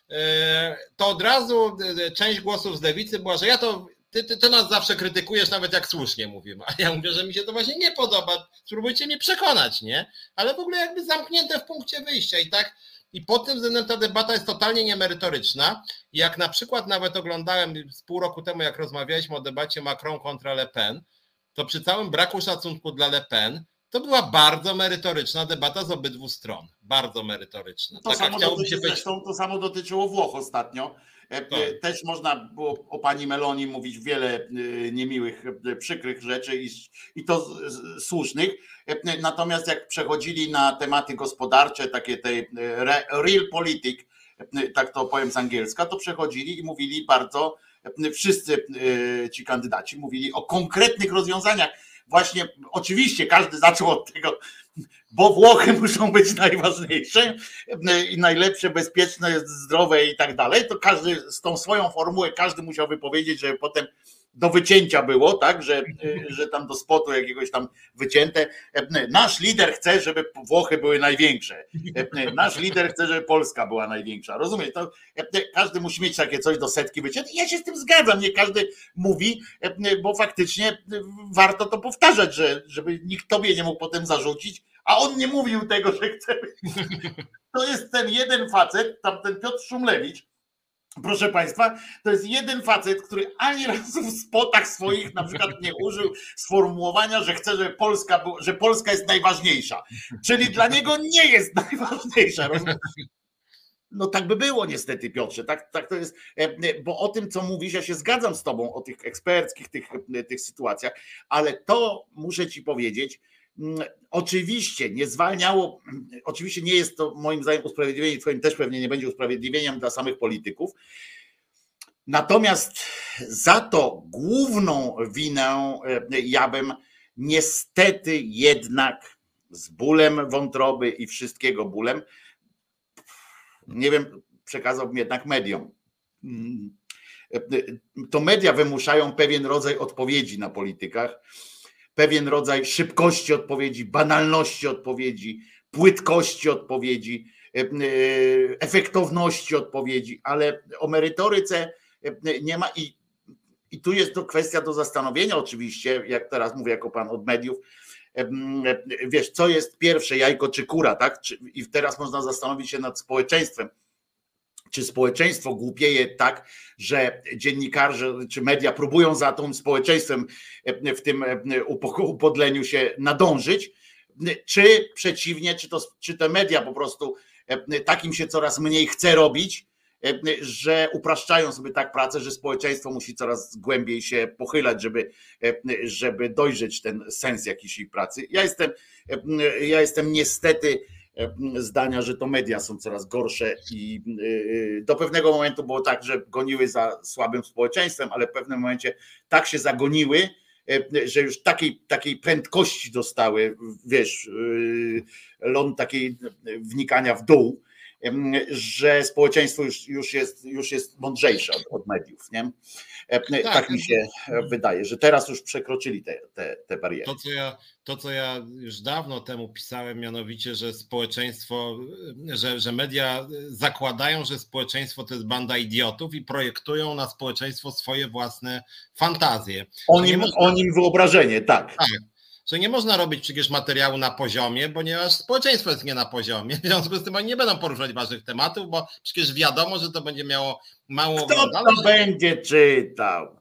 to od razu część głosów z lewicy była, że ty nas zawsze krytykujesz, nawet jak słusznie mówimy, a ja mówię, że mi się to właśnie nie podoba, spróbujcie mnie przekonać, nie? Ale w ogóle jakby zamknięte w punkcie wyjścia i tak. I pod tym względem ta debata jest totalnie niemerytoryczna. Jak na przykład nawet oglądałem z pół roku temu, jak rozmawialiśmy o debacie Macron kontra Le Pen, to przy całym braku szacunku dla Le Pen, to była bardzo merytoryczna debata z obydwu stron. Bardzo merytoryczna. To samo dotyczyło Włoch ostatnio. Też można było o pani Meloni mówić wiele niemiłych, przykrych rzeczy i to słusznych. Natomiast jak przechodzili na tematy gospodarcze, takie tej real politic, tak to powiem z angielska, to przechodzili i mówili bardzo, wszyscy ci kandydaci mówili o konkretnych rozwiązaniach. Właśnie oczywiście każdy zaczął od tego, bo Włochy muszą być najważniejsze i najlepsze, bezpieczne, zdrowe i tak dalej, to każdy z tą swoją formułę, każdy musiał wypowiedzieć, żeby potem do wycięcia było, tak, że tam do spotu jakiegoś tam wycięte. Nasz lider chce, żeby Włochy były największe. Nasz lider chce, żeby Polska była największa. Rozumiem, to każdy musi mieć takie coś do setki wycięte. Ja się z tym zgadzam, nie każdy mówi, bo faktycznie warto to powtarzać, żeby nikt tobie nie mógł potem zarzucić, a on nie mówił tego, że chce. To jest ten jeden facet, ten Piotr Szumlewicz, proszę Państwa, to jest jeden facet, który ani razu w spotach swoich na przykład nie użył sformułowania, że chce, że Polska jest najważniejsza. Czyli dla niego nie jest najważniejsza. No tak by było niestety, Piotrze. Tak to jest, bo o tym, co mówisz, ja się zgadzam z tobą o tych eksperckich, tych sytuacjach, ale to muszę ci powiedzieć, oczywiście nie zwalniało, oczywiście nie jest to moim zdaniem usprawiedliwieniem, twoim też pewnie nie będzie usprawiedliwieniem dla samych polityków. Natomiast za to główną winę ja bym niestety jednak z bólem wątroby i wszystkiego bólem, nie wiem, przekazałbym jednak mediom. To media wymuszają pewien rodzaj odpowiedzi na politykach, pewien rodzaj szybkości odpowiedzi, banalności odpowiedzi, płytkości odpowiedzi, efektowności odpowiedzi, ale o merytoryce nie ma i tu jest to kwestia do zastanowienia oczywiście, jak teraz mówię jako pan od mediów, wiesz, co jest pierwsze, jajko czy kura, tak? I teraz można zastanowić się nad społeczeństwem. Czy społeczeństwo głupieje tak, że dziennikarze czy media próbują za tym społeczeństwem w tym upodleniu się nadążyć, czy przeciwnie, czy te media po prostu takim się coraz mniej chce robić, że upraszczają sobie tak pracę, że społeczeństwo musi coraz głębiej się pochylać, żeby dojrzeć ten sens jakiejś ich pracy. Ja jestem niestety zdania, że to media są coraz gorsze i do pewnego momentu było tak, że goniły za słabym społeczeństwem, ale w pewnym momencie tak się zagoniły, że już takiej prędkości dostały, wiesz, ląd takiej wnikania w dół, że społeczeństwo już jest mądrzejsze od mediów, nie? Tak mi się wydaje, że teraz już przekroczyli te bariery. To, co ja już dawno temu pisałem, mianowicie, że społeczeństwo, że media zakładają, że społeczeństwo to jest banda idiotów i projektują na społeczeństwo swoje własne fantazje. O nim wyobrażenie, tak. Tak. Że nie można robić przecież materiału na poziomie, ponieważ społeczeństwo jest nie na poziomie. W związku z tym oni nie będą poruszać ważnych tematów, bo przecież wiadomo, że to będzie miało mało oglądalności. Kto to będzie czytał?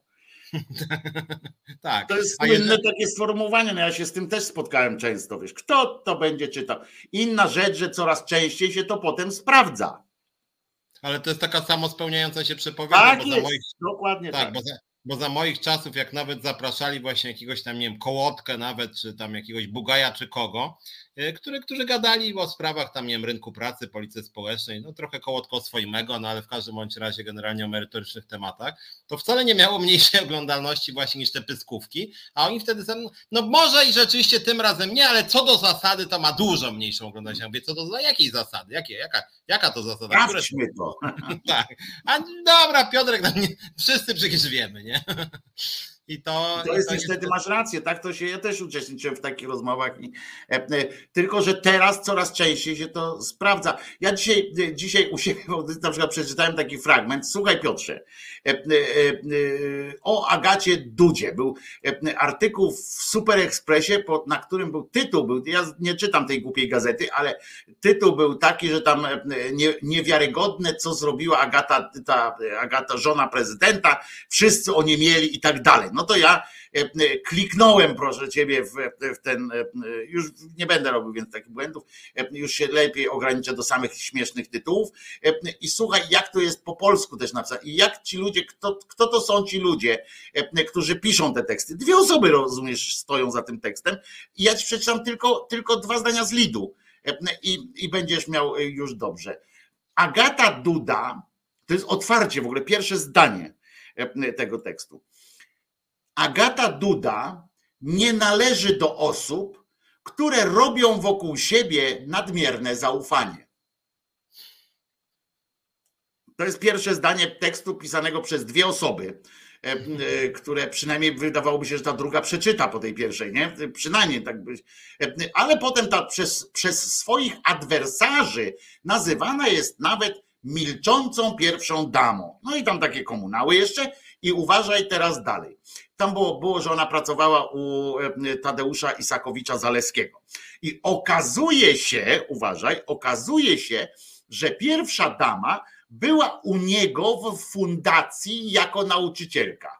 Tak. To jest słynne takie sformułowanie, no ja się z tym też spotkałem często, wiesz, kto to będzie czytał? Inna rzecz, że coraz częściej się to potem sprawdza. Ale to jest taka samospełniająca się przepowiedź. Tak jest, dokładnie tak. Bo za moich czasów, jak nawet zapraszali właśnie jakiegoś tam, nie wiem, Kołotkę nawet, czy tam jakiegoś Bugaja, czy kogo, którzy gadali o sprawach tam, nie wiem, rynku pracy, polityce społecznej, no trochę Kołotko o swoim ego, no ale w każdym bądź razie generalnie o merytorycznych tematach, to wcale nie miało mniejszej oglądalności właśnie niż te pyskówki, a oni wtedy są, no może i rzeczywiście tym razem nie, ale co do zasady to ma dużo mniejszą oglądalność. Ja mówię, co do jakiej zasady? Jaka to zasada? Sprawdźmy to. Tak. A dobra, Piotrek, no nie, wszyscy przecież wiemy, nie? I to jest niestety, masz rację, tak? Ja też uczestniczyłem w takich rozmowach, tylko że teraz coraz częściej się to sprawdza. Ja dzisiaj u siebie na przykład przeczytałem taki fragment. Słuchaj, Piotrze, o Agacie Dudzie. Był artykuł w Super Expressie, na którym tytuł, ja nie czytam tej głupiej gazety, ale tytuł był taki, że tam niewiarygodne, co zrobiła Agata, żona prezydenta, wszyscy oniemieli i tak dalej. No to ja kliknąłem, proszę ciebie, w ten, już nie będę robił więc takich błędów, już się lepiej ograniczę do samych śmiesznych tytułów i słuchaj, jak to jest po polsku też napisane i jak ci ludzie, kto to są ci ludzie, którzy piszą te teksty. 2 osoby, rozumiesz, stoją za tym tekstem i ja ci przeczytam tylko 2 zdania z lidu i będziesz miał już dobrze. Agata Duda, to jest otwarcie w ogóle, pierwsze zdanie tego tekstu. Agata Duda nie należy do osób, które robią wokół siebie nadmierne zaufanie. To jest pierwsze zdanie tekstu pisanego przez 2 osoby, które przynajmniej wydawałoby się, że ta druga przeczyta po tej pierwszej, nie? Przynajmniej tak być. Ale potem przez swoich adwersarzy nazywana jest nawet milczącą pierwszą damą. No i tam takie komunały jeszcze i uważaj teraz dalej. Tam było, że ona pracowała u Tadeusza Isakowicza-Zaleskiego. I okazuje się, że pierwsza dama była u niego w fundacji jako nauczycielka.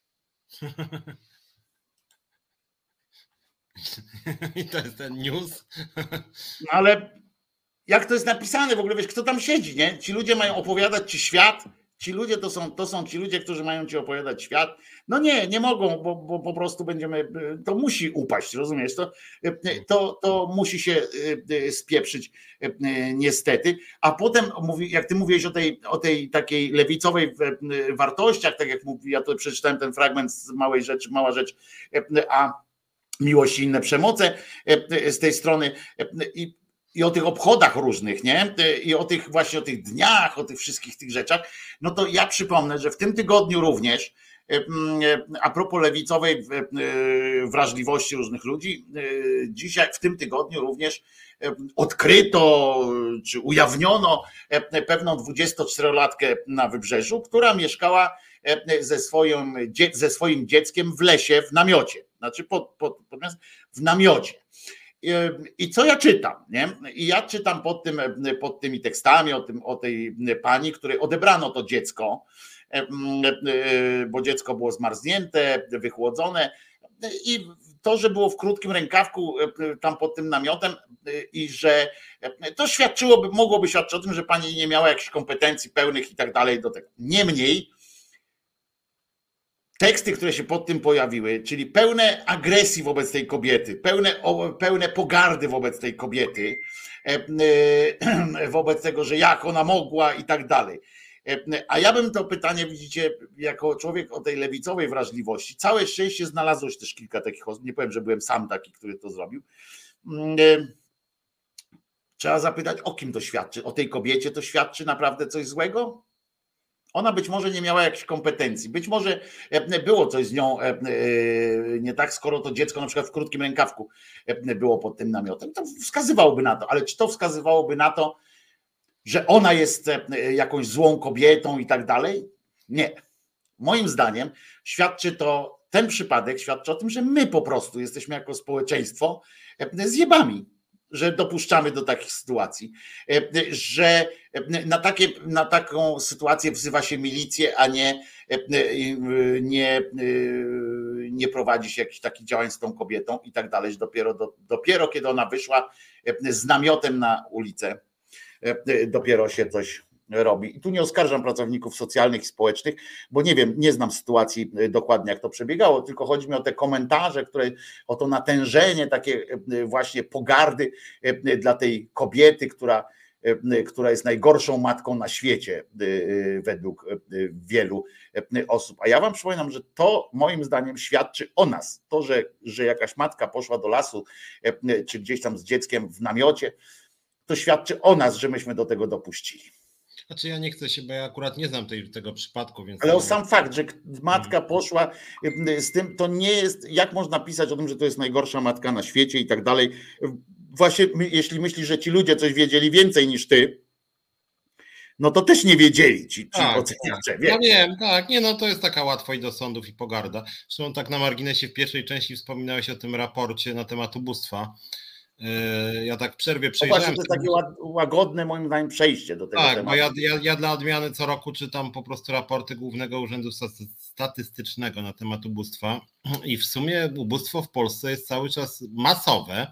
I to jest ten news. Ale jak to jest napisane w ogóle, wiesz, kto tam siedzi, nie? Ci ludzie mają opowiadać ci świat. Ci ludzie to są ci ludzie, którzy mają ci opowiadać świat. No nie mogą, bo po prostu to musi upaść, rozumiesz? To musi się spieprzyć niestety. A potem, jak ty mówiłeś o tej takiej lewicowej wartościach, tak jak ja to przeczytałem ten fragment z Mała rzecz, a miłość i inne przemoce z tej strony i o tych obchodach różnych, nie? I o tych dniach, o tych wszystkich tych rzeczach, no to ja przypomnę, że w tym tygodniu również, a propos lewicowej wrażliwości różnych ludzi, dzisiaj w tym tygodniu również odkryto, czy ujawniono pewną 24-latkę na Wybrzeżu, która mieszkała ze swoim dzieckiem w lesie w namiocie, znaczy w namiocie. I co ja czytam, nie? I ja czytam pod tymi tekstami o tej pani, której odebrano to dziecko, bo dziecko było zmarznięte, wychłodzone i to, że było w krótkim rękawku tam pod tym namiotem i że to mogłoby świadczyć o tym, że pani nie miała jakichś kompetencji pełnych i tak dalej do tego. Niemniej teksty, które się pod tym pojawiły, czyli pełne agresji wobec tej kobiety, pełne pogardy wobec tej kobiety, wobec tego, że jak ona mogła i tak dalej. A ja bym to pytanie, widzicie, jako człowiek o tej lewicowej wrażliwości, całe szczęście znalazło się też kilka takich osób, nie powiem, że byłem sam taki, który to zrobił. Trzeba zapytać, o kim to świadczy, o tej kobiecie to świadczy naprawdę coś złego? Ona być może nie miała jakichś kompetencji, być może było coś z nią nie tak, skoro to dziecko na przykład w krótkim rękawku było pod tym namiotem, to wskazywałoby na to, ale czy to wskazywałoby na to, że ona jest jakąś złą kobietą i tak dalej? Nie. Moim zdaniem ten przypadek świadczy o tym, że my po prostu jesteśmy jako społeczeństwo zjebami, że dopuszczamy do takich sytuacji, że na taką sytuację wzywa się milicję, a nie prowadzi się jakichś takich działań z tą kobietą i tak dalej. Dopiero kiedy ona wyszła z namiotem na ulicę, dopiero się coś robi. I tu nie oskarżam pracowników socjalnych i społecznych, bo nie wiem, nie znam sytuacji dokładnie, jak to przebiegało, tylko chodzi mi o te komentarze, o to natężenie, takie właśnie pogardy dla tej kobiety, która jest najgorszą matką na świecie według wielu osób. A ja wam przypominam, że to moim zdaniem świadczy o nas. To, że jakaś matka poszła do lasu, czy gdzieś tam z dzieckiem w namiocie, to świadczy o nas, że myśmy do tego dopuścili. Znaczy ja nie chcę się, bo ja akurat nie znam tego przypadku, więc... Ale sam fakt, że matka poszła z tym, to nie jest, jak można pisać o tym, że to jest najgorsza matka na świecie i tak dalej. Właśnie jeśli myślisz, że ci ludzie coś wiedzieli więcej niż ty, no to też nie wiedzieli ci oceniacze. Ja wiem, tak, nie, no to jest taka łatwość do sądów i pogarda. Zresztą tak na marginesie w pierwszej części wspominałeś o tym raporcie na temat ubóstwa. Ja tak w przerwie przejrzałem. Właśnie, to jest takie łagodne moim zdaniem przejście do tego tematu. Tak, bo ja dla odmiany co roku czytam po prostu raporty Głównego Urzędu Statystycznego na temat ubóstwa i w sumie ubóstwo w Polsce jest cały czas masowe.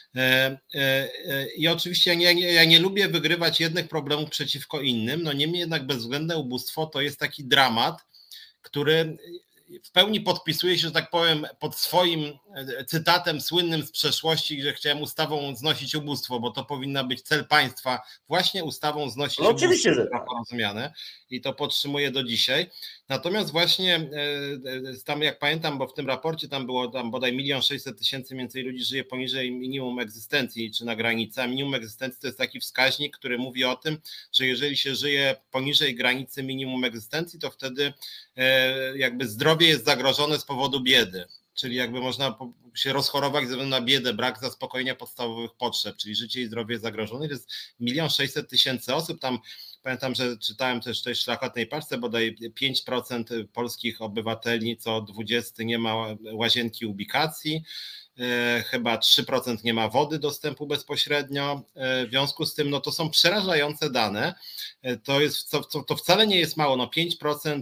I oczywiście ja nie lubię wygrywać jednych problemów przeciwko innym, no niemniej jednak bezwzględne ubóstwo to jest taki dramat, który w pełni podpisuje się, że tak powiem, pod swoim cytatem słynnym z przeszłości, że chciałem ustawą znosić ubóstwo, bo to powinna być cel państwa, właśnie ustawą znosić ubóstwo. Oczywiście, że tak. Porozumiane i to podtrzymuję do dzisiaj. Natomiast właśnie tam, jak pamiętam, bo w tym raporcie tam było bodaj 1 600 000 więcej ludzi żyje poniżej minimum egzystencji czy na granicy, a minimum egzystencji to jest taki wskaźnik, który mówi o tym, że jeżeli się żyje poniżej granicy minimum egzystencji, to wtedy jakby zdrowie jest zagrożone z powodu biedy. Czyli jakby można się rozchorować ze względu na biedę, brak zaspokojenia podstawowych potrzeb, czyli życie i zdrowie jest zagrożone. To jest 1 600 000 osób. Tam pamiętam, że czytałem też w tej szlachetnej paczce, bodaj 5% polskich obywateli co 20 nie ma łazienki ubikacji. Chyba 3% nie ma wody dostępu bezpośrednio. W związku z tym no to są przerażające dane. To wcale nie jest mało. No 5%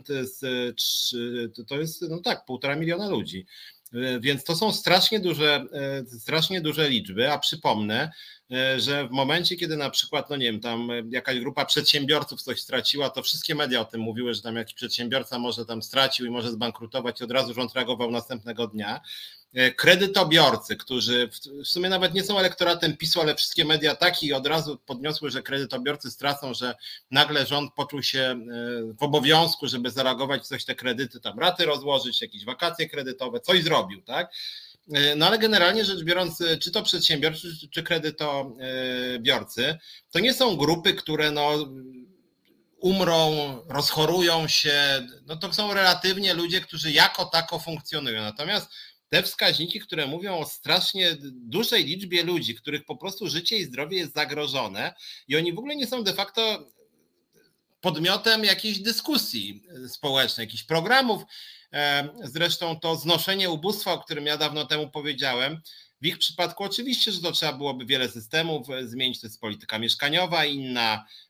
to jest no tak, 1,5 miliona ludzi. Więc to są strasznie duże liczby, a przypomnę, że w momencie, kiedy na przykład, no nie wiem, tam jakaś grupa przedsiębiorców coś straciła, to wszystkie media o tym mówiły, że tam jakiś przedsiębiorca może tam stracił i może zbankrutować i od razu rząd reagował następnego dnia. Kredytobiorcy, którzy w sumie nawet nie są elektoratem PiS-u, ale wszystkie media taki od razu podniosły, że kredytobiorcy stracą, że nagle rząd poczuł się w obowiązku, żeby zareagować w coś te kredyty, tam raty rozłożyć, jakieś wakacje kredytowe, coś zrobił, tak? No ale generalnie rzecz biorąc, czy to przedsiębiorcy, czy kredytobiorcy, to nie są grupy, które no umrą, rozchorują się, no to są relatywnie ludzie, którzy jako tako funkcjonują. Natomiast te wskaźniki, które mówią o strasznie dużej liczbie ludzi, których po prostu życie i zdrowie jest zagrożone i oni w ogóle nie są de facto podmiotem jakiejś dyskusji społecznej, jakichś programów. Zresztą to znoszenie ubóstwa, o którym ja dawno temu powiedziałem, w ich przypadku oczywiście, że to trzeba byłoby wiele systemów zmienić, to jest polityka mieszkaniowa inna,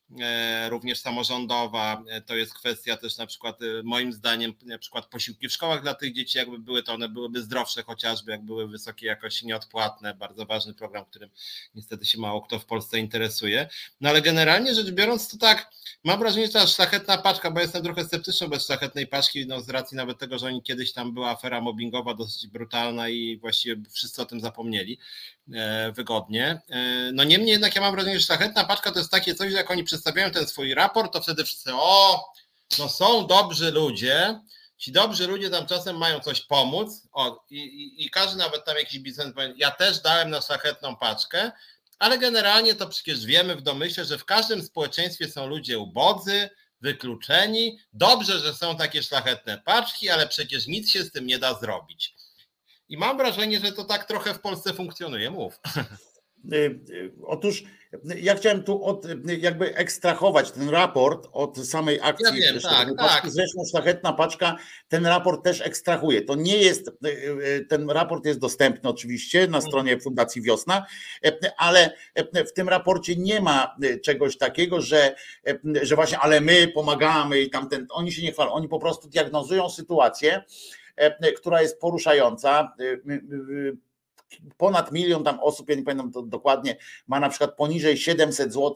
również samorządowa. To jest kwestia też na przykład moim zdaniem na przykład posiłki w szkołach dla tych dzieci, jakby były, to one byłyby zdrowsze chociażby, jak były wysokiej jakości, nieodpłatne, bardzo ważny program, którym niestety się mało kto w Polsce interesuje. No ale generalnie rzecz biorąc to tak, mam wrażenie, że ta szlachetna paczka, bo jestem trochę sceptyczny bez szlachetnej paczki, no z racji nawet tego, że oni kiedyś tam była afera mobbingowa dosyć brutalna i właściwie wszyscy o tym zapomnieli wygodnie. No niemniej jednak ja mam wrażenie, że szlachetna paczka to jest takie coś, że jak oni przedstawiają ten swój raport, to wtedy wszyscy no są dobrzy ludzie, ci dobrzy ludzie tam czasem mają coś pomóc i każdy nawet tam jakiś biznes powie, ja też dałem na szlachetną paczkę, ale generalnie to przecież wiemy w domyśle, że w każdym społeczeństwie są ludzie ubodzy, wykluczeni, dobrze, że są takie szlachetne paczki, ale przecież nic się z tym nie da zrobić. I mam wrażenie, że to tak trochę w Polsce funkcjonuje. Mów. Otóż ja chciałem tu jakby ekstrahować ten raport od samej akcji. Ja wiem, tak. Zresztą szlachetna paczka ten raport też ekstrahuje. To nie jest, ten raport jest dostępny oczywiście na stronie Fundacji Wiosna, ale w tym raporcie nie ma czegoś takiego, że właśnie, ale my pomagamy i tamten, oni się nie chwalą, oni po prostu diagnozują sytuację, która jest poruszająca. Ponad 1 milion tam osób, ja nie pamiętam to dokładnie, ma na przykład poniżej 700 zł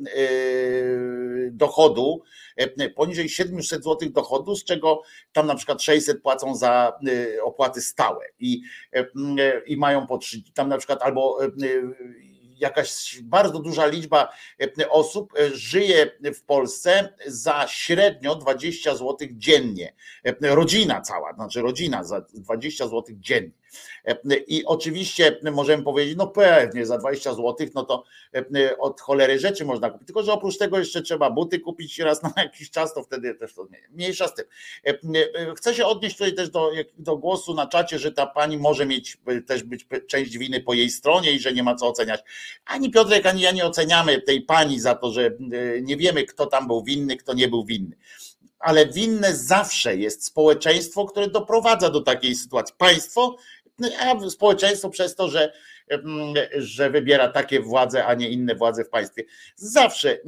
dochodu, poniżej 700 zł dochodu, z czego tam na przykład 600 płacą za opłaty stałe i mają po 3, tam na przykład albo jakaś bardzo duża liczba osób żyje w Polsce za średnio 20 zł dziennie. Rodzina cała, znaczy rodzina za 20 zł dziennie. I oczywiście możemy powiedzieć, no pewnie za 20 zł, no to od cholery rzeczy można kupić, tylko że oprócz tego jeszcze trzeba buty kupić raz na jakiś czas, to wtedy też to mniejsza z tym. Chcę się odnieść tutaj też do głosu na czacie, że ta pani może mieć też być część winy po jej stronie i że nie ma co oceniać. Ani Piotrek, ani ja nie oceniamy tej pani za to, że nie wiemy, kto tam był winny, kto nie był winny. Ale winne zawsze jest społeczeństwo, które doprowadza do takiej sytuacji. Państwo, a społeczeństwo przez to, że wybiera takie władze, a nie inne władze w państwie. Zawsze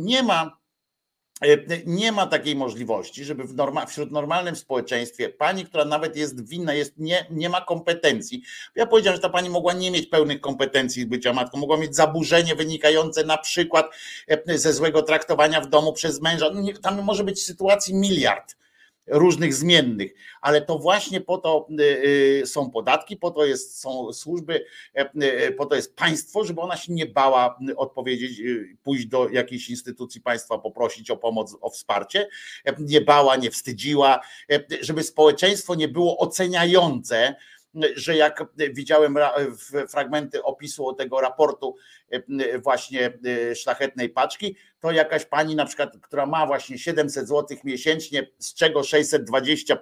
nie ma takiej możliwości, żeby wśród normalnym społeczeństwie pani, która nawet jest winna, nie ma kompetencji. Ja powiedziałem, że ta pani mogła nie mieć pełnych kompetencji bycia matką, mogła mieć zaburzenie wynikające na przykład ze złego traktowania w domu przez męża. Tam może być sytuacji miliard różnych zmiennych, ale to właśnie po to są podatki, po to są służby, po to jest państwo, żeby ona się nie bała odpowiedzieć, pójść do jakiejś instytucji państwa, poprosić o pomoc, o wsparcie, nie bała, nie wstydziła, żeby społeczeństwo nie było oceniające, że jak widziałem fragmenty opisu tego raportu właśnie szlachetnej paczki, to jakaś pani na przykład, która ma właśnie 700 zł miesięcznie, z czego 620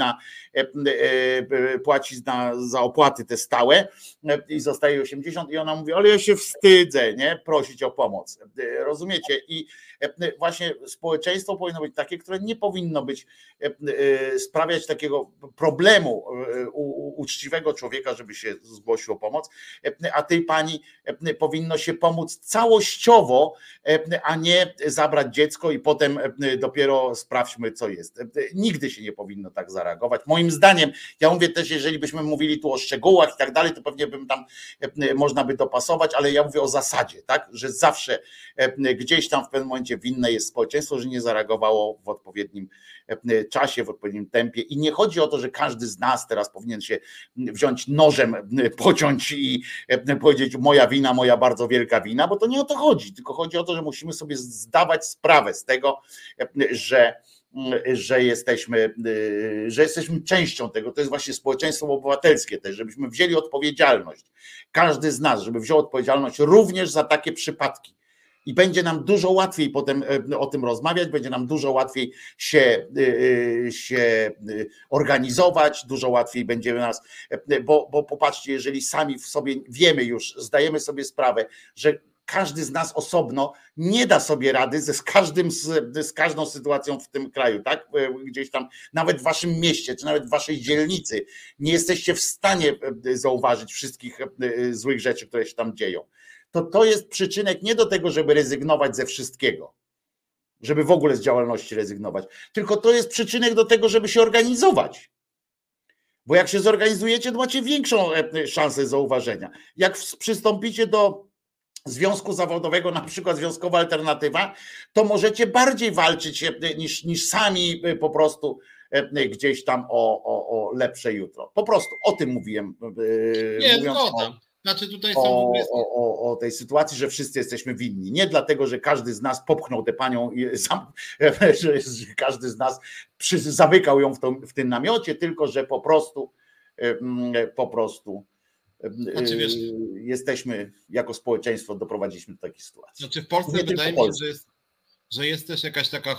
płaci za opłaty te stałe i zostaje 80 i ona mówi, ale ja się wstydzę, nie, prosić o pomoc. Rozumiecie? I właśnie społeczeństwo powinno być takie, które nie powinno być sprawiać takiego problemu u uczciwego człowieka, żeby się zgłosił o pomoc, a tej pani powinno się pomóc całościowo, a nie zabrać dziecko i potem dopiero sprawdźmy, co jest. Nigdy się nie powinno tak zareagować. Moim zdaniem, ja mówię też, jeżeli byśmy mówili tu o szczegółach i tak dalej, to pewnie bym tam można by dopasować, ale ja mówię o zasadzie, tak, że zawsze gdzieś tam w pewnym momencie winne jest społeczeństwo, że nie zareagowało w odpowiednim czasie, w odpowiednim tempie i nie chodzi o to, że każdy z nas teraz powinien się wziąć nożem, pociąć i powiedzieć moja wina, moja bardzo wielka wina, bo to nie o to chodzi, tylko chodzi o to, że musimy sobie zdawać sprawę z tego, że jesteśmy częścią tego, to jest właśnie społeczeństwo obywatelskie też, żebyśmy wzięli odpowiedzialność, każdy z nas, żeby wziął odpowiedzialność również za takie przypadki. I będzie nam dużo łatwiej potem o tym rozmawiać, będzie nam dużo łatwiej się organizować, dużo łatwiej będziemy nas, bo popatrzcie, jeżeli sami w sobie wiemy już, zdajemy sobie sprawę, że każdy z nas osobno nie da sobie rady z każdą sytuacją w tym kraju, tak? Gdzieś tam, nawet w waszym mieście, czy nawet w waszej dzielnicy, nie jesteście w stanie zauważyć wszystkich złych rzeczy, które się tam dzieją. To jest przyczynek nie do tego, żeby rezygnować ze wszystkiego. żeby w ogóle z działalności rezygnować. Tylko to jest przyczynek do tego, żeby się organizować. Bo jak się zorganizujecie, to macie większą szansę zauważenia. Jak przystąpicie do związku zawodowego, na przykład Związkowa Alternatywa, to możecie bardziej walczyć niż sami po prostu gdzieś tam o lepsze jutro. Po prostu o tym mówiłem. Nie, mówiąc zgoda. Znaczy tutaj są w ogóle... o tej sytuacji, że wszyscy jesteśmy winni. Nie dlatego, że każdy z nas popchnął tę panią, że każdy z nas zamykał ją w tym namiocie, tylko że po prostu Znaczy, wiesz, jesteśmy jako społeczeństwo doprowadziliśmy do takiej sytuacji. Znaczy w Polsce Nie wydaje tylko mi się, że jest też jakaś taka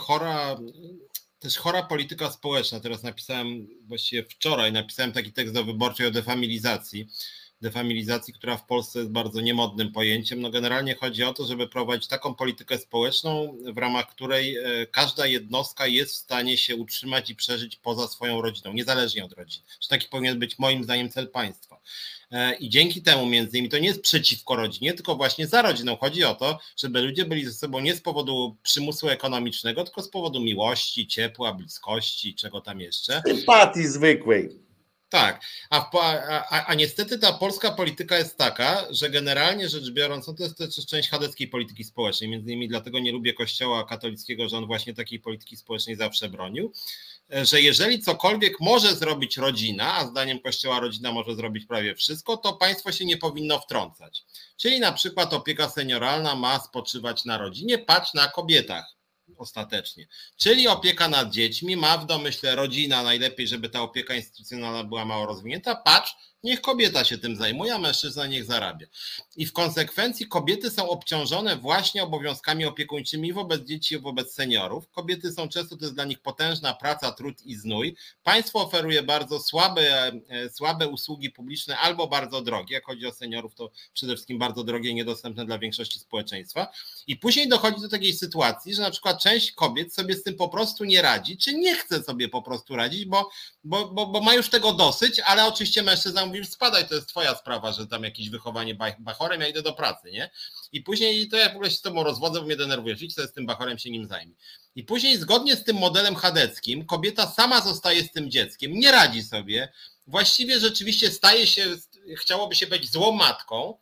chora polityka społeczna. Teraz napisałem, właściwie wczoraj napisałem taki tekst do Wyborczej o defamilizacji, która w Polsce jest bardzo niemodnym pojęciem. No generalnie chodzi o to, żeby prowadzić taką politykę społeczną, w ramach której każda jednostka jest w stanie się utrzymać i przeżyć poza swoją rodziną, niezależnie od rodziny. Że taki powinien być moim zdaniem cel państwa. I dzięki temu między innymi to nie jest przeciwko rodzinie, tylko właśnie za rodziną. Chodzi o to, żeby ludzie byli ze sobą nie z powodu przymusu ekonomicznego, tylko z powodu miłości, ciepła, bliskości, czego tam jeszcze. Sympatii zwykłej. Tak, a niestety ta polska polityka jest taka, że generalnie rzecz biorąc, no to jest też część chadeckiej polityki społecznej, między innymi dlatego nie lubię Kościoła katolickiego, że on właśnie takiej polityki społecznej zawsze bronił, że jeżeli cokolwiek może zrobić rodzina, a zdaniem Kościoła rodzina może zrobić prawie wszystko, to państwo się nie powinno wtrącać. Czyli na przykład opieka senioralna ma spoczywać na rodzinie, patrz na kobietach. Ostatecznie. Czyli opieka nad dziećmi ma w domyśle rodzina, najlepiej, żeby ta opieka instytucjonalna była mało rozwinięta, patrz, niech kobieta się tym zajmuje, a mężczyzna niech zarabia. I w konsekwencji kobiety są obciążone właśnie obowiązkami opiekuńczymi wobec dzieci i wobec seniorów. Kobiety są często, to jest dla nich potężna praca, trud i znój. Państwo oferuje bardzo słabe usługi publiczne albo bardzo drogie. Jak chodzi o seniorów, to przede wszystkim bardzo drogie i niedostępne dla większości społeczeństwa. I później dochodzi do takiej sytuacji, że na przykład część kobiet sobie z tym po prostu nie radzi, czy nie chce sobie po prostu radzić, bo ma już tego dosyć, ale oczywiście mężczyzna mówi, spadaj, to jest twoja sprawa, że tam jakieś wychowanie bachorem, ja idę do pracy, nie? I później to ja w ogóle się z tobą rozwodzę, bo mnie denerwujesz, idź sobie z tym bachorem się nim zajmij. I później zgodnie z tym modelem chadeckim kobieta sama zostaje z tym dzieckiem, nie radzi sobie, właściwie rzeczywiście staje się, chciałoby się być złą matką.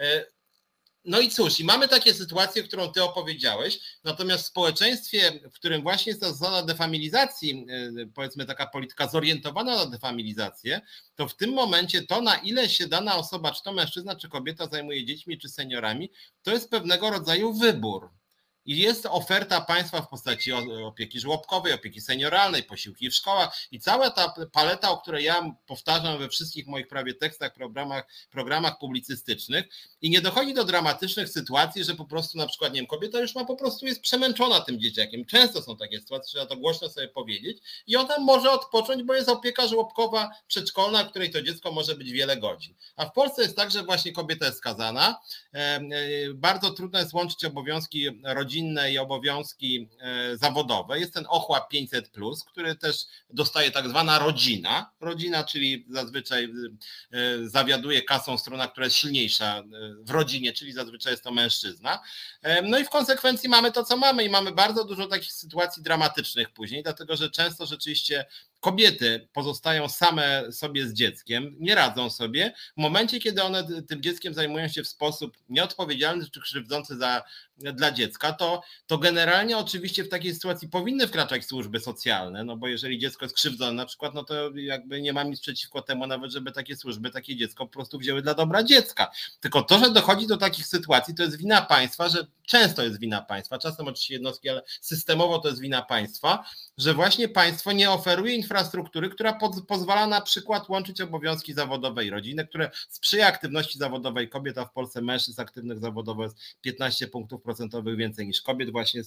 No i cóż, i mamy takie sytuacje, którą ty opowiedziałeś, natomiast w społeczeństwie, w którym właśnie jest ta zasada defamilizacji, powiedzmy taka polityka zorientowana na defamilizację, to w tym momencie to, na ile się dana osoba, czy to mężczyzna, czy kobieta zajmuje dziećmi, czy seniorami, to jest pewnego rodzaju wybór. I jest oferta państwa w postaci opieki żłobkowej, opieki senioralnej, posiłki w szkołach i cała ta paleta, o której ja powtarzam we wszystkich moich prawie tekstach, programach publicystycznych i nie dochodzi do dramatycznych sytuacji, że po prostu na przykład, nie wiem, kobieta już po prostu jest przemęczona tym dzieciakiem. Często są takie sytuacje, trzeba to głośno sobie powiedzieć i ona może odpocząć, bo jest opieka żłobkowa, przedszkolna, w której to dziecko może być wiele godzin. A w Polsce jest tak, że właśnie kobieta jest skazana. Bardzo trudno jest łączyć obowiązki rodzinne i obowiązki zawodowe. Jest ten ochłap 500+, który też dostaje tak zwana rodzina. Rodzina, czyli zazwyczaj zawiaduje kasą strona, która jest silniejsza w rodzinie, czyli zazwyczaj jest to mężczyzna. No i w konsekwencji mamy to, co mamy i mamy bardzo dużo takich sytuacji dramatycznych później, dlatego że często rzeczywiście kobiety pozostają same sobie z dzieckiem, nie radzą sobie. W momencie, kiedy one tym dzieckiem zajmują się w sposób nieodpowiedzialny czy krzywdzący dla dziecka, to generalnie oczywiście w takiej sytuacji powinny wkraczać służby socjalne, no bo jeżeli dziecko jest krzywdzone na przykład, no to jakby nie mam nic przeciwko temu nawet, żeby takie służby takie dziecko po prostu wzięły dla dobra dziecka. Tylko to, że dochodzi do takich sytuacji, to jest wina państwa, że często jest wina państwa, czasem oczywiście jednostki, ale systemowo to jest wina państwa, że właśnie państwo nie oferuje infrastruktury, która pozwala na przykład łączyć obowiązki zawodowe i rodzinne, które sprzyja aktywności zawodowej kobiet, a w Polsce mężczyzn aktywnych zawodowo jest 15 punktów procentowych więcej niż kobiet właśnie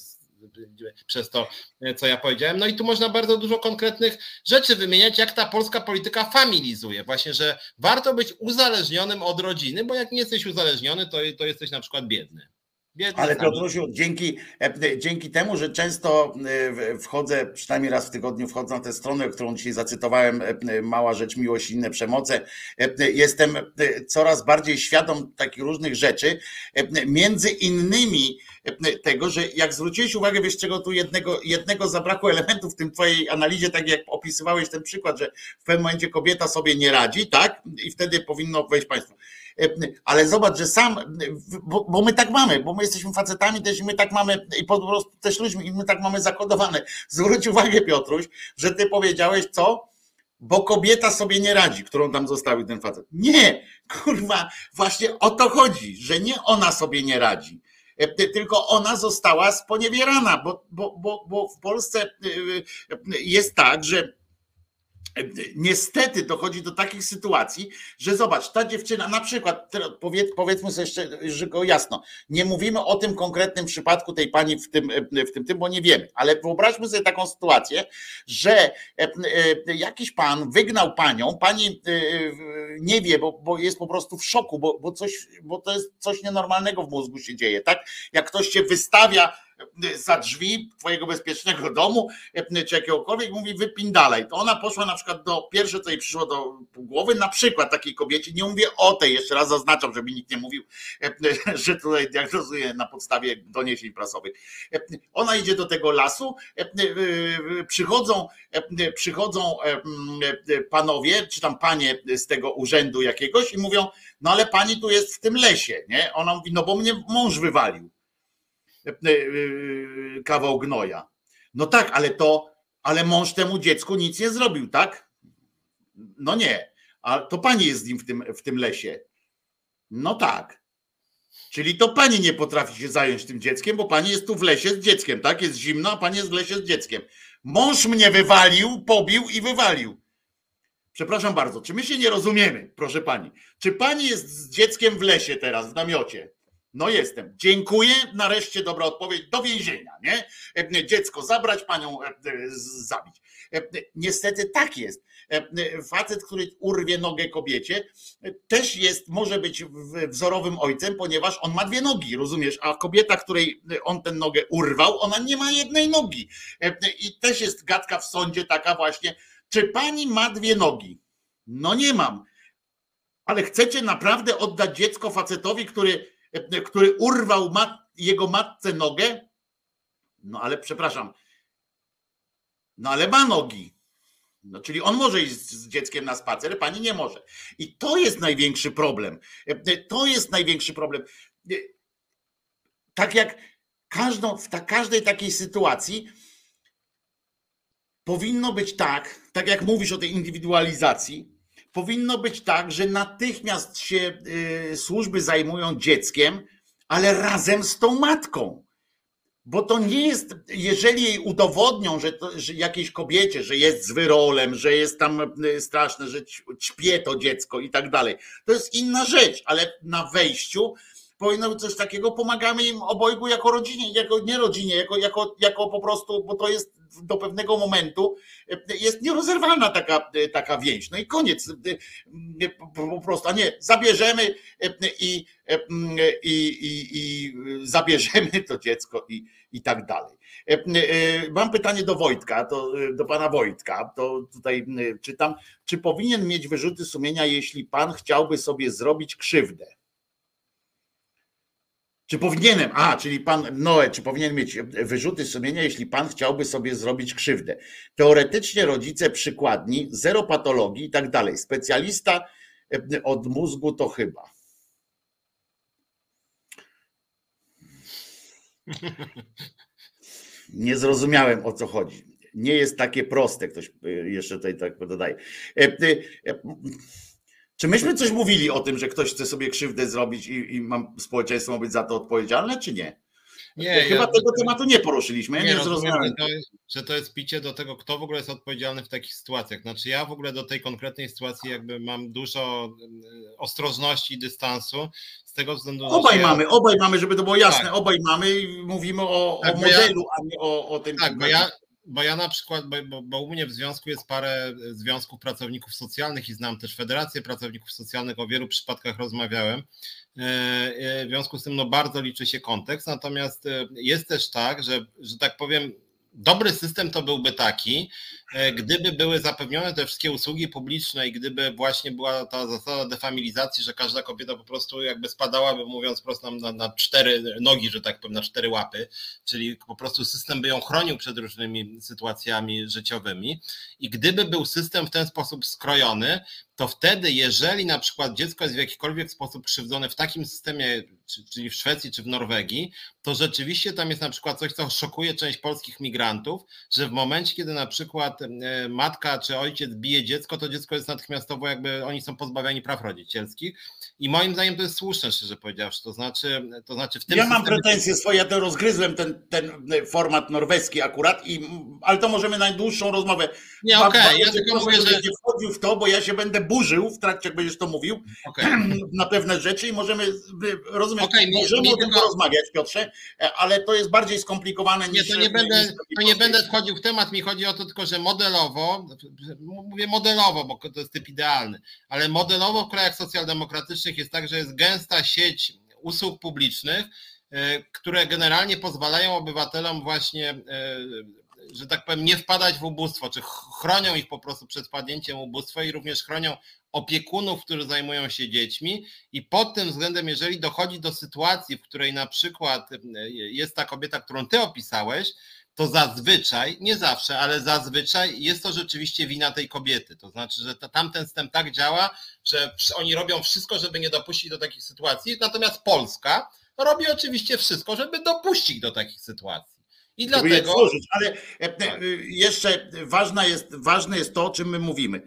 przez to, co ja powiedziałem. No i tu można bardzo dużo konkretnych rzeczy wymieniać, jak ta polska polityka familizuje. Właśnie, że warto być uzależnionym od rodziny, bo jak nie jesteś uzależniony, to jesteś na przykład biedny. Biedni Ale sami. Piotrusiu, dzięki temu, że często wchodzę, przynajmniej raz w tygodniu wchodzę na tę stronę, którą dzisiaj zacytowałem, Mała Rzecz, Miłość i inne przemoce, jestem coraz bardziej świadom takich różnych rzeczy, między innymi tego, że jak zwróciłeś uwagę, wiesz czego tu jednego zabrakło elementu w tym twojej analizie, tak jak opisywałeś ten przykład, że w pewnym momencie kobieta sobie nie radzi, tak? I wtedy powinno wejść państwo. Ale zobacz, że sam, bo my tak mamy, bo my jesteśmy facetami też i my tak mamy, i po prostu też ludźmi, i my tak mamy zakodowane. Zwróć uwagę, Piotruś, że ty powiedziałeś co? Bo kobieta sobie nie radzi, którą tam zostawił ten facet. Nie, kurwa, właśnie o to chodzi, że nie ona sobie nie radzi, tylko ona została sponiewierana, bo w Polsce jest tak, że niestety dochodzi do takich sytuacji, że zobacz, ta dziewczyna na przykład, powiedzmy sobie jeszcze jasno, nie mówimy o tym konkretnym przypadku tej pani w tym, bo nie wiemy, ale wyobraźmy sobie taką sytuację, że jakiś pan wygnał panią, pani nie wie, bo jest po prostu w szoku, bo to jest coś nienormalnego w mózgu się dzieje, tak? Jak ktoś cię wystawia za drzwi twojego bezpiecznego domu, czy jakiegokolwiek, mówi wypindalaj. To ona poszła na przykład pierwsze, co jej przyszło do głowy, na przykład takiej kobiecie, nie mówię o tej, jeszcze raz zaznaczam, żeby nikt nie mówił, że tutaj diagnozuję na podstawie doniesień prasowych. Ona idzie do tego lasu, przychodzą panowie, czy tam panie z tego urzędu jakiegoś i mówią, no ale pani tu jest w tym lesie, nie? Ona mówi, no bo mnie mąż wywalił kawał gnoja. No tak, ale mąż temu dziecku nic nie zrobił, tak? No nie, a to pani jest z nim w tym lesie. No tak. Czyli to pani nie potrafi się zająć tym dzieckiem, bo pani jest tu w lesie z dzieckiem, tak? Jest zimno, a pani jest w lesie z dzieckiem. Mąż mnie wywalił, pobił i wywalił. Przepraszam bardzo, czy my się nie rozumiemy, proszę pani? Czy pani jest z dzieckiem w lesie teraz, w namiocie? No jestem. Dziękuję. Nareszcie dobra odpowiedź. Do więzienia, nie? Dziecko zabrać, panią zabić. Niestety tak jest. Facet, który urwie nogę kobiecie, też może być wzorowym ojcem, ponieważ on ma 2 nogi, rozumiesz? A kobieta, której on tę nogę urwał, ona nie ma 1 nogi. I też jest gadka w sądzie taka właśnie, czy pani ma 2 nogi? No nie mam. Ale chcecie naprawdę oddać dziecko facetowi, który urwał jego matce nogę? No ale przepraszam, no ale ma nogi. No, czyli on może iść z dzieckiem na spacer, pani nie może. I to jest największy problem. To jest największy problem. Tak jak w każdej takiej sytuacji powinno być tak jak mówisz o tej indywidualizacji, powinno być tak, że natychmiast się służby zajmują dzieckiem, ale razem z tą matką. Bo to nie jest, jeżeli jej udowodnią, że jakiejś kobiecie, że jest z wyrolem, że jest tam straszne, że ćpie to dziecko i tak dalej, to jest inna rzecz, ale na wejściu powinno być coś takiego, pomagamy im obojgu jako rodzinie, nie rodzinie, jako po prostu, bo to jest do pewnego momentu jest nierozerwalna taka więź. No i koniec. Po prostu, a nie, zabierzemy i zabierzemy to dziecko i tak dalej. Mam pytanie do Wojtka, do pana Wojtka, to tutaj czytam. Czy powinien mieć wyrzuty sumienia, jeśli pan chciałby sobie zrobić krzywdę? Czy powinienem, czyli pan Noe, czy powinien mieć wyrzuty sumienia, jeśli pan chciałby sobie zrobić krzywdę? Teoretycznie rodzice przykładni, 0 patologii i tak dalej. Specjalista od mózgu to chyba. Nie zrozumiałem, o co chodzi. Nie jest takie proste, ktoś jeszcze tutaj tak dodaje. Czy myśmy coś mówili o tym, że ktoś chce sobie krzywdę zrobić i społeczeństwo ma być za to odpowiedzialne, czy nie? Nie, chyba tego tematu nie poruszyliśmy. Ja nie zrozumiałem, że to jest picie do tego, kto w ogóle jest odpowiedzialny w takich sytuacjach. Znaczy ja w ogóle do tej konkretnej sytuacji jakby mam dużo ostrożności i dystansu z tego względu, że obaj mamy, żeby to było jasne, tak. obaj mamy i mówimy o modelu, a nie o tym. Tak, bo ja na przykład, bo u mnie w związku jest parę związków pracowników socjalnych i znam też Federację Pracowników Socjalnych, o wielu przypadkach rozmawiałem. W związku z tym no bardzo liczy się kontekst, natomiast jest też tak, że tak powiem, dobry system to byłby taki, gdyby były zapewnione te wszystkie usługi publiczne i gdyby właśnie była ta zasada defamilizacji, że każda kobieta po prostu jakby spadałaby, mówiąc prosto, na 4 nogi, że tak powiem, na 4 łapy, czyli po prostu system by ją chronił przed różnymi sytuacjami życiowymi i gdyby był system w ten sposób skrojony, to wtedy, jeżeli na przykład dziecko jest w jakikolwiek sposób krzywdzone w takim systemie, czyli w Szwecji czy w Norwegii, to rzeczywiście tam jest na przykład coś, co szokuje część polskich migrantów, że w momencie, kiedy na przykład matka czy ojciec bije dziecko, to dziecko jest natychmiastowo jakby oni są pozbawiani praw rodzicielskich i moim zdaniem to jest słuszne, szczerze powiedziawszy, to znaczy w tym ja mam systemie... pretensje swoje, ja to rozgryzłem ten format norweski akurat, ale to możemy na dłuższą rozmowę. Nie, okej, ja tylko mówię, że... Nie wchodził w to, bo ja się będę burzył w trakcie, jak będziesz to mówił, na pewne rzeczy i możemy, rozumiem, możemy o tym porozmawiać, Piotrze, ale to jest bardziej skomplikowane niż... Nie, to nie będę wchodził w temat, mi chodzi o to tylko, że modelowo, mówię modelowo, bo to jest typ idealny, ale modelowo w krajach socjaldemokratycznych jest tak, że jest gęsta sieć usług publicznych, które generalnie pozwalają obywatelom właśnie, że tak powiem, nie wpadać w ubóstwo, czy chronią ich po prostu przed wpadnięciem w ubóstwo i również chronią opiekunów, którzy zajmują się dziećmi i pod tym względem, jeżeli dochodzi do sytuacji, w której na przykład jest ta kobieta, którą ty opisałeś, to zazwyczaj, nie zawsze, ale zazwyczaj jest to rzeczywiście wina tej kobiety. To znaczy, że tamten system tak działa, że oni robią wszystko, żeby nie dopuścić do takich sytuacji, natomiast Polska robi oczywiście wszystko, żeby dopuścić do takich sytuacji. I dlatego... Ale jeszcze ważne jest to, o czym my mówimy.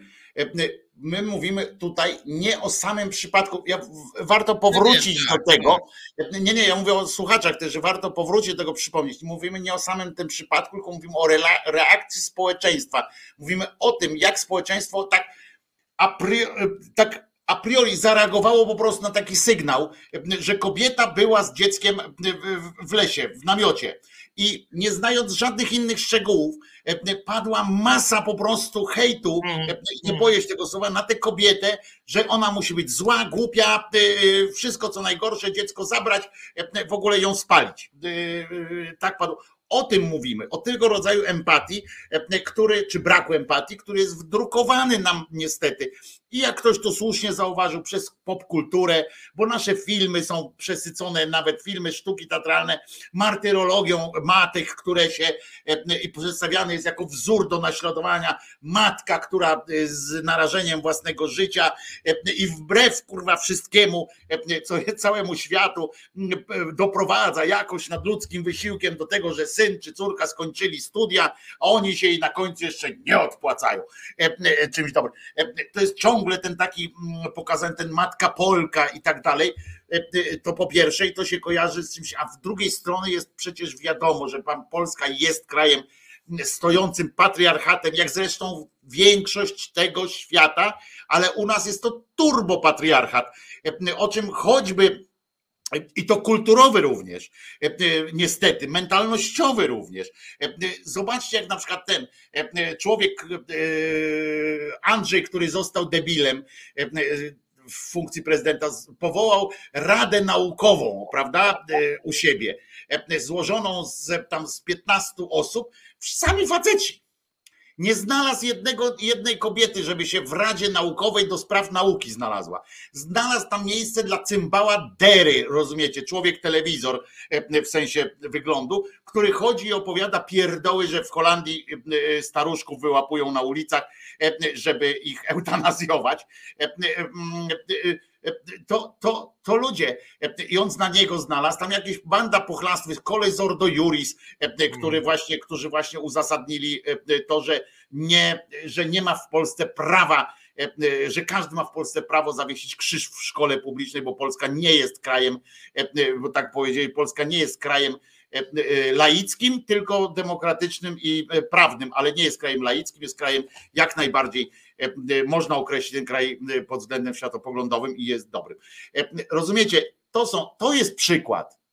My mówimy tutaj nie o samym przypadku, warto powrócić do tego, ja mówię o słuchaczach też, że warto powrócić do tego przypomnieć. Mówimy nie o samym tym przypadku, tylko mówimy o reakcji społeczeństwa. Mówimy o tym, jak społeczeństwo tak a priori zareagowało po prostu na taki sygnał, że kobieta była z dzieckiem w lesie, w namiocie i nie znając żadnych innych szczegółów, padła masa po prostu hejtu, nie boję się tego słowa, na tę kobietę, że ona musi być zła, głupia, wszystko co najgorsze, dziecko zabrać, w ogóle ją spalić. Tak padło. O tym mówimy, o tego rodzaju empatii, czy braku empatii, który jest wdrukowany nam niestety. I jak ktoś to słusznie zauważył, przez popkulturę, bo nasze filmy są przesycone, nawet filmy, sztuki teatralne, martyrologią matek, które się i przedstawiany jest jako wzór do naśladowania, matka, która z narażeniem własnego życia i wbrew wszystkiemu, co całemu światu doprowadza jakoś nadludzkim wysiłkiem do tego, że syn czy córka skończyli studia, a oni się i na końcu jeszcze nie odpłacają czymś dobrym. To jest ciągle ten taki pokazany, ten matka Polka i tak dalej. To po pierwsze i to się kojarzy z czymś, a z drugiej strony jest przecież wiadomo, że Polska jest krajem stojącym patriarchatem, jak zresztą większość tego świata, ale u nas jest to turbopatriarchat, o czym choćby i to kulturowy również, niestety, mentalnościowy również. Zobaczcie, jak na przykład ten człowiek Andrzej, który został debilem w funkcji prezydenta, powołał Radę Naukową, prawda, u siebie, złożoną z 15 osób, sami faceci. Nie znalazł jednej kobiety, żeby się w Radzie Naukowej do spraw nauki znalazła. Znalazł tam miejsce dla cymbała Dery, rozumiecie, człowiek telewizor w sensie wyglądu, który chodzi i opowiada pierdoły, że w Holandii staruszków wyłapują na ulicach, żeby ich eutanazjować. To ludzie, i on na niego znalazł, tam jakieś banda pochlastwych, kolej z Ordo Iuris, którzy właśnie uzasadnili to, że nie ma w Polsce prawa, że każdy ma w Polsce prawo zawiesić krzyż w szkole publicznej, bo Polska nie jest krajem, bo tak powiedzieli, Polska nie jest krajem laickim, tylko demokratycznym i prawnym, ale nie jest krajem laickim, jest krajem jak najbardziej, można określić ten kraj pod względem światopoglądowym i jest dobrym. Rozumiecie, to jest przykład.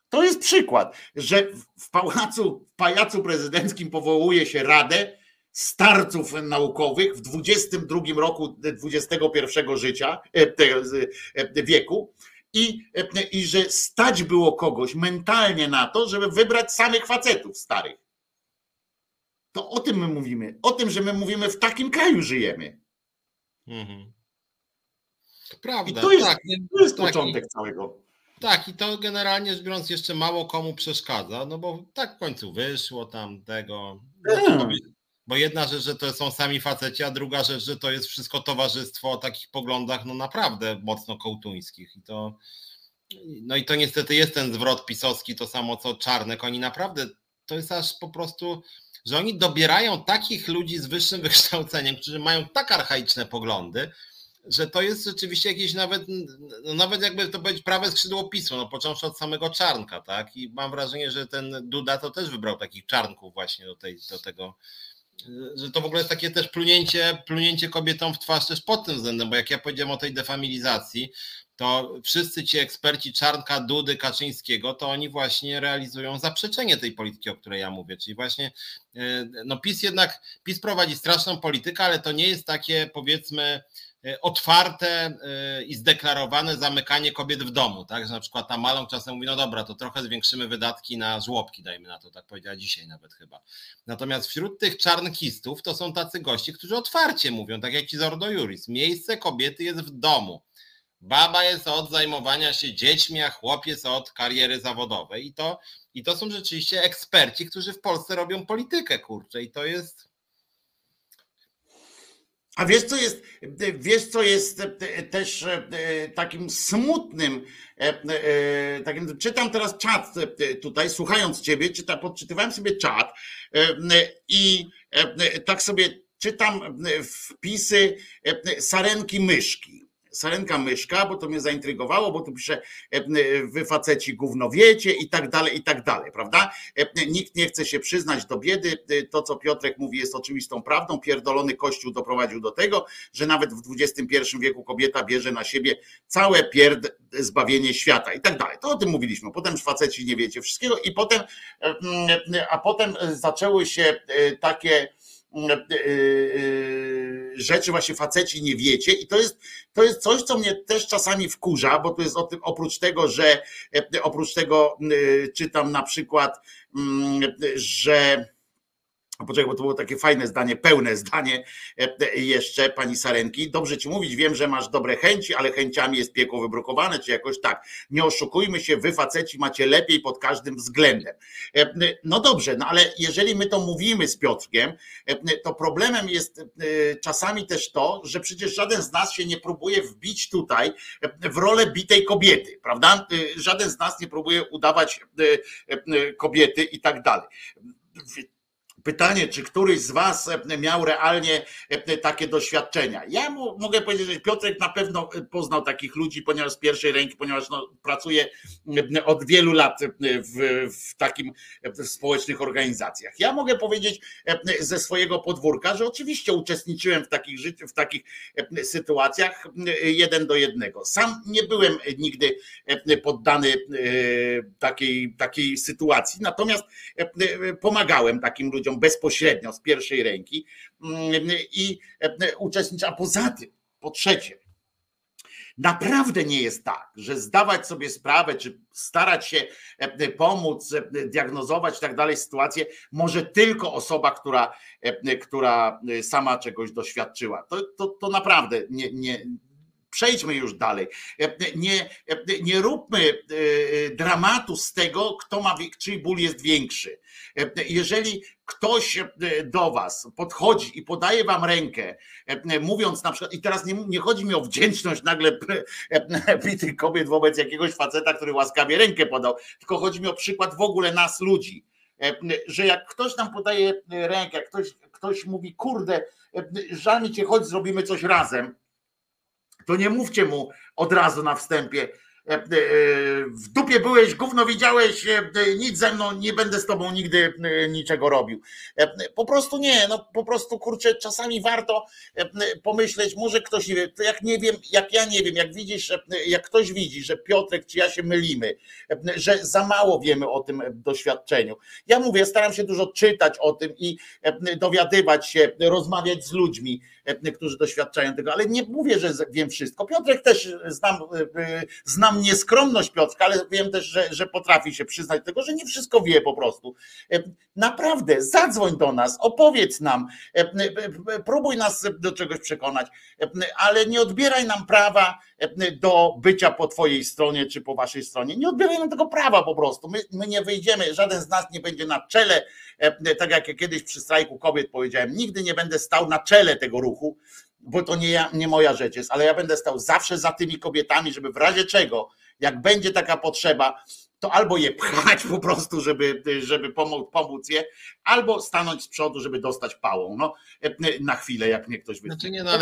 To jest przykład, że w pałacu prezydenckim powołuje się radę starców naukowych w 22 roku XXI życia, wieku i że stać było kogoś mentalnie na to, żeby wybrać samych facetów starych. To o tym my mówimy. O tym, że my mówimy, w takim kraju żyjemy. Mhm. Prawda. I to jest, tak, to jest tak, początek całego. Tak, i to generalnie rzecz biorąc jeszcze mało komu przeszkadza, no bo tak w końcu wyszło tam tego. Bo jedna rzecz, że to są sami faceci, a druga rzecz, że to jest wszystko towarzystwo o takich poglądach no naprawdę mocno kołtuńskich. I to niestety jest ten zwrot pisowski, to samo co Czarnek. Oni naprawdę, to jest aż po prostu, że oni dobierają takich ludzi z wyższym wykształceniem, którzy mają tak archaiczne poglądy, że to jest rzeczywiście jakieś nawet jakby to powiedzieć prawe skrzydło PiS-u, no począwszy od samego Czarnka, tak? I mam wrażenie, że ten Duda to też wybrał takich czarnków właśnie do tego, że to w ogóle jest takie też plunięcie kobietom w twarz też pod tym względem, bo jak ja powiedziałem o tej defamilizacji, to wszyscy ci eksperci Czarnka, Dudy, Kaczyńskiego, to oni właśnie realizują zaprzeczenie tej polityki, o której ja mówię, czyli właśnie no PiS prowadzi straszną politykę, ale to nie jest takie powiedzmy otwarte i zdeklarowane zamykanie kobiet w domu, tak, że na przykład tam Maląg czasem mówi, no dobra, to trochę zwiększymy wydatki na żłobki, dajmy na to, tak powiedziała dzisiaj nawet chyba. Natomiast wśród tych czarnkistów to są tacy goście, którzy otwarcie mówią, tak jak ci z Ordo Iuris, miejsce kobiety jest w domu. Baba jest od zajmowania się dziećmi, a chłop jest od kariery zawodowej. I to są rzeczywiście eksperci, którzy w Polsce robią politykę, kurczę, i to jest... A wiesz, co jest też takim smutnym, czytam teraz czat tutaj, słuchając ciebie, podczytywałem sobie czat i tak sobie czytam wpisy Sarenki Myszki. Sarenka Myszka, bo to mnie zaintrygowało, bo tu pisze, wy faceci gówno wiecie i tak dalej, prawda? Nikt nie chce się przyznać do biedy. To, co Piotrek mówi, jest oczywistą prawdą. Pierdolony Kościół doprowadził do tego, że nawet w XXI wieku kobieta bierze na siebie całe zbawienie świata i tak dalej. To o tym mówiliśmy. Potem już faceci nie wiecie wszystkiego i potem zaczęły się takie rzeczy, właśnie faceci nie wiecie i to jest coś, co mnie też czasami wkurza, bo to jest oprócz tego czytam na przykład, że poczekaj, bo to było takie fajne zdanie, pełne zdanie jeszcze pani Sarenki. Dobrze ci mówić, wiem, że masz dobre chęci, ale chęciami jest piekło wybrukowane, czy jakoś tak. Nie oszukujmy się, wy faceci macie lepiej pod każdym względem. No dobrze, no ale jeżeli my to mówimy z Piotrkiem, to problemem jest czasami też to, że przecież żaden z nas się nie próbuje wbić tutaj w rolę bitej kobiety, prawda? Żaden z nas nie próbuje udawać kobiety i tak dalej. Pytanie, czy któryś z was miał realnie takie doświadczenia? Ja mogę powiedzieć, że Piotrek na pewno poznał takich ludzi, ponieważ z pierwszej ręki, ponieważ pracuje od wielu lat w społecznych organizacjach. Ja mogę powiedzieć ze swojego podwórka, że oczywiście uczestniczyłem w takich sytuacjach 1:1. Sam nie byłem nigdy poddany takiej sytuacji, natomiast pomagałem takim ludziom bezpośrednio z pierwszej ręki i uczestniczę. A poza tym, po trzecie, naprawdę nie jest tak, że zdawać sobie sprawę, czy starać się pomóc, diagnozować i tak dalej sytuację może tylko osoba, która sama czegoś doświadczyła. To naprawdę nie. Przejdźmy już dalej. Nie róbmy dramatu z tego, czyj ból jest większy. Jeżeli ktoś do was podchodzi i podaje wam rękę, mówiąc na przykład, i teraz nie chodzi mi o wdzięczność nagle bitych kobiet wobec jakiegoś faceta, który łaskawie rękę podał, tylko chodzi mi o przykład w ogóle nas ludzi, że jak ktoś nam podaje rękę, jak ktoś mówi, kurde, żal mi cię, chodź, zrobimy coś razem, to nie mówcie mu od razu na wstępie, w dupie byłeś, gówno widziałeś, nic ze mną, nie będę z tobą nigdy niczego robił. Po prostu nie, no po prostu kurczę, czasami warto pomyśleć, może ktoś nie wie, to jak nie wiem, jak ja nie wiem, jak widzisz, jak ktoś widzi, że Piotrek czy ja się mylimy, że za mało wiemy o tym doświadczeniu. Ja mówię, staram się dużo czytać o tym i dowiadywać się, rozmawiać z ludźmi, którzy doświadczają tego, ale nie mówię, że wiem wszystko. Piotrek też znam nieskromność Piotrka, ale wiem też, że potrafi się przyznać do tego, że nie wszystko wie po prostu. Naprawdę, zadzwoń do nas, opowiedz nam, próbuj nas do czegoś przekonać, ale nie odbieraj nam prawa do bycia po twojej stronie czy po waszej stronie. Nie odbieraj nam tego prawa po prostu. My nie wyjdziemy, żaden z nas nie będzie na czele, tak jak ja kiedyś przy strajku kobiet powiedziałem, nigdy nie będę stał na czele tego ruchu, bo to nie moja rzecz jest, ale ja będę stał zawsze za tymi kobietami, żeby w razie czego, jak będzie taka potrzeba, to albo je pchać po prostu, żeby pomóc je, albo stanąć z przodu, żeby dostać pałą. No, na chwilę, jak mnie ktoś wystąpi. Znaczy nie, no ale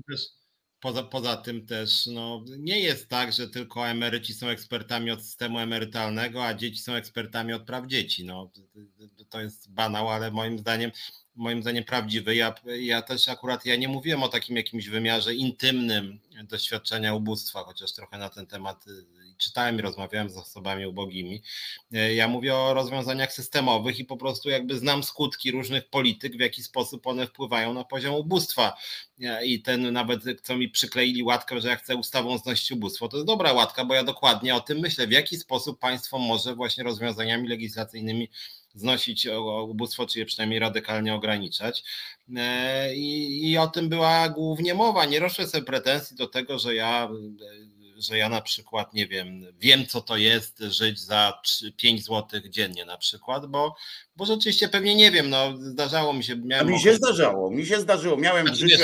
poza tym też no, nie jest tak, że tylko emeryci są ekspertami od systemu emerytalnego, a dzieci są ekspertami od praw dzieci. No, to jest banał, ale moim zdaniem prawdziwy. Ja też akurat nie mówiłem o takim jakimś wymiarze intymnym doświadczenia ubóstwa, chociaż trochę na ten temat czytałem i rozmawiałem z osobami ubogimi. Ja mówię o rozwiązaniach systemowych i po prostu jakby znam skutki różnych polityk, w jaki sposób one wpływają na poziom ubóstwa. I ten nawet, co mi przykleili łatkę, że ja chcę ustawą znosić ubóstwo, to jest dobra łatka, bo ja dokładnie o tym myślę, w jaki sposób państwo może właśnie rozwiązaniami legislacyjnymi znosić ubóstwo, czy je przynajmniej radykalnie ograniczać. I o tym była głównie mowa. Nie roszę sobie pretensji do tego, że ja na przykład, nie wiem co to jest żyć za 5 zł dziennie na przykład, bo rzeczywiście pewnie nie wiem, no zdarzało mi się. Mi się zdarzyło, miałem w życiu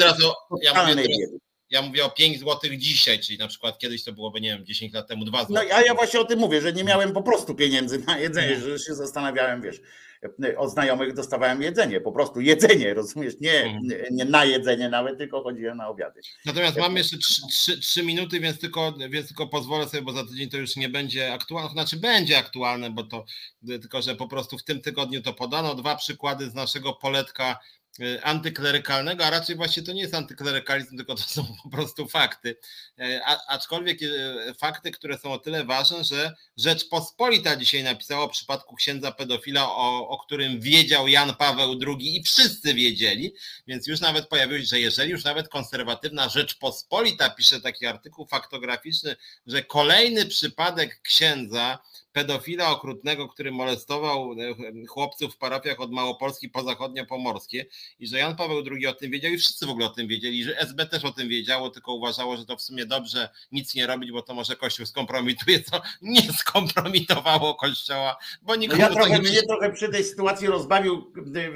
ja mówię o 5 zł dzisiaj, czyli na przykład kiedyś to byłoby, nie wiem, 10 lat temu 2 zł. No a ja właśnie o tym mówię, że nie miałem po prostu pieniędzy na jedzenie, że się zastanawiałem, wiesz, od znajomych dostawałem jedzenie, po prostu jedzenie, rozumiesz, nie na jedzenie nawet, tylko chodziłem na obiady. Natomiast mam jeszcze 3 minuty, więc tylko pozwolę sobie, bo za tydzień to już nie będzie aktualne, znaczy będzie aktualne, bo to tylko, że po prostu w tym tygodniu to podano 2 przykłady z naszego poletka antyklerykalnego, a raczej właśnie to nie jest antyklerykalizm, tylko to są po prostu fakty. Aczkolwiek fakty, które są o tyle ważne, że Rzeczpospolita dzisiaj napisała o przypadku księdza pedofila, o którym wiedział Jan Paweł II i wszyscy wiedzieli, więc już nawet pojawiło się, że jeżeli już nawet konserwatywna Rzeczpospolita pisze taki artykuł faktograficzny, że kolejny przypadek księdza pedofila okrutnego, który molestował chłopców w parafiach od Małopolski po zachodnio-pomorskie i że Jan Paweł II o tym wiedział i wszyscy w ogóle o tym wiedzieli, że SB też o tym wiedziało, tylko uważało, że to w sumie dobrze nic nie robić, bo to może Kościół skompromituje, co nie skompromitowało Kościoła, bo nikomu Mnie trochę przy tej sytuacji rozbawił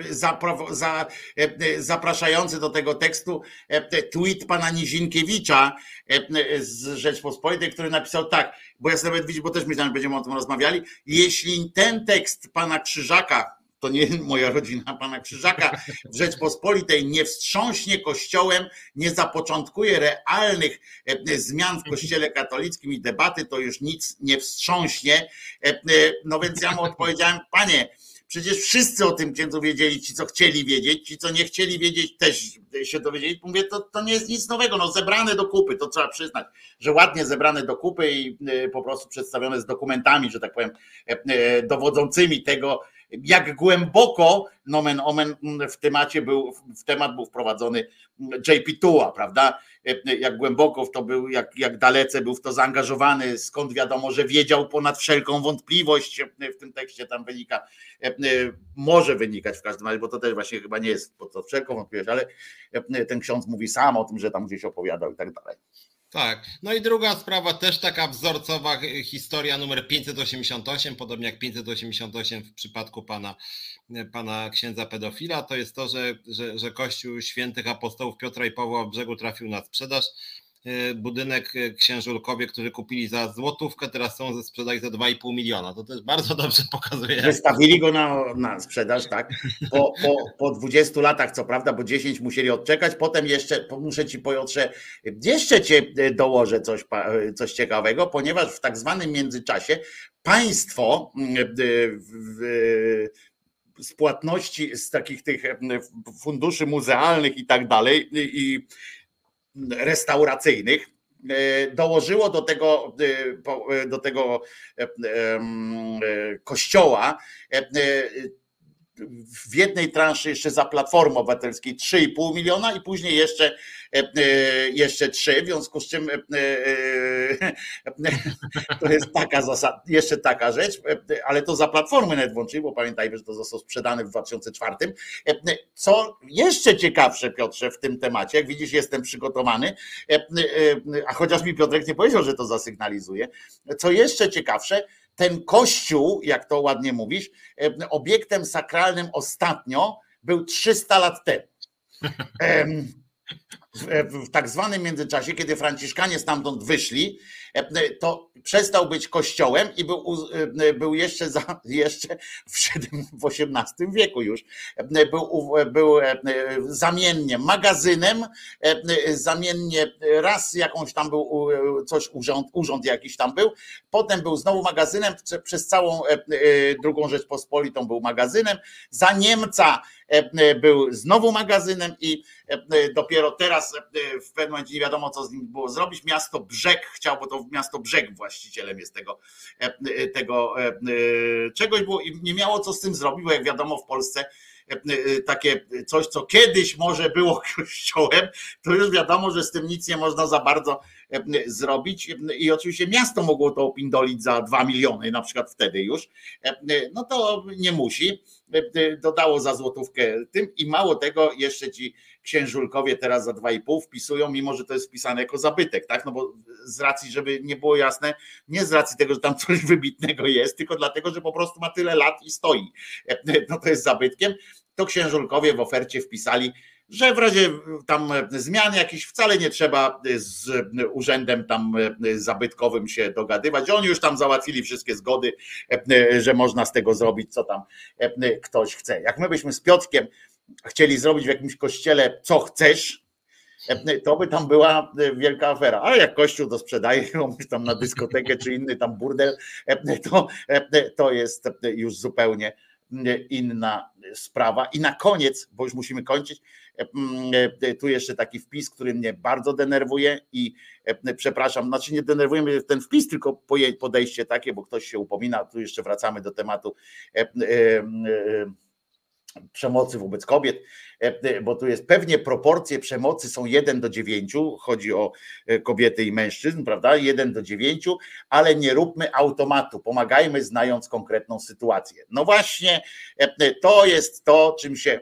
zapraszający do tego tekstu tweet pana Nizinkiewicza z Rzeczpospolitej, który napisał tak, bo ja sobie nawet widzę, bo też myślałem, że będziemy o tym rozmawiali, jeśli ten tekst pana Krzyżaka, to nie moja rodzina, pana Krzyżaka w Rzeczpospolitej nie wstrząśnie Kościołem, nie zapoczątkuje realnych zmian w Kościele katolickim i debaty, to już nic nie wstrząśnie. No więc ja mu odpowiedziałem, panie, przecież wszyscy o tym księdzu wiedzieli, ci co chcieli wiedzieć, ci co nie chcieli wiedzieć też się dowiedzieli. Mówię, to nie jest nic nowego, no zebrane do kupy, to trzeba przyznać, że ładnie zebrane do kupy i po prostu przedstawione z dokumentami, że tak powiem, dowodzącymi tego, jak głęboko nomen omen w temat był wprowadzony JP Tuła, prawda? Jak głęboko w to był, jak dalece był w to zaangażowany, skąd wiadomo, że wiedział ponad wszelką wątpliwość, w tym tekście tam wynika, może wynikać w każdym razie, bo to też właśnie chyba nie jest pod wszelką wątpliwość, ale ten ksiądz mówi sam o tym, że tam gdzieś opowiadał i tak dalej. Tak, no i druga sprawa, też taka wzorcowa historia numer 588, podobnie jak 588 w przypadku pana księdza pedofila, to jest to, że Kościół Świętych Apostołów Piotra i Pawła w Brzegu trafił na sprzedaż. budynek Księżulkowie, który kupili za złotówkę, teraz są ze sprzedaży za 2,5 miliona. To też bardzo dobrze pokazuje. Wystawili go na sprzedaż, tak? Po 20 latach, co prawda, bo 10 musieli odczekać, potem jeszcze, muszę ci pojutrze, jeszcze cię dołożę coś ciekawego, ponieważ w tak zwanym międzyczasie państwo z płatności, z takich tych funduszy muzealnych i tak dalej, i restauracyjnych dołożyło do tego kościoła w jednej transzy jeszcze za Platformy Obywatelskiej 3,5 miliona i później jeszcze 3, w związku z czym to jest taka zasada, jeszcze taka rzecz, ale to za Platformy nawet włączyli, bo pamiętajmy, że to zostało sprzedane w 2004. Co jeszcze ciekawsze, Piotrze, w tym temacie, jak widzisz, jestem przygotowany, a chociaż mi Piotrek nie powiedział, że to zasygnalizuje, co jeszcze ciekawsze, ten kościół, jak to ładnie mówisz, obiektem sakralnym ostatnio był 300 lat temu. W tak zwanym międzyczasie, kiedy Franciszkanie stamtąd wyszli, to przestał być kościołem i był jeszcze w XVIII wieku już. Był zamiennie magazynem, zamiennie raz jakąś tam był coś, urząd jakiś tam był, potem był znowu magazynem, przez całą II Rzeczpospolitą był magazynem, za Niemca był znowu magazynem i dopiero teraz w pewnym momencie nie wiadomo, co z nim było zrobić. Miasto Brzeg chciał, bo to miasto Brzeg właścicielem jest tego czegoś było i nie miało co z tym zrobić, bo jak wiadomo w Polsce takie coś, co kiedyś może było kościołem, to już wiadomo, że z tym nic nie można za bardzo zrobić i oczywiście miasto mogło to opindolić za 2 miliony, na przykład wtedy już, no to nie musi, dodało za złotówkę tym i mało tego, jeszcze ci Księżulkowie teraz za 2,5 wpisują, mimo że to jest wpisane jako zabytek, tak? No bo z racji, żeby nie było jasne, nie z racji tego, że tam coś wybitnego jest, tylko dlatego, że po prostu ma tyle lat i stoi. No to jest zabytkiem. To Księżulkowie w ofercie wpisali, że w razie tam zmian jakichś wcale nie trzeba z urzędem tam zabytkowym się dogadywać. Oni już tam załatwili wszystkie zgody, że można z tego zrobić, co tam ktoś chce. Jak my byśmy z Piotrkiem chcieli zrobić w jakimś kościele, co chcesz, to by tam była wielka afera. Ale jak kościół to sprzedaje komuś tam na dyskotekę czy inny tam burdel, to jest już zupełnie inna sprawa. I na koniec, bo już musimy kończyć, tu jeszcze taki wpis, który mnie bardzo denerwuje i przepraszam, znaczy nie denerwuje mnie ten wpis, tylko podejście takie, bo ktoś się upomina, tu jeszcze wracamy do tematu przemocy wobec kobiet, bo tu jest pewnie proporcje przemocy są 1:9, chodzi o kobiety i mężczyzn, prawda, 1:9, ale nie róbmy automatu, pomagajmy znając konkretną sytuację. No właśnie, to jest to,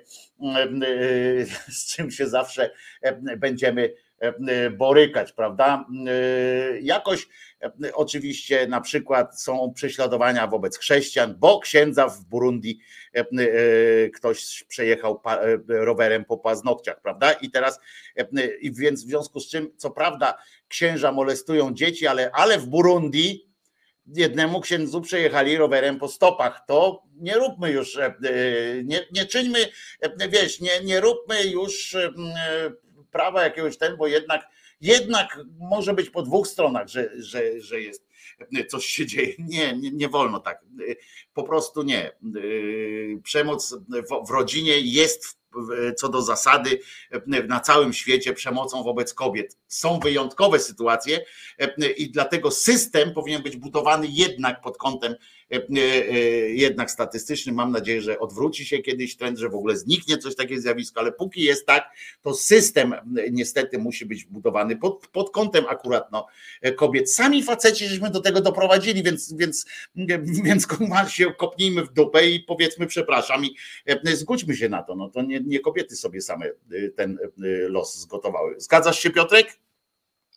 z czym się zawsze będziemy borykać, prawda? Jakoś oczywiście na przykład są prześladowania wobec chrześcijan, bo księdza w Burundi ktoś przejechał rowerem po paznokciach, prawda? I teraz, więc w związku z czym, co prawda księża molestują dzieci, ale w Burundi jednemu księdzu przejechali rowerem po stopach. To nie róbmy już, nie czyńmy, wiesz, nie róbmy już prawa jakiegoś bo jednak może być po dwóch stronach, że jest coś się dzieje. Nie wolno tak. Po prostu nie. Przemoc w rodzinie jest co do zasady na całym świecie przemocą wobec kobiet. Są wyjątkowe sytuacje i dlatego system powinien być budowany jednak pod kątem jednak statystycznym. Mam nadzieję, że odwróci się kiedyś trend, że w ogóle zniknie coś takiego zjawisko, ale póki jest tak, to system niestety musi być budowany pod kątem akurat kobiet. Sami faceci żeśmy do tego doprowadzili, więc się kopnijmy w dupę i powiedzmy przepraszam i zgódźmy się na to. No to nie kobiety sobie same ten los zgotowały. Zgadzasz się, Piotrek?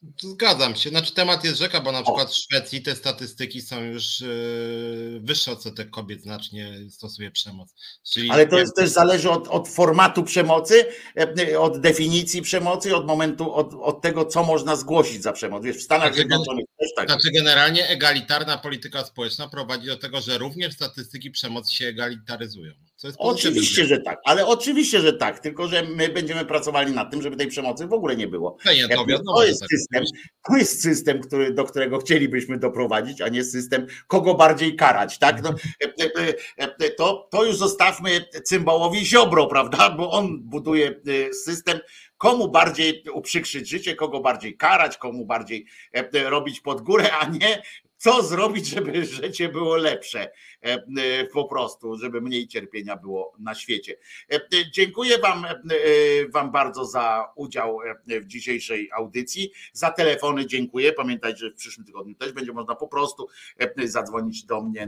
Zgadzam się. Znaczy temat jest rzeka, bo na przykład w Szwecji te statystyki są już wyższe, odsetek kobiet znacznie stosuje przemoc. Czyli Ale to też zależy od formatu przemocy, od definicji przemocy, od momentu, od tego, co można zgłosić za przemoc. Wiesz, w Stanach Zjednoczonych też tak. Znaczy generalnie egalitarna polityka społeczna prowadzi do tego, że również statystyki przemocy się egalitaryzują. Co jest Oczywiście, że tak, ale oczywiście, że tak, tylko że my będziemy pracowali nad tym, żeby tej przemocy w ogóle nie było. Nie, to wiadomo, to jest system, do którego chcielibyśmy doprowadzić, a nie system, kogo bardziej karać, tak? No, to już zostawmy Cymbałowi Ziobro, prawda? Bo on buduje system, komu bardziej uprzykrzyć życie, kogo bardziej karać, komu bardziej robić pod górę, a nie co zrobić, żeby życie było lepsze, po prostu, żeby mniej cierpienia było na świecie. Dziękuję wam bardzo za udział w dzisiejszej audycji, za telefony dziękuję. Pamiętajcie, że w przyszłym tygodniu też będzie można po prostu zadzwonić do mnie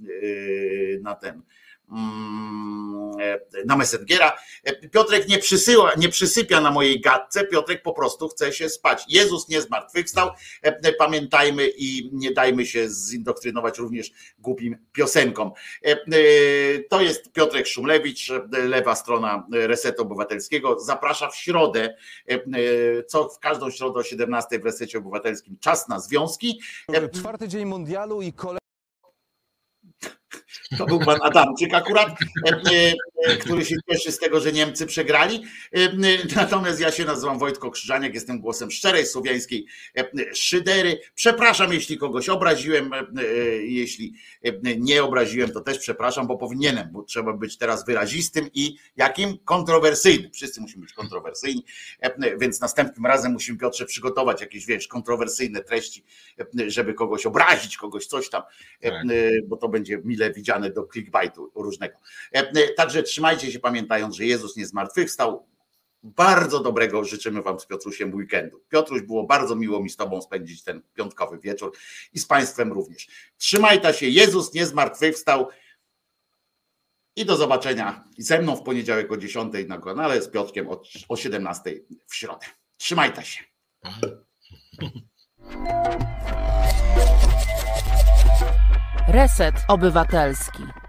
na Messengera. Piotrek nie przysypia na mojej gadce, Piotrek po prostu chce się spać. Jezus nie zmartwychwstał, pamiętajmy i nie dajmy się zindoktrynować również głupim piosenkom. To jest Piotrek Szumlewicz, lewa strona Resetu Obywatelskiego. Zaprasza w środę, w każdą środę o 17 w Resecie Obywatelskim, czas na związki. 4. dzień mundialu i To był pan Adamczyk akurat, który się cieszy z tego, że Niemcy przegrali. Natomiast ja się nazywam Wojtko Krzyżaniak, jestem głosem szczerej słowiańskiej szydery. Przepraszam, jeśli kogoś obraziłem, jeśli nie obraziłem, to też przepraszam, bo powinienem, bo trzeba być teraz wyrazistym i jakim? Kontrowersyjnym. Wszyscy musimy być kontrowersyjni, więc następnym razem musimy, Piotrze, przygotować jakieś, kontrowersyjne treści, żeby kogoś obrazić, kogoś coś tam, bo to będzie mile widziane do clickbaitu różnego. Także trzymajcie się, pamiętając, że Jezus nie zmartwychwstał. Bardzo dobrego życzymy wam z Piotrusiem weekendu. Piotruś, było bardzo miło mi z tobą spędzić ten piątkowy wieczór i z państwem również. Trzymajcie się, Jezus nie zmartwychwstał i do zobaczenia ze mną w poniedziałek o 10 na kanale, z Piotrkiem o 17 w środę. Trzymajcie się. Reset Obywatelski.